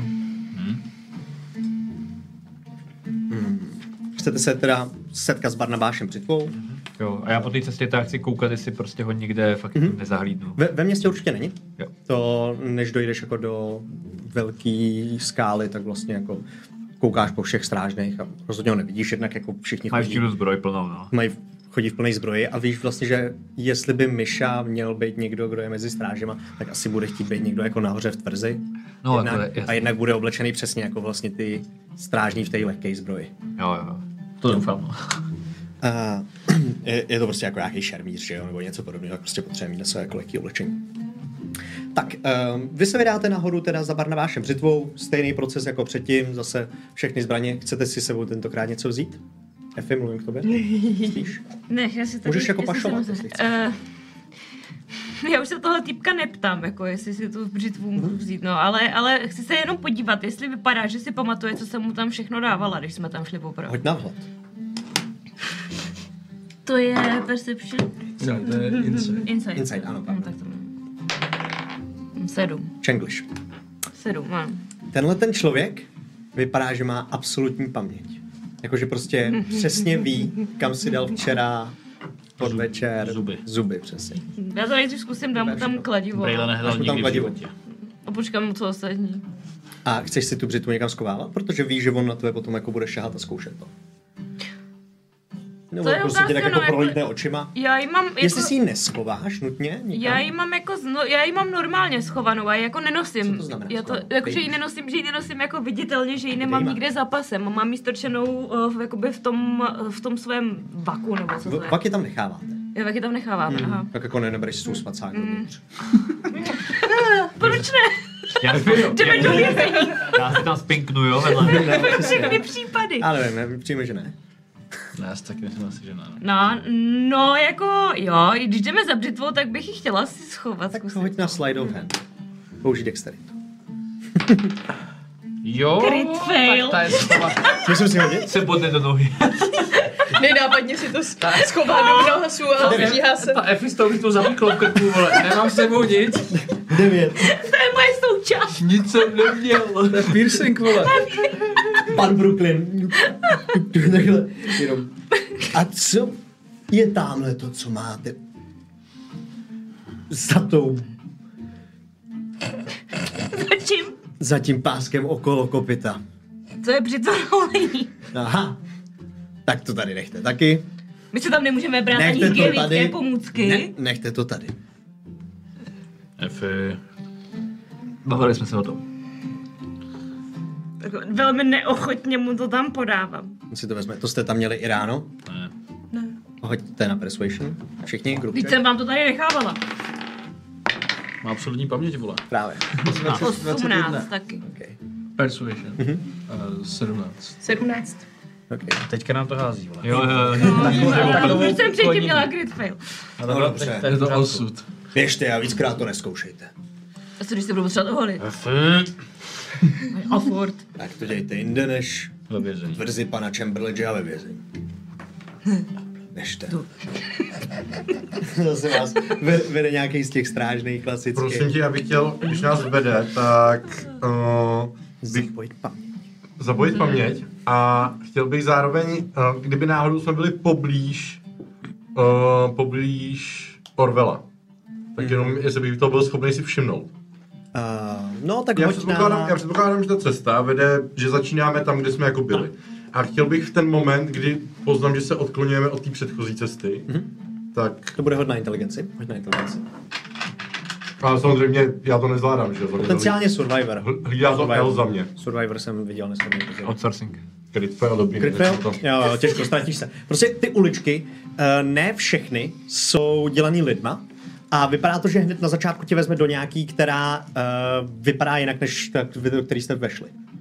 Chcete se teda setkat s Barnabášem Břitvou? Jo, a já po té cestě tak chci koukat, jestli prostě ho nikde fakt mm-hmm. nezahlídnu. Ve, ve městě určitě není. Jo. To, než dojdeš jako do velký skály, tak vlastně jako koukáš po všech strážných a rozhodně ho nevidíš, jednak jako všichni Máš chodí. tílu zbroj plnou, no. Mají chodí v plné zbroji a víš vlastně, že jestli by Myša měl být někdo, kdo je mezi strážema, tak asi bude chtít být někdo jako nahoře v tvrzi. No, jednak, jako je, a jednak bude oblečený přesně jako vlastně ty strážní v té lehké zbroji. Jo, jo. To doufám. No. A je, je to prostě jako nějaký šermíř, že jo, nebo něco podobného, tak prostě potřebuje mít na své jako lehký oblečení. Tak, um, vy se vydáte nahoru teda za Barnabášem Břitvou, stejný proces jako předtím, zase všechny zbraně. Chcete si sebou tentokrát něco vzít? Efi, mluvím k tobě. Spíš? Ne, já si tady... Můžeš jako jestli pašovat, se- jestli chceš. Eh, já už se toho týpka neptám, jako jestli si tu břitvu můžu vzít, no, ale, ale chci se jenom podívat, jestli vypadá, že si pamatuje, co jsem mu tam všechno dávala, když jsme tam šli poprvé. Hoď na vhled. To je Perception? Ne, to je insight. Insight. Insight, ano, No, pardon. tak to mám. Sedm. Čenglish. Sedm, mám. Tenhle ten člověk vypadá, že má absolutní paměť. Jakože prostě přesně ví, kam si dal včera podvečer. Zuby. Zuby, přesně. Já to nejdřív zkusím, dám mu tam kladivo. Brejle Máš nehledal mu tam nikdy v kladivo. životě. A počkám mu, co ostatní. A chceš si tu břitvu někam schovávat? Protože víš, že on na tebe potom jako bude šahat a zkoušet to. Nebo To je prostě tě tak otázka, jako no, jako- prolítne očima. Já ji mám jako... Jestli si ji neschováš nutně někam? Já ji mám jako, zno, já ji mám normálně schovanou a ji jako nenosím. Co to znamená Já to, schovanou? jakože ji Dej. nenosím, že ji nenosím jako viditelně, že ji Kde nemám ji máš? nikde za pasem. Mám ji strčenou uh, jakoby v tom, uh, v tom svém vaku, nebo co to V- je. Vaky tam necháváte. Já vaky tam necháváme, Mm. aha. Tak jako ne, nebereš svůj spacák dovnitř. Proč ne? Já, Jdeme do vězení. já si tam spinknu, jo, vedle. Všechny případy. Ale nevím, nevím, přijme, že ne. Ne, já si taky myslím asi, že ne. no. No, no, jako, jo, i když jdeme za břitvou, tak bych ji chtěla si schovat, Tak zkusit. hoď na slide of hand. Použij dexteritu. Jo, Crit fail. tak ta je schovat. Musím si hodit? Se bodne do nohy. Nejnápadně si to schová do nohasu a odříhá se. Ta Efi s tou mi tu zamíklo v krku, vole. Nemám s sebou nic. Devět. To je moje součást. Nic jsem neměl. To je piercing, vole. Pan Brooklyn. Takhle. Jenom. A co je tamhle to, co máte? Za tou, Čím? za tím páskem okolo kopyta. To je břitva na olejní. Aha. Tak to tady nechte taky. My se tam nemůžeme brát ani Nechte to hygienické tady. pomůcky. Ne, nechte to tady. Efi. Bavili jsme se o tom. Jako velmi neochotně mu to tam podávám. Si to vezme. To jste tam měli i ráno? Ne. Hoďte na persuasion. Všichni, Teď grupče. jsem vám to tady nechávala. Má absolutní paměť, vole. Právě. osmnáct taky. Okay. Persuasion. Uh, sedmnáct. sedmnáct. Okay. Teďka nám to hází, vole. Jo, jo, jo. Tak už jsem předtím měla crit fail. No dobře. Je to osud. Běžte a víckrát to neskoušejte. A co když se budu potřebovat oholit? Efi. A furt. Tak to dějte jinde než Ve vězení. tvrzi pana Chamberlaina a ve vězení. Nežte. Zase vás vede, vede nějaký z těch strážných klasických. Prosím tě, já bych chtěl, když nás vede, tak uh, bych Zapojit paměť. zapojit paměť a chtěl bych zároveň, uh, kdyby náhodou jsme byli poblíž, uh, poblíž Orvela, tak jenom jestli bych to byl schopný si všimnout. Uh, no tak Já hoď předpokládám, na... já předpokládám, že ta cesta vede, že začínáme tam, kde jsme jako byli. A chtěl bych v ten moment, kdy poznám, že se odklonujeme od té předchozí cesty, mm-hmm. tak... To bude hod na inteligenci. Hoď na inteligenci. Ale samozřejmě já to nezvládám, že? Potenciálně Survivor. Hlídá to L za mě. Survivor jsem viděl nesmírně později. Outsourcing. Crit fail, dobrý. Crit fail? to. Jo, jo, těžko, ztratíš se. Prostě ty uličky, uh, ne všechny jsou dělaný lidma a vypadá to, že hned na začátku tě vezme do nějaký, která uh, vypadá jinak, než ta, do který jste vešli.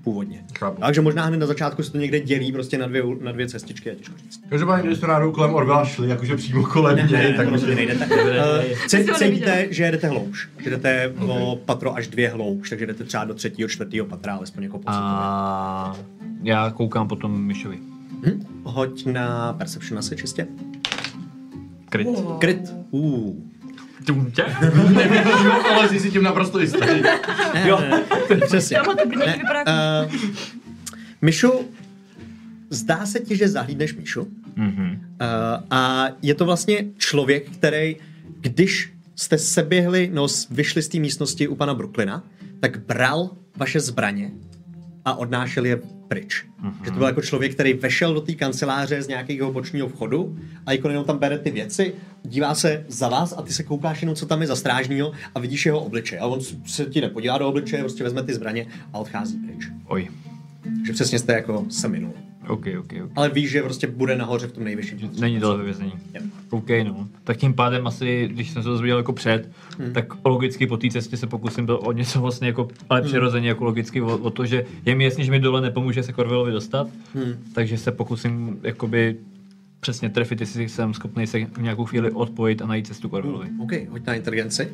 původně. Chápu. Takže možná hned na začátku se to někde dělí prostě na dvě, na dvě cestičky, a těžko říct. Každopádně, když jste náhodou kolem Orvela šli, jakože přímo kolem Ne, něj, ne, tak rozhodně nejdete. Uh, Jsi ho Cítíte, že jedete hlouš. Že jdete o patro až dvě hlouš, takže jdete třeba do třetího, čtvrtého patra, alespoň jako pocitově. A já koukám potom Myšovi. Hm? Hoď na Perception asi čistě. Kryt. Kryt. Uh. Tě? ale jsi si tím naprosto jistý. Ne, jo. Ne, ne. Přesně. Tamhle to brnění vypadá jako... Uh, Myšu, zdá se ti, že zahlídneš Myšu. Mm-hmm. Uh, a je to vlastně člověk, který, když jste se běhli, no vyšli z té místnosti u pana Brooklyna, tak bral vaše zbraně a odnášel je pryč. Mm-hmm. Že to byl jako člověk, který vešel do té kanceláře z nějakého bočního vchodu a jako jenom tam bere ty věci, dívá se za vás a ty se koukáš jenom, co tam je za strážnýho a vidíš jeho obličej. A on se ti nepodívá do obličeje, prostě vezme ty zbraně a odchází pryč. Oj. Že přesně jste jako se minul. OK, OK, OK. Ale víš, že prostě bude nahoře v tom nejvyšším. Není dole ve vězení. Yep. OK, no. Tak tím pádem asi, když jsem se dozvěděl jako před, hmm. tak logicky po té cestě se pokusím to o něco vlastně jako, ale hmm. přirozeně jako logicky o, o to, že je mi jasný, že mi dole nepomůže se Corvellovi dostat, hmm. takže se pokusím jakoby přesně trefit, jestli jsem schopný se v nějakou chvíli odpojit a najít cestu Corvellovi. OK, hoď na inteligenci.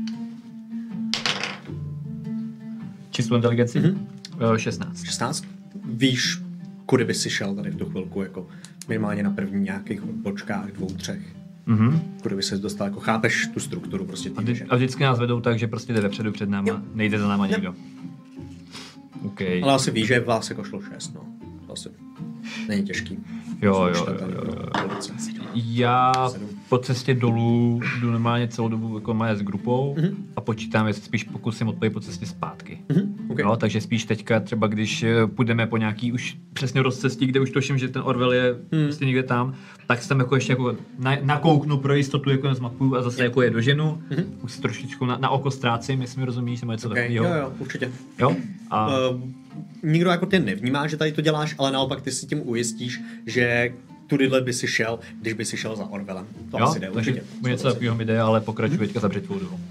Čistou inteligenci? Mm-hmm. Uh, šestnáct. šestnáct. Víš, kudy bys si šel tady v tu chvilku, jako minimálně na první nějakých odbočkách, dvou, třech. Mm-hmm. Kudy bys se dostal, jako chápeš tu strukturu prostě A, tým, vždy, a vždycky nás vedou tak, že prostě jde vepředu před náma, jo. Nejde za náma jo. nikdo. OK. Ale asi víš, že vás jako šlo šest, no. To asi není těžký. Jo, jo, jo, jo, jo. Já po cestě dolů jdu normálně celou dobu jako má s grupou mm-hmm. a počítám, jestli spíš pokusím odpojit po cestě zpátky. Mm-hmm. Okay. Jo, takže spíš teďka třeba, když půjdeme po nějaký už přesně rozcestí, kde už tuším, že ten Orwell je mm. prostě někde tam, tak jsem jako ještě jako na, nakouknu pro jistotu, jako zmapuju a zase jako je doženu. Mm-hmm. Už si trošičku na, na oko ztrácím, jestli mi rozumíš, nebo něco okay. takového. Jo, jo, určitě. Jo? A... Uh, nikdo jako tě nevnímá, že tady to děláš, ale naopak ty si tím ujistíš, že tudyhle by si šel, když by si šel za Orwellem. To jo, asi jde určitě. Něco takového mi jde, ale pokračuji hmm. teďka za břitvou dolů.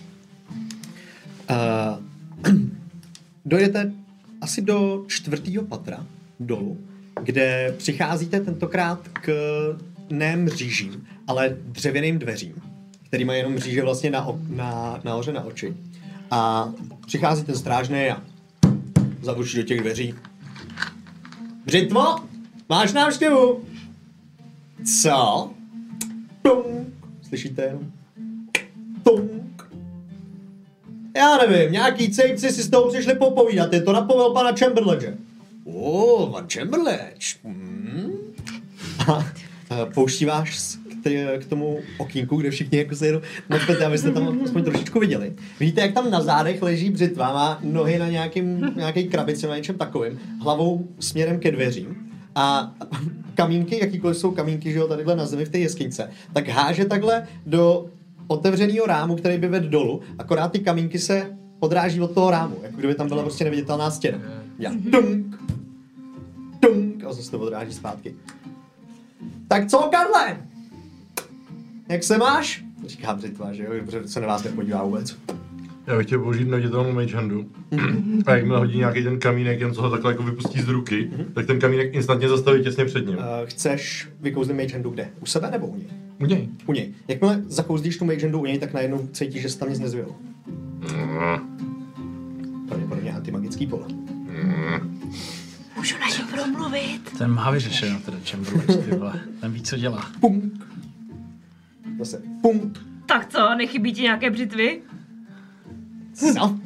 Uh, dojdete asi do čtvrtého patra dolů, kde přicházíte tentokrát k ne mřížím, ale dřevěným dveřím, který mají jenom mříže vlastně na, na, nahoře na oči. A přichází ten strážný a zabučí do těch dveří. Břitvo, máš návštěvu? Co? Tunk. Slyšíte jenom? Tunk. Já nevím, nějaký cejci si s tou přišli popovídat, je to na povel pana Chamberledge. O, pan Chamberledge. Hmm. A, a pouští vás k, k tomu okýnku, kde všichni jako se jenom nadpete, abyste tam aspoň trošičku viděli. Vidíte, jak tam na zádech leží Břitva, má nohy na nějakým, nějaký krabici, na něčem takovým, hlavou směrem ke dveřím. A kamínky, jakýkoliv jsou kamínky, že jo, tadyhle na zemi v té jeskyňce, tak háže takhle do otevřeného rámu, který by vedl dolů, akorát ty kamínky se odráží od toho rámu, jako kdyby tam byla prostě neviditelná stěna. Já tunk, tunk, a zase to odráží zpátky. Tak co, Karle? Jak se máš? Říká Břitva, že jo, protože se na vás nepodívá vůbec. Já bych chtěl použít neviditelnou mage handu. A jakmile hodí nějaký ten kamínek, jen co ho takhle jako vypustí z ruky, mm-hmm. tak ten kamínek instantně zastaví těsně před ním. Uh, chceš vykouzlit mage handu kde? U sebe nebo u něj? U něj. U něj. Jakmile zakouzdíš tu mage handu u něj, tak najednou cítíš, že se tam nic nezvělo. Mm. Pravděpodobně antimagický pole. Mm. Můžu na něj promluvit? Ten má vyřešeno, teda Chamberlain, ty vole. Ten ví, co dělá. Punk. Zase punk. Tak co, nechybí ti nějaké břitvy? Co?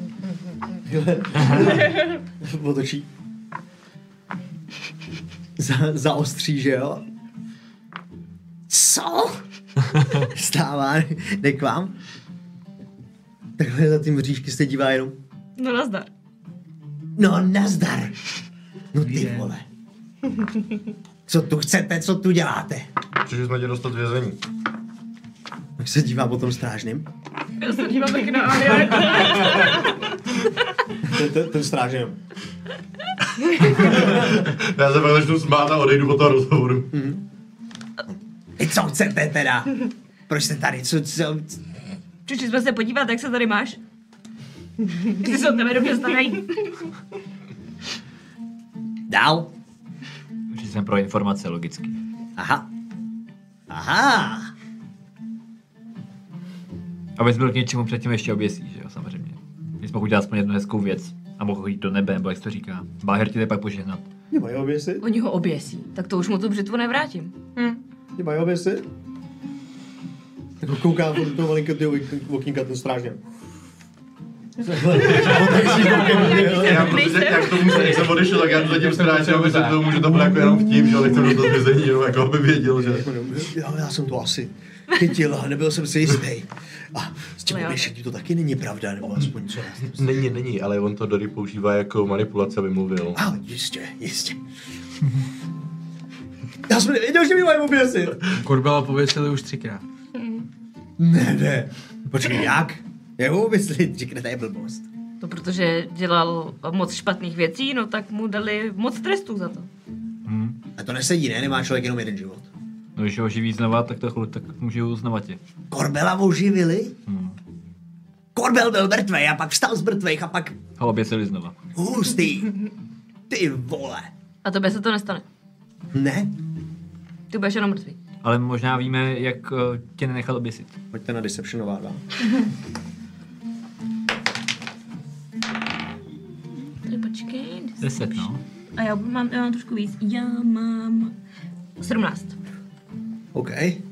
Otočí. Za, zaostří, že jo? Co? Stává, jde k vám. Takhle za ty mřížky se dívá jenom. No nazdar. No nazdar. No ty vole. Co tu chcete, co tu děláte? Přišli jsme tě dostat vězení. Jak se dívá po tom strážným? Já se dívám taky na Aria. ten, ten, ten strážný. Já se pak začnu smát a odejdu po toho rozhovoru. Mm-hmm. I co chcete teda? Proč jste tady? Co, co? Přišli jsme se podívat, jak se tady máš? Ty se od tebe dobře starají. Dál. Že jsem pro informace logicky. Aha. Aha. Abys byl k něčemu předtím ještě oběsí, že jo, samozřejmě. Když mohl udělat aspoň jednu hezkou věc a mohl jít do nebe, nebo jak se to říká. Báher ti jde pak požehnat. Mě mají oběsit? Oni ho oběsí, tak to už mu tu břitvu nevrátím. Hm. Mě mají oběsit? Jako kouká do toho malinkého okýnka ten strážně. Já, protože, jak to musím, jak jsem odešel, tak já to zatím ztrátil, aby se to může to bylo jako jenom vtip, že ale nechcem dostat vězení, jenom jako aby věděl, že... Já, já jsem to asi chytil a nebyl jsem si jistý. A s tím oběšením to taky není pravda, nebo aspoň co nás... Není, není, ale on to Dory používá jako manipulace, aby mluvil. A jistě, jistě. Já jsem nevěděl, že mi mají oběsit. Korbela pověsili už třikrát. Ne, ne. Počkej, jak? Jak ho oběsili? Řekne, to je blbost. To protože dělal moc špatných věcí, no tak mu dali moc trestů za to. Hmm. A to nesedí, ne? Nemá člověk jenom jeden život. No když ho oživí znova, tak to tak můžu znova tě. Korbela oživili? Hmm. Korbel byl mrtvej a pak vstal z mrtvejch a pak... Ho oběsili znova. Hustý. Ty vole. A tobě se to nestane. Ne? Ty budeš jenom mrtvý. Ale možná víme, jak uh, tě nenechal oběsit. Pojďte na Deceptionová dva. Tady počkej. Deset, no. A já mám, já mám trošku víc. Já mám sedmnáct. OK.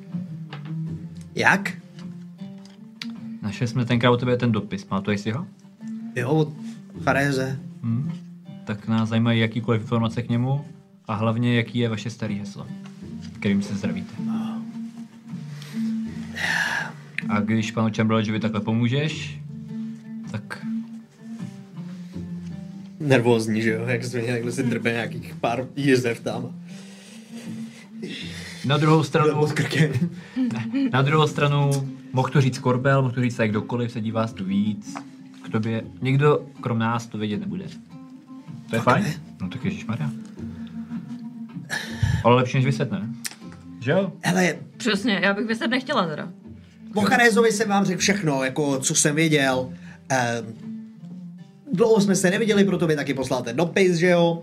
Jak? Našli jsme tenkrát u tebe ten dopis, pamatuješ si ho? Jo, od Faréze. Hmm. Tak nás zajímají jakýkoliv informace k němu a hlavně jaký je vaše staré heslo, kterým se zdravíte. A když panu Chamberlainovi takhle pomůžeš, tak... Nervózní, že jo? Jak jsme takhle si drbe nějakých pár jizev tam. Na druhou stranu... Pod krkem. Na druhou stranu mohl to říct Korbel, mohl to říct tak kdokoliv, sedí vás tu víc. K tobě, nikdo krom nás to vědět nebude. To je fajn? No tak ježišmarja. Ale lepší než vyset, ne? Že jo? Hele, Přesně, já bych vyset nechtěla teda. po Charézovi jsem vám řekl všechno, jako co jsem věděl. Ehm, dlouho jsme se neviděli, proto mi taky poslal ten dopis, že jo?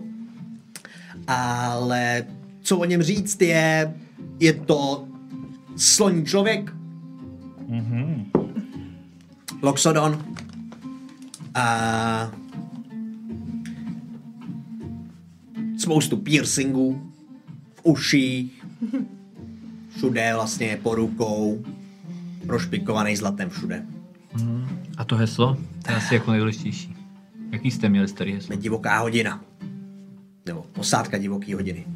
Ale co o něm říct je, je to sloní člověk. Mhm. Loxodon. A spoustu piercingů v uších, všude vlastně po rukou, prošpikovaný zlatem všude. Mhm. A to heslo? To je asi jako nejdůležitější. Jaký jste měli starý heslo? Divoká hodina. Nebo posádka divoký hodiny.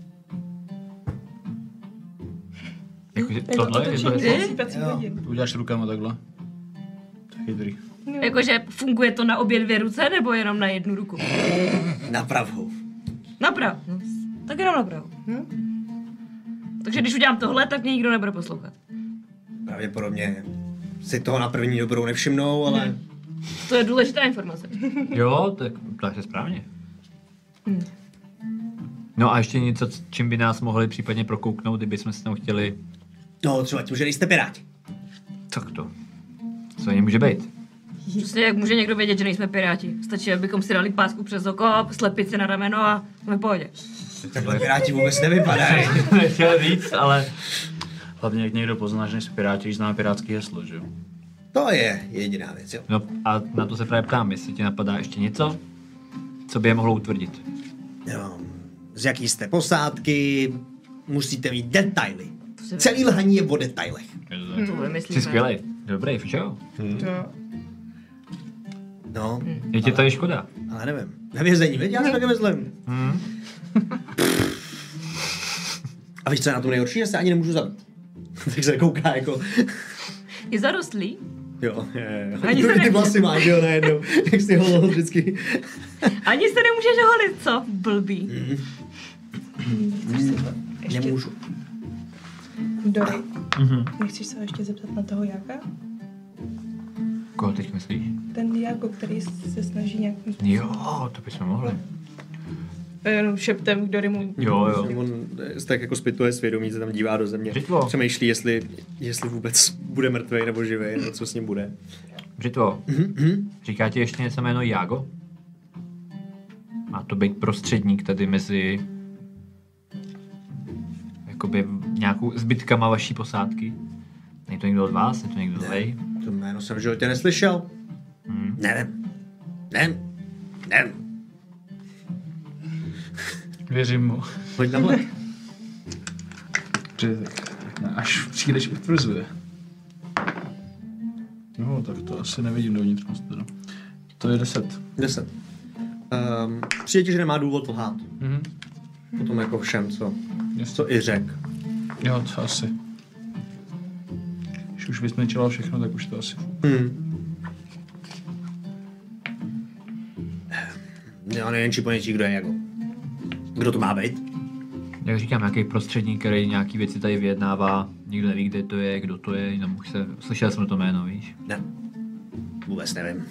Jakože tohle je to heslo? Sípací hodin. To uděláš rukama takhle. To je chytrý. Jakože funguje to na obě dvě ruce, nebo jenom na jednu ruku? Na pravou. Napravo. No, tak jenom napravo. Hm? Takže když udělám tohle, tak mě nikdo nebude poslouchat. Pravděpodobně si toho na první dobrou nevšimnou, ale... To je důležitá informace. Jo, tak to je správně. Hm. No a ještě něco, čím by nás mohli případně prokouknout, kdyby jsme se tam chtěli... No, třeba tím, že nejste piráti. Tak to. Co ani může být? Prostě jak může někdo vědět, že nejsme piráti? Stačí, abychom si dali pásku přes oko, slepici na rameno a jsme v pohodě. Takhle piráti vůbec nevypadají. Nechtěl říct, ale... Hlavně jak někdo pozná, že nejsou piráti, když známe pirátský heslo, že jo? To je jediná věc, jo. No a na to se právě ptám, jestli ti napadá ještě něco, co by je mohlo utvrdit. jo. Z jaký jste posádky, musíte mít detaily. Celý lhaní je o detailech. To Jsi vymyslíme. skvělej. Dobrý, čo? To... No, Je ti tady škoda. ale nevím. Ve vězení, viď? Já si taky myslím. Hmm. A víš, co je na tom nejhorší? Že se ani nemůžu zabít. Tak se kouká jako... Je zarostlý? Jo, je, je. Ani se Ty ne- vlasy máš, jo, najednou. Jak jsi ho vždycky... Ani se nemůžeš holit, co? Blbý. Nemůžu. Dory, Mhm. nechceš se ještě zeptat na toho Jáka? Koho teď myslíš? Ten Jáko, který se snaží nějakým způsobem. Jo, to bychom mohli. Jenom šeptem k Dorymu. Jo, jo. On tak jako zpytuje svědomí, se tam dívá do země. Řitvo. Přemýšlí, jestli, jestli vůbec bude mrtvej nebo živej, nebo co s ním bude. Břitvo, říká ti ještě něco jméno Jágo? Má to být prostředník tady mezi jakoby nějakou zbytkama vaší posádky. Není to někdo od vás? Je to někdo novej? To jméno jsem v životě neslyšel. Hmm. Nevím. Nevím. Nevím. Věřím mu. Pojď na vlet. Až přijdeš potvrzuje. No, tak to asi nevidím dovnitř moc teda. To je deset. Deset. Um, přijde ti, že nemá důvod lhát. Mhm. Potom jako všem, co, Jasně. co i řek. Jo, to asi. Když už vysnečila všechno, tak už to asi. Hmm. Já nevím, či ponětí, kdo je jako. Kdo to má být? Jak říkám, nějaký prostředník, který nějaký věci tady vyjednává, nikdo neví, kde to je, kdo to je, jenom už se, slyšel jsem to jméno, víš? Ne. Vůbec nevím.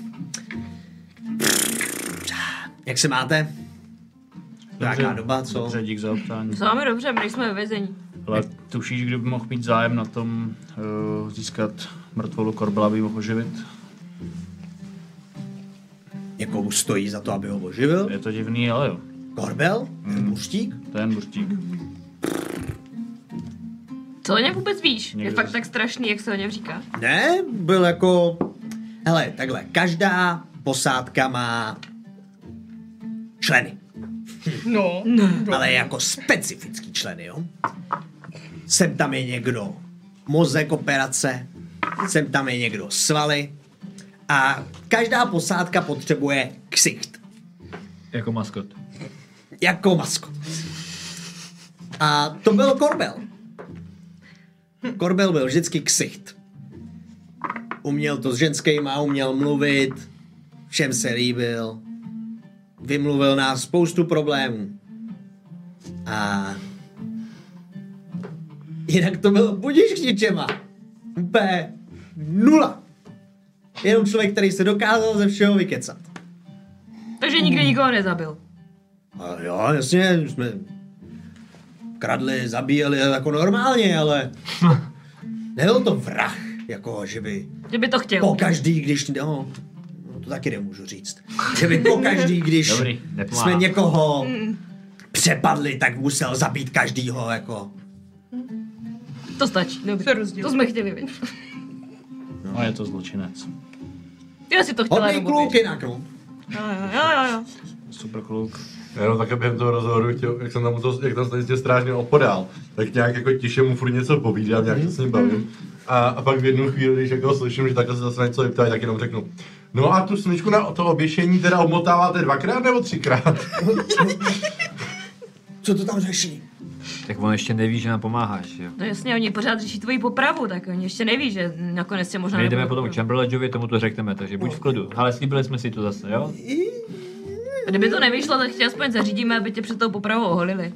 Jak se máte? Jaká doba, co? Dobře, dík za optání. Co máme dobře, my jsme ve vězení. Ale tušíš, kdo by mohl mít zájem na tom uh, získat mrtvolu Korbela, aby ji mohl oživit? Někomu stojí za to, aby ho oživil? Je to divný, ale jo. Korbel? Hmm. Buštík? To je jen buřtík. Co o něm vůbec víš? Někdo Je fakt z- tak strašný, jak se o něm říká. Ne, byl jako... Hele, takhle, každá posádka má členy. No. Ale jako specifický členy, jo? Sem tam je někdo mozek operace, sem tam je někdo svaly a každá posádka potřebuje ksicht. Jako maskot. Jako maskot. A to byl Korbel. Korbel byl vždycky ksicht. Uměl to s ženskýma, uměl mluvit, všem se líbil. Vymluvil nás spoustu problémů. A jinak to bylo budíš k ničema. Úplně nula. Jenom člověk, který se dokázal ze všeho vykecat. Takže nikdy nikoho nezabil. A jo, jasně, jsme kradli, zabíjeli jako normálně, ale nebyl to vrah, jako že by Že by to chtěl. po každý, když, no, no to taky nemůžu říct, že by po každý, když Dobrý, nepomáhá. jsme někoho přepadli, tak musel zabít každýho, jako. To stačí, Se dobře. rozdělí. To jsme chtěli, vidět. No, je to zločinec. Já si to chtěla Hodný jenom kluk ověřit. jinak, no. Jo, jo, jo, jo, jo. Super kluk. Já jenom také během toho rozhovoru chtěl, jak jsem tam, to, jak tam stanice strážně opodál, tak nějak jako tiše mu furt něco povídám, nějak se s ním bavím. A, a pak v jednu chvíli, když jako slyším, že takhle se zase něco vyptávají, tak jenom řeknu, no a tu smyčku na to oběšení teda omotáváte dvakrát nebo třikrát? Co to tam řeší? Tak on ještě neví, že nám pomáháš, jo? No jasně, oni pořád řeší tvoji popravu, tak oni ještě neví, že nakonec tě možná... My jdeme nebudou potom k popravit. Chamberlainovi, tomu to řekneme, takže buď v klidu. Ale slíbili jsme si to zase, jo? A kdyby to nevyšlo, tak tě aspoň zařídíme, aby tě před tou popravou oholili.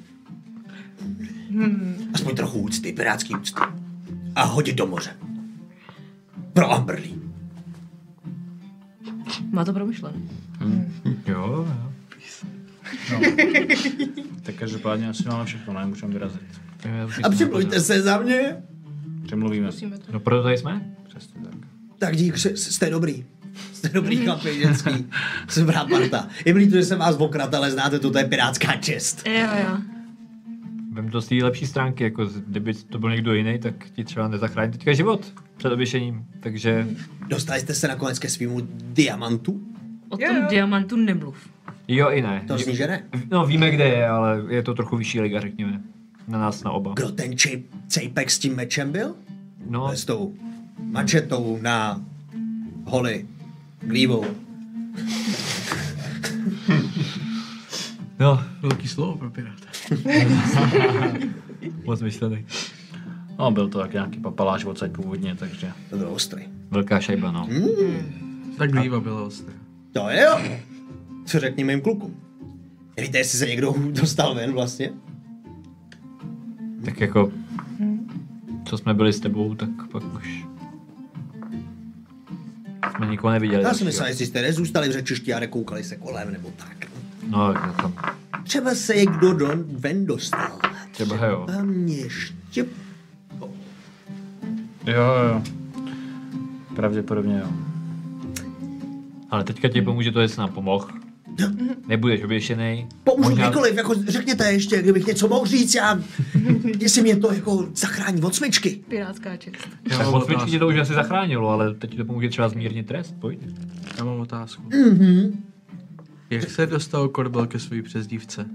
Aspoň trochu úcty, pirátský úcty. A hodit do moře. Pro Amberley. Má to promyšlené. Jo, jo. Tak každopádně asi máme všechno, ne? Můžeme vyrazit. Jo, už A jsme přimlujte se za mě. Přemluvíme. Musíme to. No proto tady jsme? Přesně tak. Tak dík, že jste dobrý. Jste dobrý chlapi, ženský. Jsem rád parta. Je mi líto, že jsem vás okrat, ale znáte to, to je pirátská čest. Jo, jo. Vem to z té lepší stránky, jako kdyby to byl někdo jiný, tak ti třeba nezachrání teďka život před oběšením, takže Dostali jste se nakonec ke svýmu diamantu? O Jo, tom jo. diamantu nemluv. jo i ne. To zní, že ne. No víme, kde je, ale je to trochu vyšší liga, řekněme. Na nás, na oba. Kdo ten čej, cejpek s tím mečem byl? No, S tou mačetou na holi glívou. no, Velký slovo pro piráta. moc myšlený. No, byl to tak nějaký papaláš odsaď původně, takže... To bylo ostrý. Velká šajba, no. Tak glíva byla ostrá. To je jo. Co řekni mým klukům? Nevíte, jestli se někdo dostal ven vlastně? Tak jako, co jsme byli s tebou, tak pak už jsme nikoho neviděli. Já si myslel, jestli jste nezůstali v řečišti a nekoukali se kolem, nebo tak. No, jako, Třeba se někdo don, ven dostal. třeba jo. A mě štěp... Jo, jo. Pravděpodobně jo. Ale teďka ti pomůže to, jestli nám pomohl. Nebudeš oběšený. Pomůžu Možná- kdykoliv, jako řekněte ještě, kdybych něco mohl říct, já, jestli mě to jako zachrání od smyčky. Pirátská čest. Já Tak mám moc tě otázku. to už asi zachránilo, ale teď ti to pomůže třeba zmírnit trest, pojď. Já mám otázku. Mhm. Jak se dostal Korbel ke své přezdívce?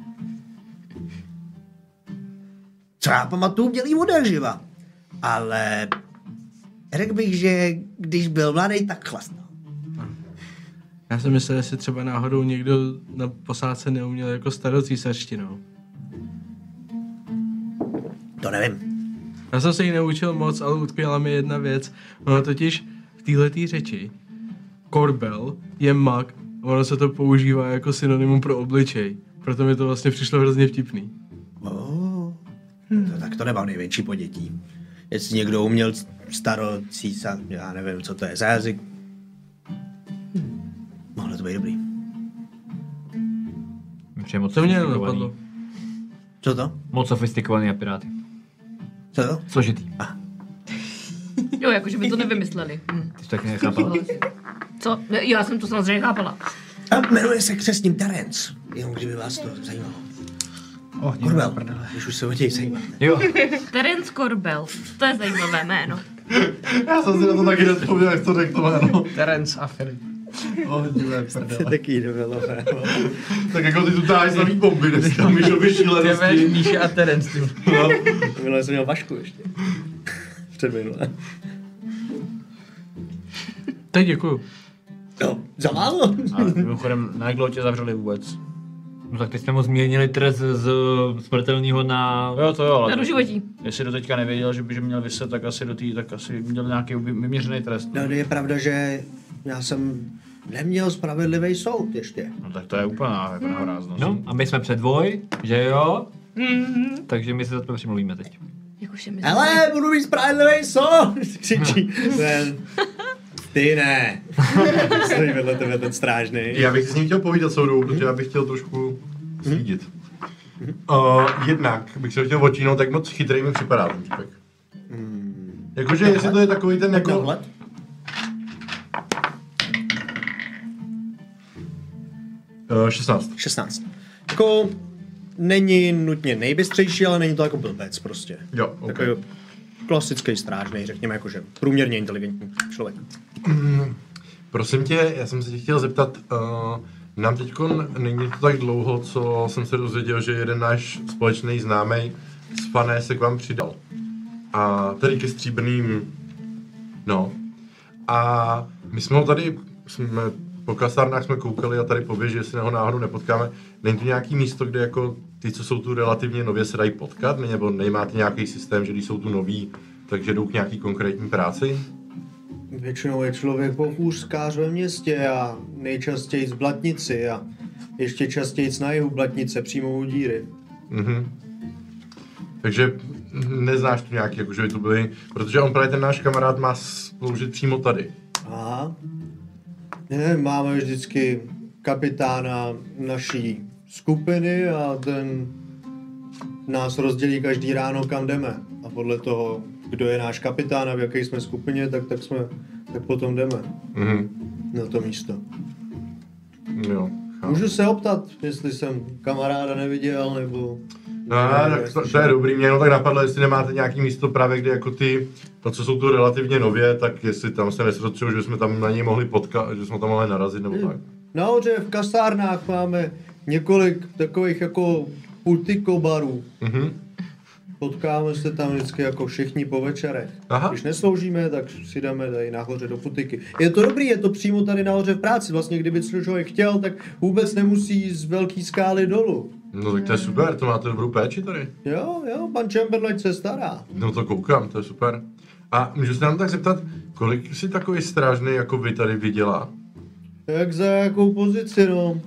Co já pamatuju, měl jí od živa. Ale řekl bych, že když byl mladý, tak chlastal. Já jsem myslel, jestli třeba náhodou někdo na posádce neuměl jako starocísařštinou. To nevím. Já jsem se jí neučil moc, ale utkvěla mi jedna věc. Ono totiž v téhletý řeči Korbel je mag a ono se to používá jako synonymum pro obličej. Proto mi to vlastně přišlo hrozně vtipný. Oh. To, tak to nemám největší podětí. Jestli někdo uměl starocísař, já nevím, co to je za jazyk. Hm. Mohlo to být dobrý. Přijde moc Co mě sofistikovaný. napadlo? Co to? Moc sofistikovaný a piráty. Co to? Složitý. Jo, jakože by to nevymysleli. Hm. Ty jsi taky nechápal. Co? Ne, Já jsem to samozřejmě chápala. A jmenuje se křestním Terence. Jenom kdyby vás to zajímalo. Oh, Korbel, když už se o něj zajímáte. Jo. Terence Korbel. To je zajímavé jméno. Já jsem si na to taky nespomněl, jak to řekl to jméno. Terence a Filip. Ohnivé prdele. Taky develové. Tak jako ty tu táháš samý bomby dneska, Míšovi šílenosti. Míše a Terence, ty. No. Minule jsem měl Vašku ještě. Předminule. Tak děkuju. No, za málo. A mimochodem, na jak dlouho tě zavřeli vůbec? No tak teď jsme mu změnili trest z smrtelného na... Jo, to jo, ale Na doživotí. jestli do teďka nevěděl, že by že měl vyset, tak asi do tý, tak asi měl nějaký vy- vyměřený trest. No, je pravda, že já jsem neměl spravedlivý soud ještě. No tak to je úplná jako nehoráznost. No a my jsme předvoj, že jo? Mm-hmm. Takže my se za to přimluvíme teď. Jakože my Hele, budu mít spravedlivý soud! Křičí. Ten. Ty ne. Stojí vedle tebe ten strážný. Já bych si s ním chtěl povídat soudou, protože já bych chtěl trošku slídit. Uh, jednak bych se chtěl očínout, tak moc chytrý mi připadá ten týpek. Jakože jestli to je takový ten jako... Dohled? Uh, šestnáct. šestnáct. Jako není nutně nejbystřejší, ale není to jako blbec prostě. Jo, ok. Takový klasický strážný, řekněme, jakože průměrně inteligentní člověk. Prosím tě, já jsem se tě chtěl zeptat, uh, nám teďko není to tak dlouho, co jsem se dozvěděl, že jeden náš společný známý z Fané se k vám přidal. A tady ke stříbrným, no. A my jsme ho tady, jsme, po kasárnách jsme koukali a tady poběží, jestli ho náhodou nepotkáme. Není to nějaký místo, kde jako ty, co jsou tu relativně nově, se dají potkat? Nebo nemáte nějaký systém, že když jsou tu noví, takže jdou k nějaký konkrétní práci? Většinou je člověk pochůzkář ve městě a nejčastěji z Blatnici a ještě častěji na jihu Blatnice, přímo u díry. Mhm. Takže neznáš tu nějaký, jakože by to byli, protože on právě ten náš kamarád má sloužit přímo tady. Aha. Ne, máme vždycky kapitána naší skupiny a ten nás rozdělí každý ráno, kam jdeme. A podle toho, kdo je náš kapitán a v jaké jsme skupině, tak, tak, jsme, tak potom jdeme Mhm. na to místo. Jo. chápu. Můžu se optat, jestli jsem kamaráda neviděl, nebo... No, tak to, to je dobrý, mě jenom tak napadlo, jestli nemáte nějaký místo právě, kde jako ty, to, co jsou tu relativně nově, tak jestli tam se nesrotřují, že jsme tam na něj mohli potkat, že jsme tam mohli narazit, nebo tak. Nahoře v kasárnách máme několik takových jako putikobarů. Mhm. Potkáme se tam vždycky jako všichni po večerech. Aha. Když nesloužíme, tak si jdeme tady nahoře do putiky. Je to dobrý, je to přímo tady nahoře v práci. Vlastně kdyby člověk chtěl, tak vůbec nemusí jít z velký skály dolů. No tak to je super, to máte dobrou péči tady. Jo, jo, pan Chamberlain se stará. No to koukám, to je super. A můžu se nám tak zeptat, kolik si takový strážný jako vy tady vydělá? Jak za jakou pozici, no?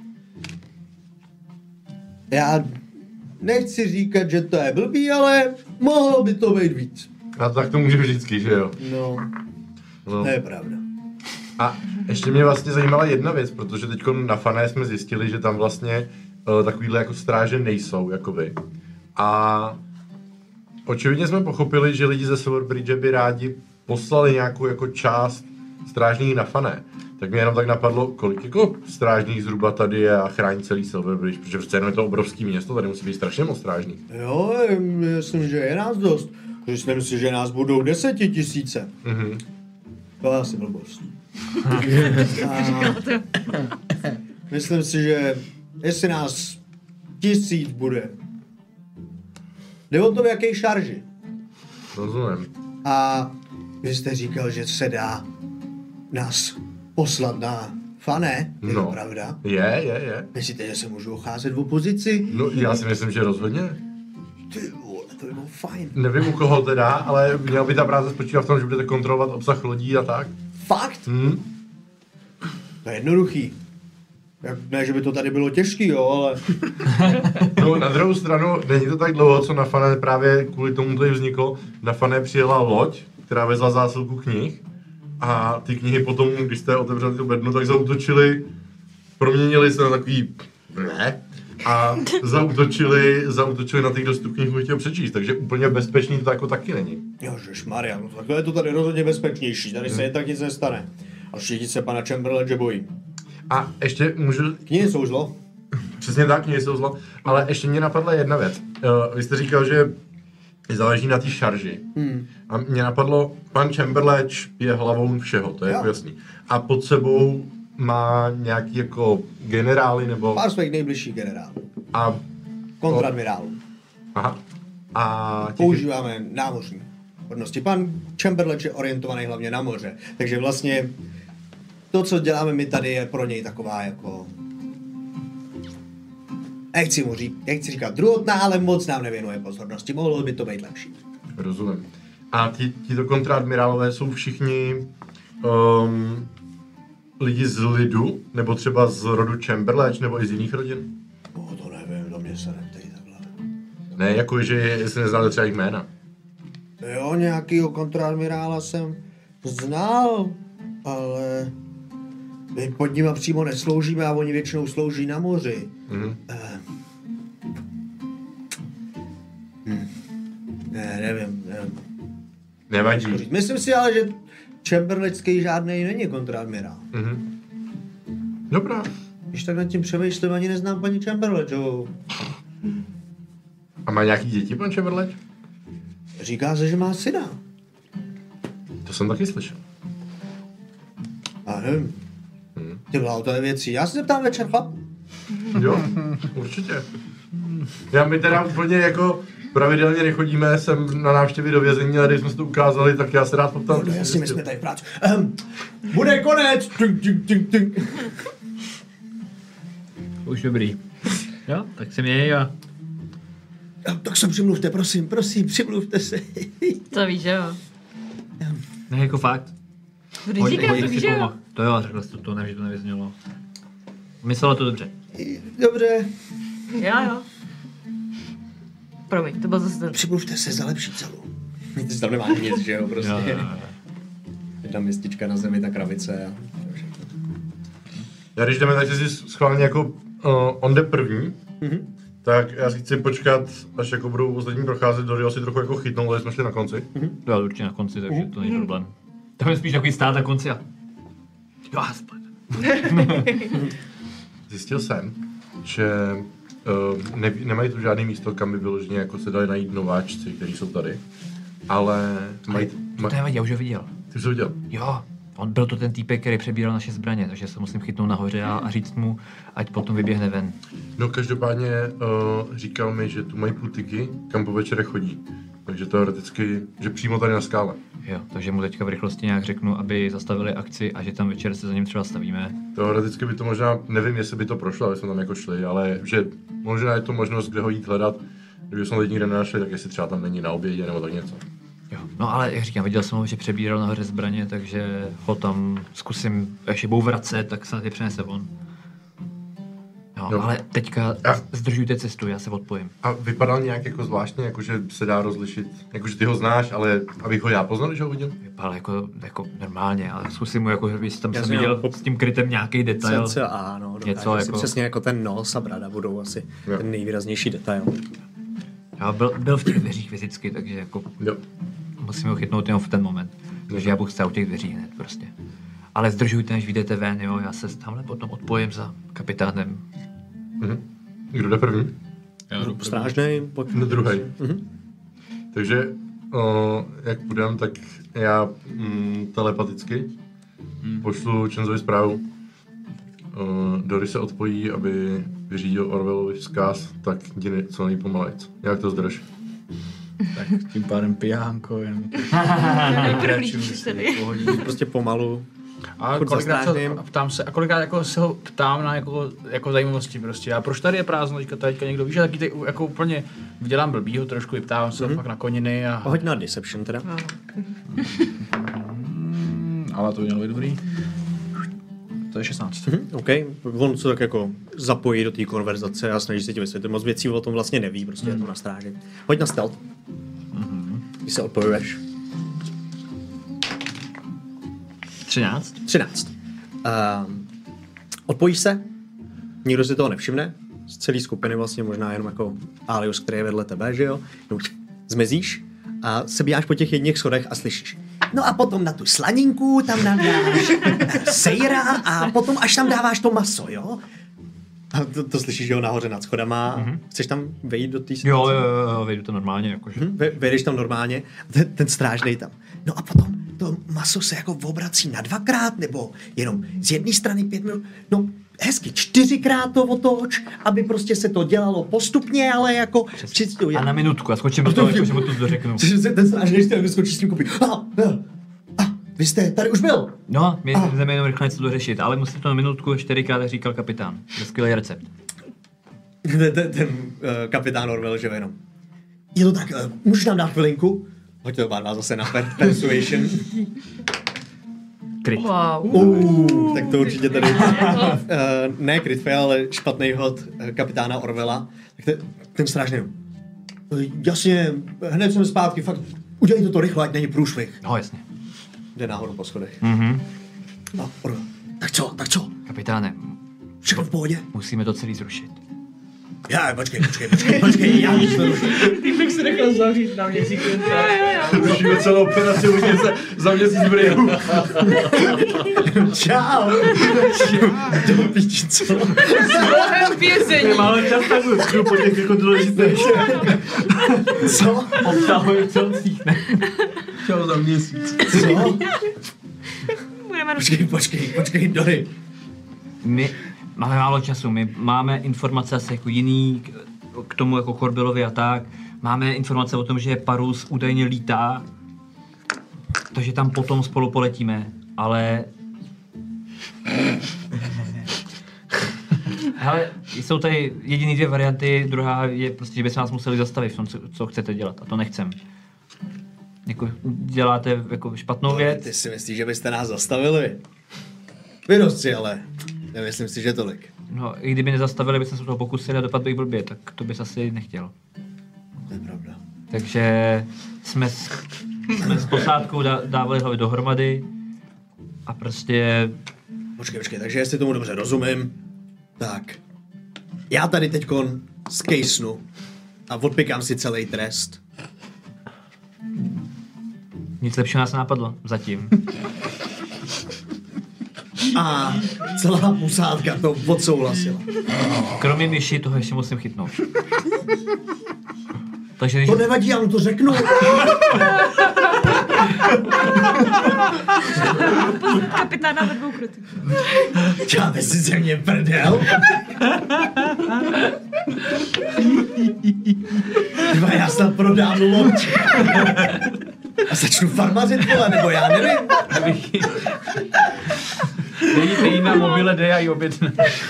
Já nechci říkat, že to je blbý, ale mohlo by to být víc. A tak to může vždycky, že jo? No, No. to je pravda. A ještě mě vlastně zajímala jedna věc, protože teď na Fané jsme zjistili, že tam vlastně uh, takovýhle jako stráže nejsou, jako vy. A očividně jsme pochopili, že lidi ze Silverbridge by rádi poslali nějakou jako část strážných na Fané. tak mě jenom tak napadlo, kolik jako strážných zhruba tady je a chrání celý Silver Bridge, protože přece jenom je to obrovský město, tady musí být strašně moc strážných. Jo, myslím, že je nás dost. Myslím si, že nás budou desetitisíce. Mhm. To je asi blbost. Myslím si, že jestli nás tisíc bude, jde o to, v jaké šarži. Rozumím. A vy jste říkal, že se dá nás poslat na Fané, je No. to pravda? Je, je, je. Myslíte, že se můžu ucházet o pozici? No, já si myslím, že rozhodně. Ty vole, to by bylo fajn. Nevím u koho teda, ale měla by ta práce spočívat v tom, že budete kontrolovat obsah lodí a tak. Fakt? Hm? To je jednoduchý. Jak, ne, že by to tady bylo těžký, jo, ale... No, na druhou stranu, není to tak dlouho, co na Fané právě kvůli tomu tady vzniklo. Na Fané přijela loď, která vezla zásilku knih. A ty knihy potom, když jste otevřeli tu bednu, tak zaútočili, proměnili se na takový... Ne. A zaútočili, zaútočili na ty, kdo si tu knihu chtěl přečíst. Takže úplně bezpečný to jako taky není. Jožešmarja, no takhle je to tady rozhodně bezpečnější. Tady se jen tak nic nestane. A všichni se pana Chamberlaine bojí. A ještě můžu... Knihy jsou zlo. Přesně tak, knihy jsou zlo. Ale ještě mě napadla jedna věc. Uh, vy jste říkal, že záleží na té šarži. Hmm. A mě napadlo, pan Chamberlain je hlavou všeho, to je Jo. jako jasný. A pod sebou má nějaký jako generály nebo... Pár svých nejbližších generálů. A... Kontradmirálů. Aha. A... Těch... Používáme námořní hodnosti. Pan Chamberlain je orientovaný hlavně na moře. Takže vlastně to, co děláme my tady, je pro něj taková jako... Nechci mu říct, nechci říkat druhotná, ale moc nám nevěnuje pozornosti. Mohlo by to být lepší. Rozumím. A ti, tito kontradmirálové jsou všichni um, lidi z lidu? Nebo třeba z rodu Chamberlain, nebo i z jiných rodin? No to nevím, to mě se neptej takhle. Ne, jako že jestli neznáte třeba jejich jména. Jo, nějakýho kontradmirála jsem znal, ale my pod nima přímo nesloužíme a oni většinou slouží na moři. Mhm. Eh. Hm. Ne, nevím, nevím. Nevadí. Myslím si ale, že Chamberlainský žádnej není kontradmirál. Mhm. Dobrá. Když tak nad tím přemýšlím, ani neznám paní Chamberlain, jo. A má nějaký děti pan Chamberlain? Říká se, že má syna. To jsem taky slyšel. A nevím. Hmm. Ty to je věcí. Já se zeptám večer chlapů. Jo, určitě. Já my teda úplně jako pravidelně nechodíme sem na návštěvy do vězení, ale když jsme si to ukázali, tak já se rád poptám. No jasně, my jsme tady v práci. Um, bude konec! Tink, tink, tink, tink. Už dobrý. Jo, tak se měj a... Tak se přimluvte, prosím, prosím, přimluvte se. To víš, že jo? Ne, jako fakt. Vždyť říkám, si víš, že jo? pomohl. To jo, řekl jsi to, to ne, že to nevyznělo. Myslelo to dobře. Dobře, Jo, jo. Promiň, to byl zase ten... přimluvte se za lepší celu. Ty tam nemá nic, že jo, prostě. Jo, jo, jo. Je tam městička na zemi, ta krabice a... Já když jdeme, tak si schválně jako uh, on jde první, Mhm. tak já si chci počkat, až jako budou ostatní procházet, do si trochu jako chytnou, ale jsme šli na konci. Jo, určitě na konci, takže to není problém. Tam je spíš takový stát na konci a... Jo, aspoň. Zjistil jsem, že uh, ne, nemají tu žádné místo, kam by vyloženě jako se dali najít nováčci, kteří jsou tady, ale mají... To nevadí, já už ho viděl. Ty jsi ho viděl? Jo, on byl to ten týpek, který přebíral naše zbraně, takže se musím chytnout nahoře a, a říct mu, ať potom vyběhne ven. No každopádně uh, říkal mi, že tu mají putiky, kam po večerech chodí. Takže teoreticky, že přímo tady na skále. Jo, takže mu teďka v rychlosti nějak řeknu, aby zastavili akci a že tam večer se za ním třeba stavíme. Teoreticky by to možná, nevím, jestli by to prošlo, aby jsme tam jako šli, ale že možná je to možnost, kde ho jít hledat. Kdyby jsme ho teď nikde nenašli, tak jestli třeba tam není na obědě nebo tak něco. Jo, no ale jak říkám, viděl jsem ho, že přebíral nahoře zbraně, takže ho tam zkusím, až je budou vracet, tak se na ty přenese on. Jo, Jo. ale teďka A- zdržujte cestu, já se odpojím. A vypadal nějak jako zvláštně, jako že se dá rozlišit, jako že ty ho znáš, ale abych ho já poznal, když ho viděl? Vypadal jako, jako normálně, ale zkusím mu, jako, že bys tam jsem Jasně, viděl no. s tím krytem nějaký detail. C C A, no, Něco něco jako- přesně jako ten nos a brada budou asi Jo. ten nejvýraznější detail. Jo, byl, byl v těch dveřích fyzicky, takže jako Jo. musíme ho chytnout jenom v ten moment. Takže já budu stát u těch dveří hned prostě. ale zdržujte, než vyjdete ven, jo, já se tamhle potom odpojím za kapitánem. Mhm. Kdo jde první? Strážnej, pak... No druhý. Mhm. Takže, o, jak budem, tak já mm, telepaticky hmm. pošlu Čenzovi zprávu. O, Dory se odpojí, aby vyřídil Orwellovi vzkaz, tak jdi co nejpomalejc. Jak to zdrž? Tak tím pádem pijánko, jen... Prostě pomalu. A Furt kolikrát za se, a ptám se, a kolikrát jako se ho ptám na jako, jako zajímavosti prostě. A proč tady je prázdno, teďka teďka někdo víš, že taky ty, jako úplně vydělám blbýho trošku, vyptávám se mm-hmm. fakt na koniny a... Hoď na Deception teda. Mm, ale to mělo být dobrý. To je šestnáct. Mm-hmm, OK. On se tak jako zapojí do té konverzace a snaží se ti vysvětlit. Moc věcí o tom vlastně neví, prostě mm. je to na stráži. Hoď na stealth. Mm-hmm. Když se odpojuješ. třináct. třináct. Um, odpojíš se, nikdo si toho nevšimne, z celé skupiny vlastně možná jenom jako Alius, který je vedle tebe, že jo, zmizíš a se bíjáš po těch jedních schodech a slyšíš. No a potom na tu slaninku tam nám dáš sejra a potom až tam dáváš to maso, jo? A to, to slyšíš, že jo, nahoře nad schodama. Mm-hmm. Chceš tam vejít do té situace? Jo, jo, jo, vejdu to normálně, jakože. Mm-hmm. Ve, vejdeš tam normálně, ten, ten strážnej tam. No a potom to maso se jako obrací na dvakrát, nebo jenom z jedné strany pět minut. No hezky, čtyřikrát to otoč, aby prostě se to dělalo postupně, ale jako... Čistě, a na minutku, a skočím do toho, jakože mu to dořeknu. Ten strážnej si skočí s tím kopí. A, a, vy jste tady už byl? No, my jdeme jenom rychle něco dořešit, ale musíte to na minutku čtyřikrát, říkal kapitán. To je skvělý recept. ten ten, ten uh, kapitán Orwell, že jenom. Je to tak, uh, můžeš nám dát chvilinku? Hoďte oba dva zase na per- persuasion. Crit. Wow. Uh, tak to určitě tady. Uh, ne crit fail, ale špatný hod uh, kapitána Orwella. Tak ten, ten strážný. Uh, jasně, hned jsme zpátky, fakt udělejte to rychle, ať není průšvih. No, jasně. Jde nahoru po schodech. Mhm. No, Orwell. Tak co, tak co? Kapitáne, Všechno v pohodě? musíme to celý zrušit. Já, počkej, počkej, počkej, počkej, já už to ruším. Ty bych si nechal zavřít na měsíc. Rušíme celou operaci, už se za měsíc brýl. Čau. Do píči, co? Mnohem vězení. Máme čas tak budu po těch jako důležitých. Co? Obsahujících, ne? Čau za měsíc. Co? Budeme Počkej, počkej, počkej, Dory. My máme málo času, my máme informace asi jako jiný k, k tomu jako Korbilovi a tak. Máme informace o tom, že Parus údajně lítá, takže tam potom spolu poletíme, ale... Hele, jsou tady jediný dvě varianty, druhá je prostě, že byste nás museli zastavit v tom, co, co chcete dělat, a to nechcem. Jako děláte jako špatnou věc. Ty si myslíš, že byste nás zastavili? Vyrostři, ale nemyslím si, že tolik. No, i kdyby nezastavili, byste se toho pokusili a dopadl bych blbě, tak to bys asi nechtěl. To je pravda. Takže jsme s, jsme s posádkou dá, dávali hlavy dohromady a prostě... Počkej, počkej, takže jestli tomu dobře rozumím, tak já tady teďkon skejsnu a odpikám si celý trest. Nic lepšího nás napadlo, zatím. A celá posádka to odsouhlasila. Kromě myši toho ještě musím chytnout. Takže když... To nevadí, já mu to řeknu. kapitána ve dvou krutých. Děláte si ze mě prdel? Dva, já snad prodám loď. A začnu farmařit, vole, nebo já nevím. Dejte jí na mobile, dej a jí objedne.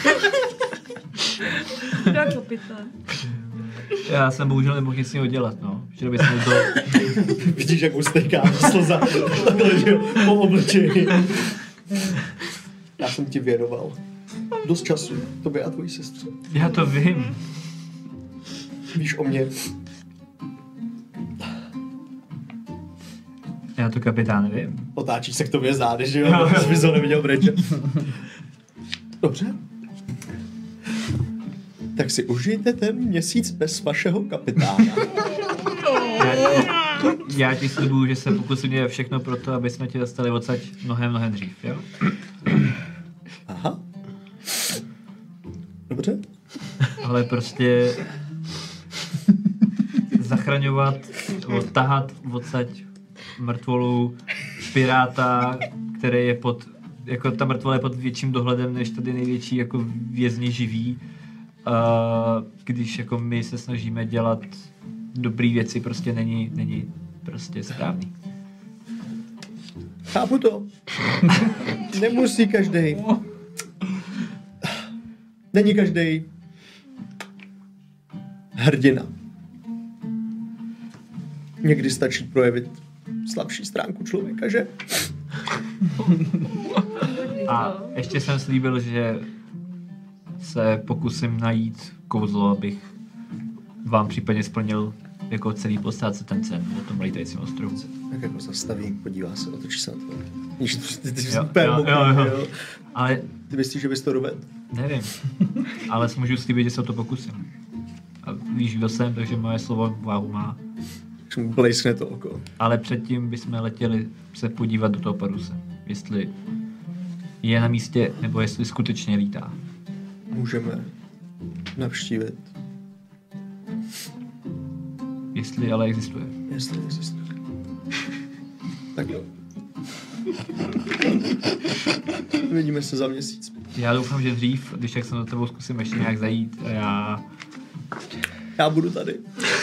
Tak kapitán. Já jsem bohužel nemohl nic jiného dělat, no. Včera bych jsem to... Vidíš, jak ustéká slza takhle, že jo, po obličeji. Já jsem ti věnoval dost času, tobě a tvojí sestře. Já to vím. Víš o mě. Já to kapitán vím. Otáčíš se k tobě zády, že jo? Jsi bys ho neviděl brečet. Dobře. Tak si užijte ten měsíc bez vašeho kapitána. Já ti slibuju, že se pokusím dělat všechno pro to, aby jsme tě dostali odsaď mnohem, mnohem dřív, jo? Aha. Dobře. Ale prostě zachraňovat, tahat odsaď mrtvolu piráta, který je pod, jako ta mrtvola je pod větším dohledem než tady největší jako vězni živí. A když jako my se snažíme dělat dobrý věci, prostě není, není prostě správný. Chápu to. Nemusí každý. Není každý hrdina. Někdy stačí projevit slabší stránku člověka, že? A ještě jsem slíbil, že se pokusím najít kouzlo, abych vám případně splnil jako celý posádce ten sen o tom lítajícím ostrovu. Tak jako zastaví, podívá se, otočí se na to. Víš, ty, ty jsi Jo, úplně jo, mokrý, jo, jo. jo. Ale Ty myslíš, že bys to dovedl? nevím, ale můžu slíbit, že se o to pokusím. A víš, kdo jsem, takže moje slovo váhu má. Takže mu blejskne to oko. Ale předtím bychom letěli se podívat do toho Paruse. Jestli je na místě, nebo jestli skutečně lítá. Můžeme navštívit, Jestli ale existuje. jestli existuje. Tak jo. Vidíme se za měsíc. Já doufám, že dřív, když tak se do tebou zkusím ještě nějak zajít. A já, Já budu tady.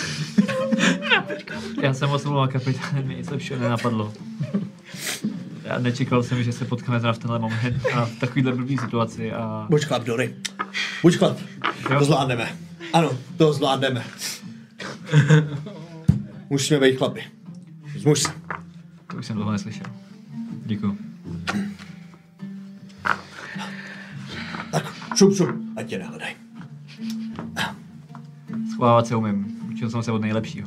já jsem oslovoval kapitánem, mě nic lepšího nenapadlo. Já nečekal jsem, že se potkáme teda v tenhle moment a v takovýhle blbý situaci a... Buď chlap, Dory. Buď chlap. Jo. To zvládneme. Ano, to zvládneme. Musíme být chlapi. Zmuž se. To už jsem dlouho neslyšel. Děkuju. Tak, šup, šup, ať tě nehledaj. Schovávat se umím. Učil jsem se od nejlepšího.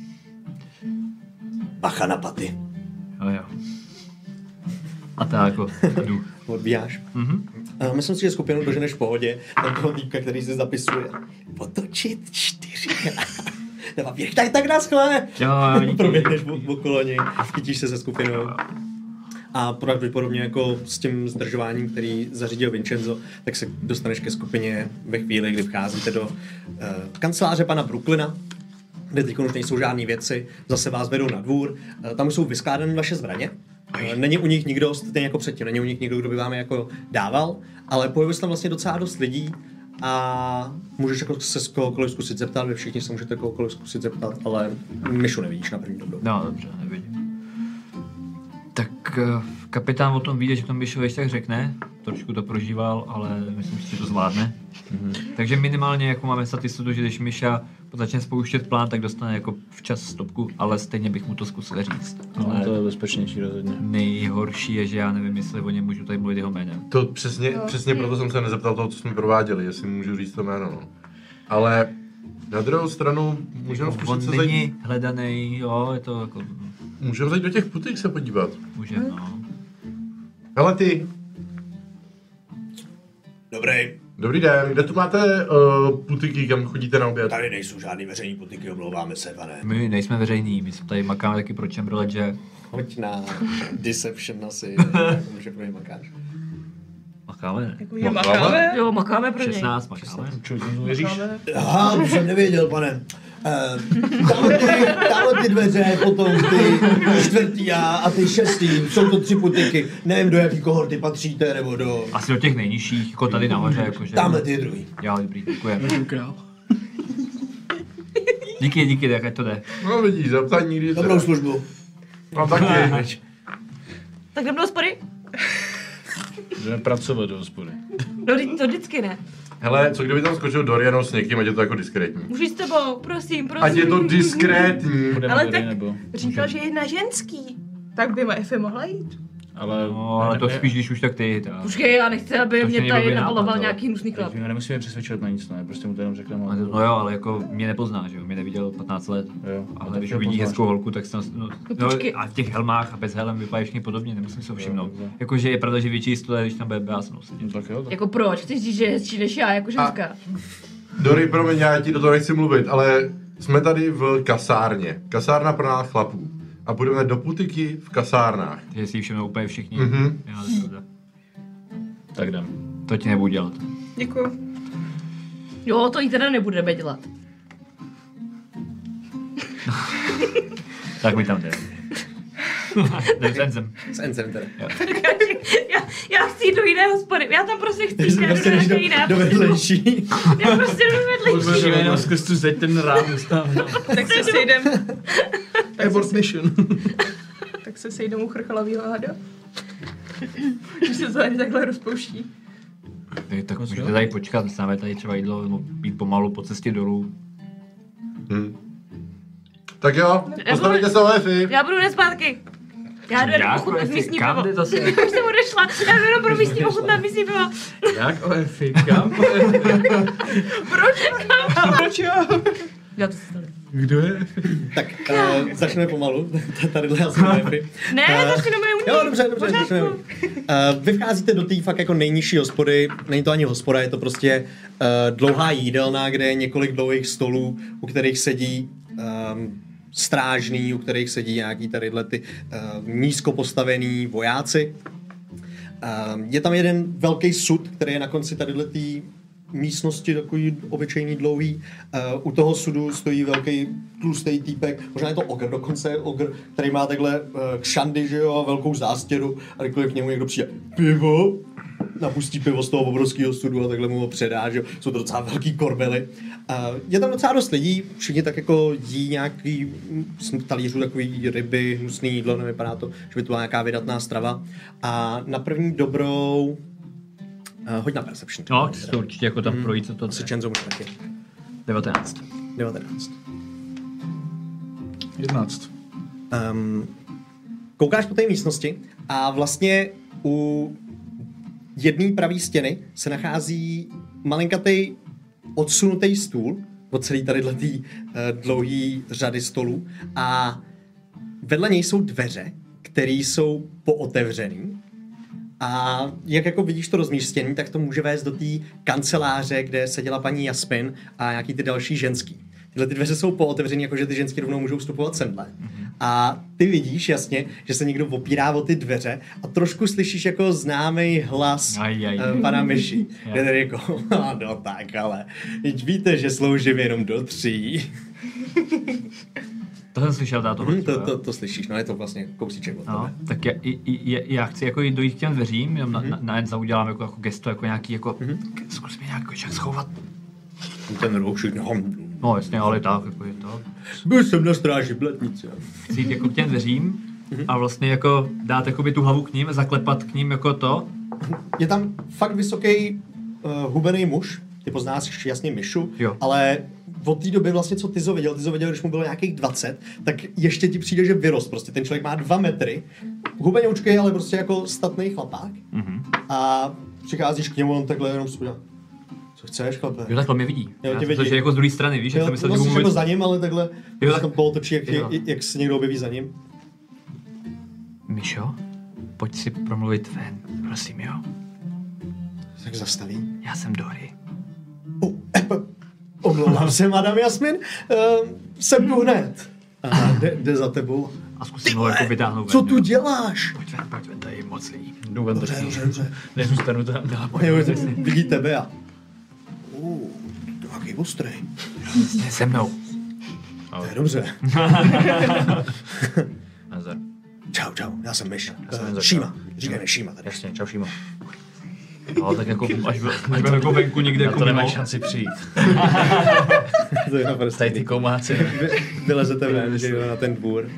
Bacha na paty. Jo, jo. A tak jako jdu. Odbíháš. Mhm. A myslím si, že skupinu doženeš v pohodě. Tam toho týpka, který si zapisuje. Otočit čtyři. Na papír. Tak, tak nás chlé. Jo, jo, díky. Proběhneš o- okolo něj, chytíš se se skupinou. A pravděpodobně jako s tím zdržováním, který zařídil Vincenzo, tak se dostaneš ke skupině ve chvíli, kdy vcházíte do uh, kanceláře pana Brooklyna, kde teď už nejsou žádné věci, zase vás vedou na dvůr, uh, tam už jsou vyskládané vaše zbraně. Uh, není u nich nikdo, stejně jako předtím, není u nich nikdo, kdo by vám je jako dával, ale pohybuje se tam vlastně docela dost lidí a můžeš jako se s kohokoliv zkusit zeptat, vy všichni se můžete kohokoliv zkusit zeptat, ale Myšu nevidíš na první dobrou. No, dobře, nevidím. Tak uh, kapitán o tom ví, že to Myšo ještě tak řekne, trošku to prožíval, ale myslím si, že to zvládne. Mm-hmm. Takže minimálně jako máme statistiku, že když Myša začne spouštět plán, tak dostane jako včas stopku, ale stejně bych mu to zkusil říct. No, Ale to je bezpečnější rozhodně. nejhorší je, že já nevím, jestli o něm můžu tady mluvit jeho jménem. To přesně, přesně proto jsem se nezeptal toho, co jsme prováděli, jestli můžu říct to jméno. No. Ale na druhou stranu můžeme On zkusit se není zajít, hledaný, jo, je to jako, můžeme zajít do těch putik se podívat. můžeme, no. Hele ty, Dobrý, dobrý den, kde tu máte uh, putiky, kam chodíte na oběd? tady nejsou žádný veřejný putiky, omlouváme se, pane. My nejsme veřejní, my jsme tady makáme taky pro Chamberlain, Hoď na Deception asi, že pro ně makáš. makáme, Jako, že makáme? Jo, makáme pro něj. šestnáct makáme. Člověk mu věříš? Aha, to jsem nevěděl, pane. Uh, tamhle, ty, tamhle ty dveře, potom ty čtvrtý a, a ty šestý, jsou to tři putiky. Nevím, do jaký kohorty patříte, nebo do... Asi do těch nejnižších, jako tady nahoře, jakože. Tamhle ty druhý. Jo, dobrý, děkujeme. Jsem král. Díky, díky, tak ať to jde. No vidíš, zaptání nikdy. Dobrou službu. No taky. Tak jdem do hospody? Jdeme pracovat do hospody. No, vždyť to vždycky ne. Hele, co kdyby tam skočil Doriano s někým, ať je to jako diskrétní. Můžu jít s tebou, prosím, prosím. Ať je to diskrétní. Budeme Ale tady tak- nebo... Říkal, že je na ženský. Tak by Efe mohla jít. Ale, No, ale to spíš, když už tak ty. Ta. Počkej, já nechci, aby To mě ještě tady někdo by nabaloval nápad, nějaký hnusný chlap. My nemusíme přesvědčovat na nic, ne? Prostě mu to jenom řekneme. No, no jo, ale jako mě nepozná, že jo, mě neviděl patnáct let. Jo, Ale tak když to uvidí poznáš. hezkou holku, tak se no, no, počkej. a v těch helmách a bez helem vypadají všichni podobně, nemusím se ho všimnout. jo. Jakože je pravda, že větší jistota, když tam bude básnou sedět. No, tak jo, tak. Jako proč? Chceš říct, že je hezčí než já, jako ženská? Dory, promiň, já ti do toho nechci mluvit, ale jsme tady v kasárně. Kasárna pro nás chlapů. A budeme do putiky v kasárnách. Že si všimnou úplně všichni. Mhm. Já, to je pravda. Tak jdem. To ti nebudu dělat. Děkuju. Jo, to jí teda nebudeme dělat. Tak mi tam jde. Jdem s Enzem. S Encem teda. já, já chci jít do jiné hospody. Já tam prostě chci jít. Já Prostě jdu jdeš do do, jiné do vedlejší. Já prostě jdu do vedlejší. Musíme jenom skrz tu zeď ten rám tam. Tak se sejdem. Abort mission. Tak se sejdem u chrchalavýho hada. Když se to ani takhle rozpouští. Ty, tak můžete tady počkat, známe tady třeba jídlo, nebo být pomalu po cestě dolů. Hm. Tak jo, postavíte se o Efi. Já budu nespátky. Já jdu jenom Jak ochutnat Efi? místní Kam pivo. jde zase? Už jsem odešla. Já jdu jenom pro místní ochutnat místní pivo. Jak o Efi? Kam o Efi? Proč jo? Já to si stane. Kdo je? Tak uh, začneme pomalu. Tadyhle já jsem Efi. Ne, Eh, začneme u ní. Jo, dobře, dobře, Pořádku. začneme. Uh, vy vcházíte do té fakt jako nejnižší hospody, není to ani hospoda, je to prostě uh, dlouhá jídelna, kde je několik dlouhých stolů, u kterých sedí um, strážný, u kterých sedí nějaký tadyhle ty uh, nízko postavený vojáci. Um, je tam jeden velký sud, který je na konci tadyhle té místnosti, takový obyčejný dlouhý. Uh, u toho sudu stojí velký tlustý týpek, možná je to ogr, dokonce ogr, který má takhle uh, kšandy, že jo, a velkou zástěru a kdykoliv k němu někdo přijde pivo, napustí pivo z toho obrovského sudu a takhle mu ho předá, že jo. Jsou to docela velký korbely. Uh, je tam docela dost lidí, všichni tak jako jí nějaký z talířů takový ryby, hnusný jídlo, nevypadá to, že by to byla nějaká vydatná strava. A na první dobrou Uh, hoď na perception. No, chci to určitě jako tam projít, co to Si je. Čenzo může taky. devatenáct. devatenáct. jedenáct. Um, koukáš po té místnosti a vlastně u jedné pravé stěny se nachází malinkatý odsunutý stůl od celý tadyhle tý uh, dlouhý řady stolů a vedle něj jsou dveře, které jsou pootevřený. A jak jako vidíš to rozmístění, tak to může vést do té kanceláře, kde seděla paní Jasmin a nějaký ty další ženský. Tyhle ty dveře jsou pootevřený, jakože ty ženský rovnou můžou vstupovat semhle. A ty vidíš jasně, že se někdo opírá o ty dveře a trošku slyšíš jako známý hlas Aj, aj. uh, pana Myši. Kde tady jako, no tak ale, teď víte, že sloužím jenom do tří. To jsem slyšel, dá tohle. Hm, to, to, to slyšíš, no je to vlastně kousíček od No, tebe. tak já, i, i, já chci jako jít dojít k těm dveřím, jenom mm-hmm. na, na Enza udělám jako, jako gesto, jako nějaký, jako, mm-hmm. zkus mi nějak jak schovat. Ten roušek, no. No jasně, ale tak, jako je to. Byl jsem na stráži blatnice. Chci jít jako k těm dveřím a vlastně jako dát jakoby tu hlavu k ním, zaklepat k ním jako to. Je tam fakt vysoký uh, hubený muž, ty poznáš jasně Myšu, Jo. ale od té doby vlastně, co Tyzo viděl, Tyzo viděl, když mu bylo nějakých dvacet, tak ještě ti přijde, že vyrost prostě. Ten člověk má dva metry, hubenoučkej, ale prostě jako statný chlapák. Mm-hmm. A přicházíš k němu, on takhle jenom si podívá. Co chceš, chlape? Jo, takhle mě vidí. Jo, Já tě jsem vidí. to, že jako z druhé strany, víš, jak Jo, jsem myslel, že vlastně budu jako mluvit. za ním, ale takhle Jo, jo, tak- tam polotočí, jak, jo. jak, jak se někdo objeví za ním. Mišo, pojď si promluvit ven, prosím, jo. Tak zastaví. Já jsem Dory. Oh, eh, omlouvám se, madam Jasmin. Uh, jsem tu hned. Aha, jde, jde za tebou. A zkusím ho jako vytáhnout ven. Co tu jo. děláš? Pojď ven, pojď ven, tady je moc lidí. Jdu ven Dobře, taky. dobře, dobře. Nezůstanu tam. Jo, vidí tebe a... Uh, to je jaký ostrý. Jste se mnou. To je dobře. Nazdar. Čau, čau, já jsem Myš. Já jsem Uh, Myš. Šíma, říkej mi Šíma tady. Jasně, čau Šíma. No, tak jako, až byl, až byl jako venku někde Na jako to nemáš mimo. šanci přijít. To je naprosto. Tady ty koumáci. Vy, vylezete ven, že jo, na ten dvůr.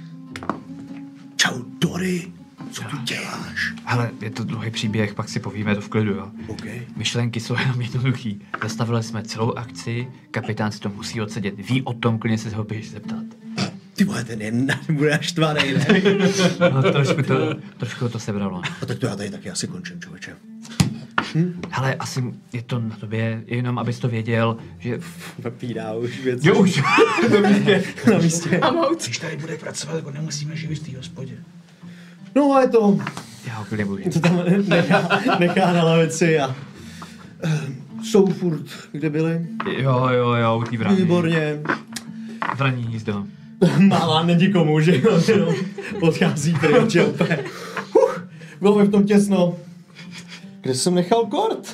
Čau, Dory, co tu děláš? Hele, je to dlouhý příběh, pak si povíme to v klidu, jo. OK. Myšlenky jsou jenom jednoduchý. Zastavili jsme celou akci, kapitán si to musí odsedět. Ví o tom, klidně se ho běž zeptat. Ty vole, ten je na, bude naštvanej, ne? No, trošku to, trošku to sebralo. A tak to já tady taky asi končím, člověče. Hele, asi je to na tobě, jenom abys to věděl, že... Papírá už věc. Jo, už. na místě. Na místě. A mout. Když tady bude pracovat, jako nemusíme živit v té hospodě. No a je to, Já ho klidně budu. to tam nechá, nechá na lavici a... Uh, jsou furt, kde byli? Jo, jo, jo, u tý brány. Výborně. Zranění z toho. Málá nikomu, že jo, jenom odchází pryč, že úplně. Huh, bylo mi v tom těsno. Kde jsem nechal kort?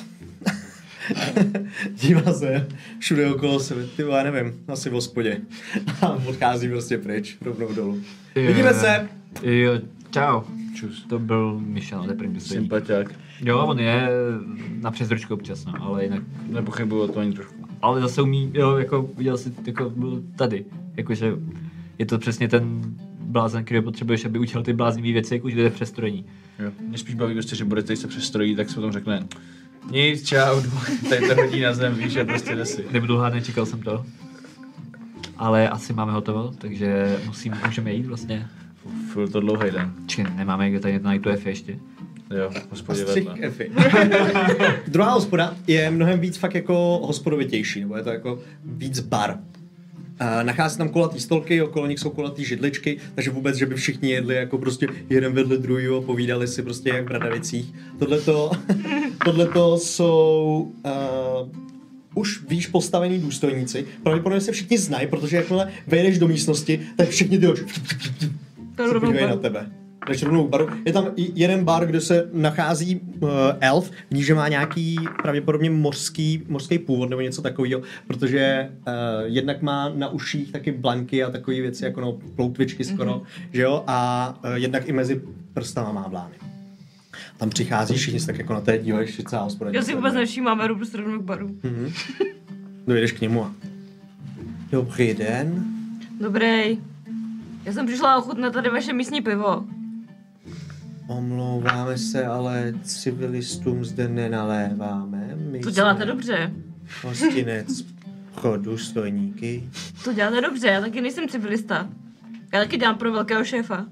Dívá se všude okolo sebe, ty já nevím, asi v hospodě. A odchází prostě pryč, rovnou dolů. Jo, Vidíme se! Jo, čau. Čus. To byl Michal, to je první důstojník. Sympatiák. Jo, on je na přezručku občas, no, ale jinak... Nepochybuju o to ani trošku. Ale zase umí, jo, jako viděl jsi, jako byl tady. Jakože je to přesně ten blázen, který potřebuješ, aby udělal ty bláznivý věci, jako už jde v přestrojení. Jo. Mě spíš baví prostě, že bude tady se přestrojí, tak se potom řekne nic, čau, tady to hodí na zem, víš, a prostě jde si. Nebudu hádný, čekal jsem to. Ale asi máme hotovo, takže musím, můžeme jít vlastně. Uf, byl to dlouhý den. Či nemáme, kde tady najít tu F ještě. Jo, hospodě Střih vedle. Efy. Druhá hospoda je mnohem víc fakt jako hospodovitější, nebo je to jako víc bar. Uh, nachází tam kulatý stolky, okolo nich jsou kulatý židličky, takže vůbec, že by všichni jedli jako prostě jeden vedle druhého, povídali si prostě jak v Bradavicích. Tohleto, tohleto jsou uh, už výš postavení důstojníci. Pravděpodobně se všichni znají, protože jakmile vejdeš do místnosti, tak všichni ty oči To se rovnou podívají na baru. tebe. Jdeš rovnou k baru. Je tam i jeden bar, kde se nachází uh, elf, v ní, že má nějaký pravděpodobně mořský, mořský původ nebo něco takového, protože uh, jednak má na uších taky blanky a takové věci jako no, ploutvičky skoro, mm-hmm. že jo, a uh, jednak i mezi prstama má blány. Tam přichází všichni tak jako na té dívají celá hospoda. Já si vůbec nevšímám, jdu prostě rovnou k baru. Mm-hmm. Dojdeš k němu a... Dobrý den. Dobrý. Já jsem přišla ochutnat tady vaše místní pivo. Omlouváme se, ale civilistům zde nenaléváme. My To děláte jsme dobře. hostinec pro důstojníky. To děláte dobře, já taky nejsem civilista. Já taky dělám pro velkého šéfa.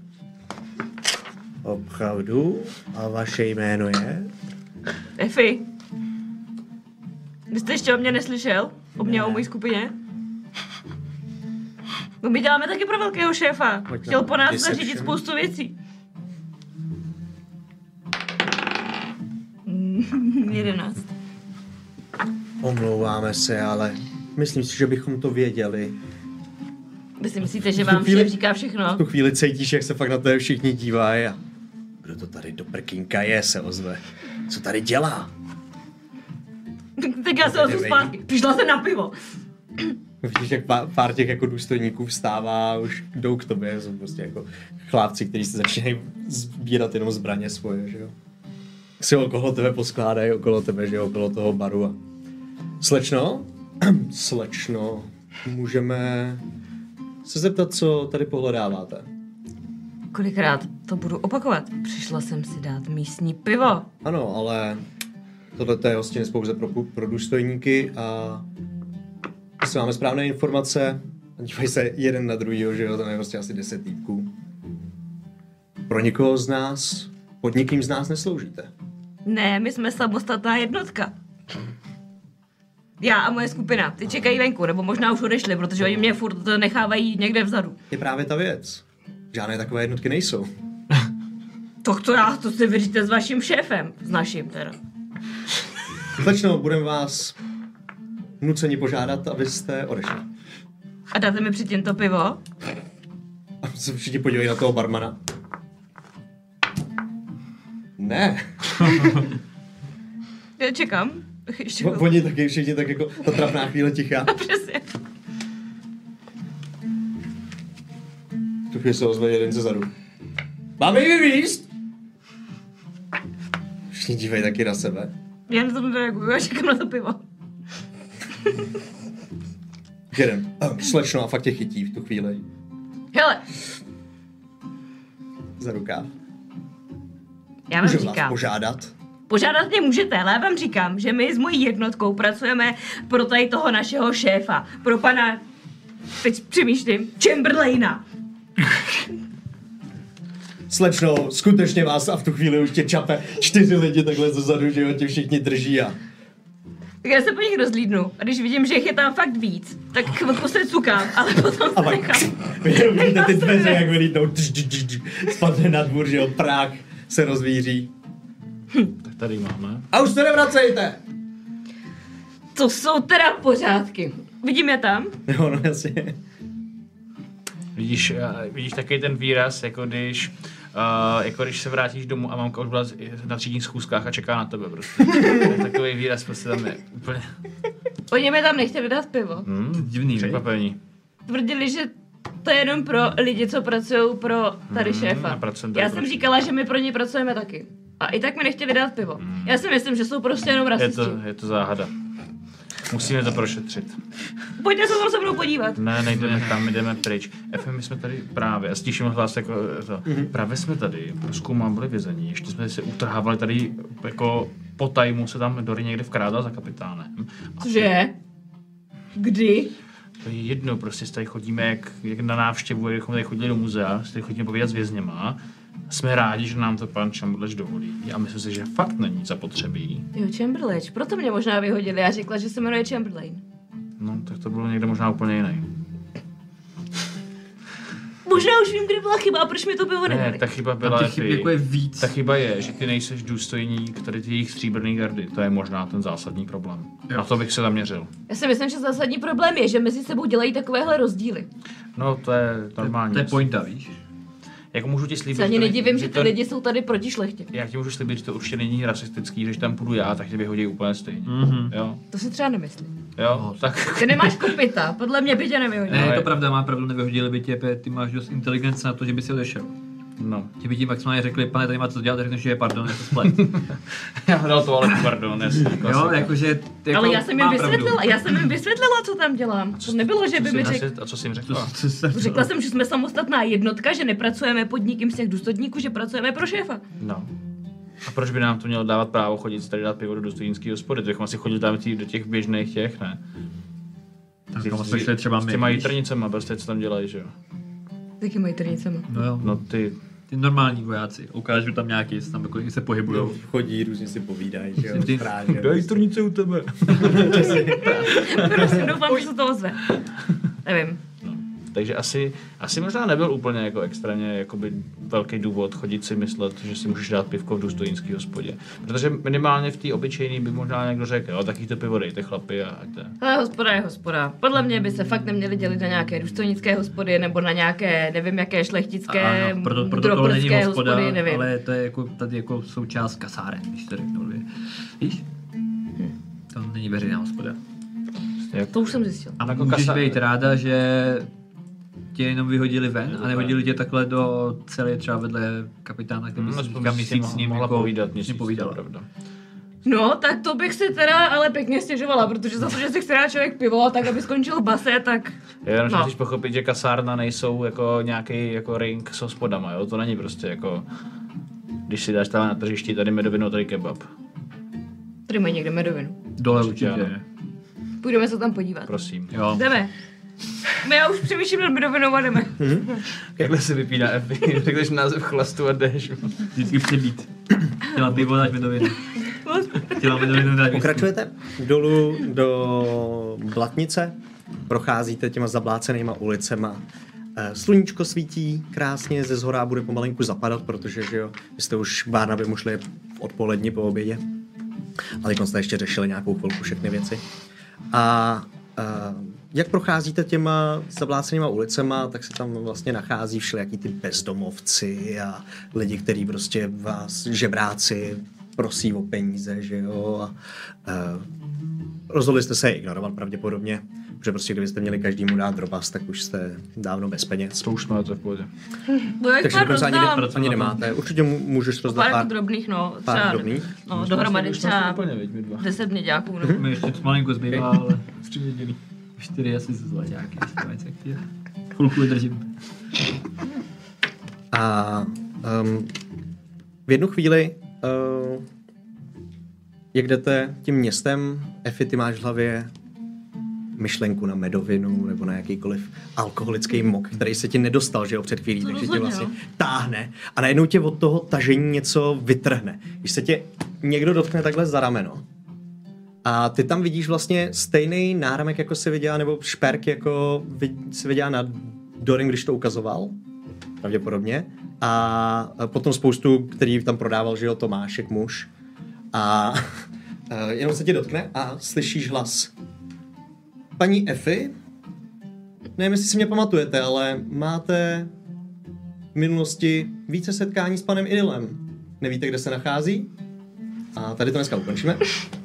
Opravdu? A vaše jméno je? Efi. Vy jste ještě o mě neslyšel? O mě a o mojí skupině? No my děláme taky pro velkého šéfa. Pojď Chtěl na po nás deception. zařídit spoustu věcí. Mm, Jedenáct. Omlouváme se, ale myslím si, že bychom to věděli. Vy si myslíte, že V tu vám chvíli- šéf říká všechno? V tu chvíli cítíš, jak se fakt na tebe všichni dívají a... Kdo to tady do prkínka je, se ozve. Co tady dělá? Tak já se ozvu zpátky. Přišla jsem na pivo. Vidíš, jak pár, pár těch jako důstojníků vstává a už jdou k tobě, jsou prostě jako chlápci, kteří se začínají sbírat jenom zbraně svoje, že jo. Si okolo tebe poskládají, okolo tebe, že jo, okolo toho baru a... Slečno? Slečno, můžeme se zeptat, co tady pohledáváte? Kolikrát to budu opakovat? Přišla jsem si dát místní pivo. Ano, ale tohle je hostinec pouze pro, pro důstojníky a jestli máme správné informace, dívají se jeden na druhýho, že jo, tam je prostě asi deset týpků. Pro nikoho z nás, pod nikým z nás nesloužíte. Ne, my jsme samostatná jednotka. Já a moje skupina. Ty čekají venku, nebo možná už odešli, protože oni mě furt nechávají někde vzadu. Je právě ta věc. Žádné takové jednotky nejsou. Tak to já, to si vyříte s vaším šéfem. S naším teda. Slečno, budeme vás nuceni požádat, abyste odešli. A dáte mi předtím to pivo? A se všichni podívají na toho barmana. Ne. Já čekám. Ještě O- chvilku. Oni taky všichni tak jako ta trapná chvíle ticha. Přesně. Tu chvíli se ozve jeden ze zadu. Máme ji vyvízt? Všichni dívají taky na sebe. Já na to nereaguju, já čekám na to pivo. Jeden. Ah, slečno a fakt tě chytí v tu chvíli. Hele, Za rukáv. já vám Můžu vás říkám. požádat? Požádat mě můžete, ale já vám říkám, že my s mojí jednotkou pracujeme pro tady toho našeho šéfa. Pro pana, teď přemýšlím, Chamberlaina. Slečno, skutečně vás a v tu chvíli už tě čape čtyři lidi takhle zezadu, že jo, tě všichni drží a... Tak já se po nich rozlídnu a když vidím, že jich je tam fakt víc, tak chvilku se cukám, ale potom A se pak nechám. vidíte ty dveře, jak vylítnou, tž, tž, tž, tž, spadne na dvůr, že jo, prach se rozvíří. Tak tady máme. A už se nevracejte! To jsou teda pořádky. Vidím je tam? Jo, no jasně. Vidíš, uh, vidíš taky ten výraz, jako když, uh, jako když se vrátíš domů a mamka už byla na třídních schůzkách a čeká na tebe prostě. Takový výraz prostě tam je úplně... Oni mi tam nechtěli dát pivo. Hmm, Divný, překvapení. Tvrdili, že to je jenom pro lidi, co pracují pro tady Hmm, šéfa. a pracujeme tady Já pro jsem šéfa. říkala, že my pro ně pracujeme taky. A i tak mi nechtěli dát pivo. Hmm. Já si myslím, že jsou prostě jenom Je rasisti. to, je to záhada. Musíme to prošetřit. Pojďte se tam se mnou podívat. Ne, nejdeme tam, jdeme pryč. F M, my jsme tady právě, a slyším hlas jako to, mm-hmm. právě jsme tady, zkoumám byli vězení, ještě jsme se utrhávali tady, jako po tajmu se tam Dory někde vkrádal za kapitánem. Cože? Kdy? To je jedno, prostě tady chodíme jak, jak na návštěvu, jak jsme tady chodili do muzea, tady chodíme povídat s vězněma. Jsme rádi, že nám to pan Chamberlain dovolí. A myslím si, že fakt není zapotřebí. Jo, Chamberlain, proto mě možná vyhodili. Já řekla, že se jmenuje Chamberlain. No, tak to bylo někde možná úplně jiný. Možná už vím, kde byla chyba a proč mi to pivo nedali. Ne, ta chyba byla Tam těch chyb Efi. jako je víc. Ta chyba je, že ty nejseš důstojník tady ty jejich stříbrný gardy. To je možná ten zásadní problém. Jo. Na to bych se zaměřil. Já si myslím, že zásadní problém je, že mezi sebou dělají takovéhle rozdíly. No, to je normální. To je pointa, víš? Jako můžu ti slíbit, Se ani to ne- nedivím, že ty to, lidi jsou tady proti šlechtě. Já ti můžu slíbit, že to určitě není rasistický, že když tam půjdu já, tak tě vyhodí úplně stejně. Mhm. Jo? To si třeba nemyslím. Jo? Tak... Ty nemáš kopita, podle mě by tě nevyhodili. Ne, je je- to pravda, má pravdu, nevyhodili by tě, pe- ty máš dost inteligence na to, že by si odešel. No. Ti by ti maximálně řekli, pane, tady má co dělat, řekneš, že je pardon, je to splet. Já dal to, ale pardon, jasně. Jo, klasika. jakože jako Ale já jsem jim má pravdu. vysvětlila, já jsem jim vysvětlila, co tam dělám. To nebylo, že by Co mi jsi- řekl. A co jsi jim Co, řekla? co se Řekla jsem, že jsme samostatná jednotka, že nepracujeme pod nikým z těch důstojníků, že pracujeme pro šéfa. No. A proč by nám to mělo dávat právo chodit tady dát pivo do důstojnické hospody? To bychom asi chodili tam tý- do těch běžných těch, ne? Tak kam jsme šli třeba S my, těma víš? jitrnicema, prostě co tam dělají, že jo? Taky mají trnicema. No jo, No ty, ty normální vojáci, ukážu tam nějaký, se tam jako se pohybujou. Chodí, různě si povídají, že jo, Ty- správně. daj jitrnice u tebe. Prosím, doufám, že se to ozve. Nevím. Takže asi, asi možná nebyl úplně jako extrémně jakoby velký důvod chodit si myslet, že si můžeš dát pivko v důstojnické hospodě. Protože minimálně v té obyčejné by možná někdo řekl, jo, taky to pivo dejte chlapi a ať to je. Ale hospoda je hospoda. Podle mě by se fakt neměli dělit na nějaké důstojnické hospody nebo na nějaké, nevím jaké šlechtické, Ano, proto, proto to není droporské hospoda, hospody, nevím. ale to je jako tady jako součást kasáren, když to řeknu. Víš? To není veřejná hospoda. To už jsem zjistil. A Jako můžeš kasa- být ráda, že tě jenom vyhodili ven a nehodili tě takhle do celé třeba vedle kapitána, který Hmm, si aspoň říká si měsíc s ním mohla jako povídat, s ním měsíc, povídala. to je pravda. No, tak to bych si teda ale pěkně stěžovala, protože za to, že si chce dát člověk pivo, tak aby skončil v base, tak... Jenom No. musíš pochopit, že kasárna nejsou jako nějaký jako ring s hospodama, jo? To není prostě jako, když si dáš tam na tržišti tady medovinu, tady kebab. Tady mají někde medovinu. Dole Určitě určitě. ano. Půjdeme se tam podívat. Prosím. Jo. Jdeme. My já už přemýšlím nad medovinou a jdeme. Jakhle se vypíná Epi, řekneš název chlastu a jdeš. Vždycky přebít. Chtěla pivo, dát medovinu. Chtěla medovinu, dát whisky. Pokračujete dolů do Blatnice, procházíte těma zablácenýma ulicema. Eh, Sluníčko svítí krásně, ze zhora bude pomalinku zapadat, protože že jo, vy jste už Barnaby mu šli v odpoledni po obědě. Ale teď jste ještě řešili nějakou chvilku všechny věci. A eh, jak procházíte těma zablácenýma ulicema, tak se tam vlastně nachází všelijaký ty bezdomovci a lidi, kteří prostě vás, žebráci, prosí o peníze, že jo. A, uh, rozhodli jste se je ignorovat pravděpodobně, protože prostě kdybyste měli každému dát drobas, tak už jste dávno bez peněz. To už jsme, to je v pohodě. No jak Takže pár dokonce ani, rozdám. ne, ani nemáte. Určitě mu- můžeš rozdat Pár pár, jako drobných, no. pár Třeba, drobných. no, dohromady Už jsme třeba úplně, veď, my dva. deset měďáků, no. Mi ještě malinko zbývá, ale Střímědělý. čtyři asi ze zlaťáky, jestli to je. Chvilku vydržím. A um, v jednu chvíli, uh, jak jdete tím městem, Efi, ty máš v hlavě myšlenku na medovinu nebo na jakýkoliv alkoholický mok, který se ti nedostal, že jo, před chvílí, To takže tě rozhodně, vlastně no. táhne a najednou tě od toho tažení něco vytrhne. Když se tě někdo dotkne takhle za rameno a ty tam vidíš vlastně stejný náramek, jako si viděla, nebo šperk, jako si viděla na Dorim, když to ukazoval, pravděpodobně. A potom spoustu, který tam prodával, že jo, Tomášek muž. A jenom se tě dotkne a slyšíš hlas. Paní Efi, nevím, jestli si mě pamatujete, ale máte v minulosti více setkání s panem Idylem. Nevíte, kde se nachází? A tady to dneska ukončíme.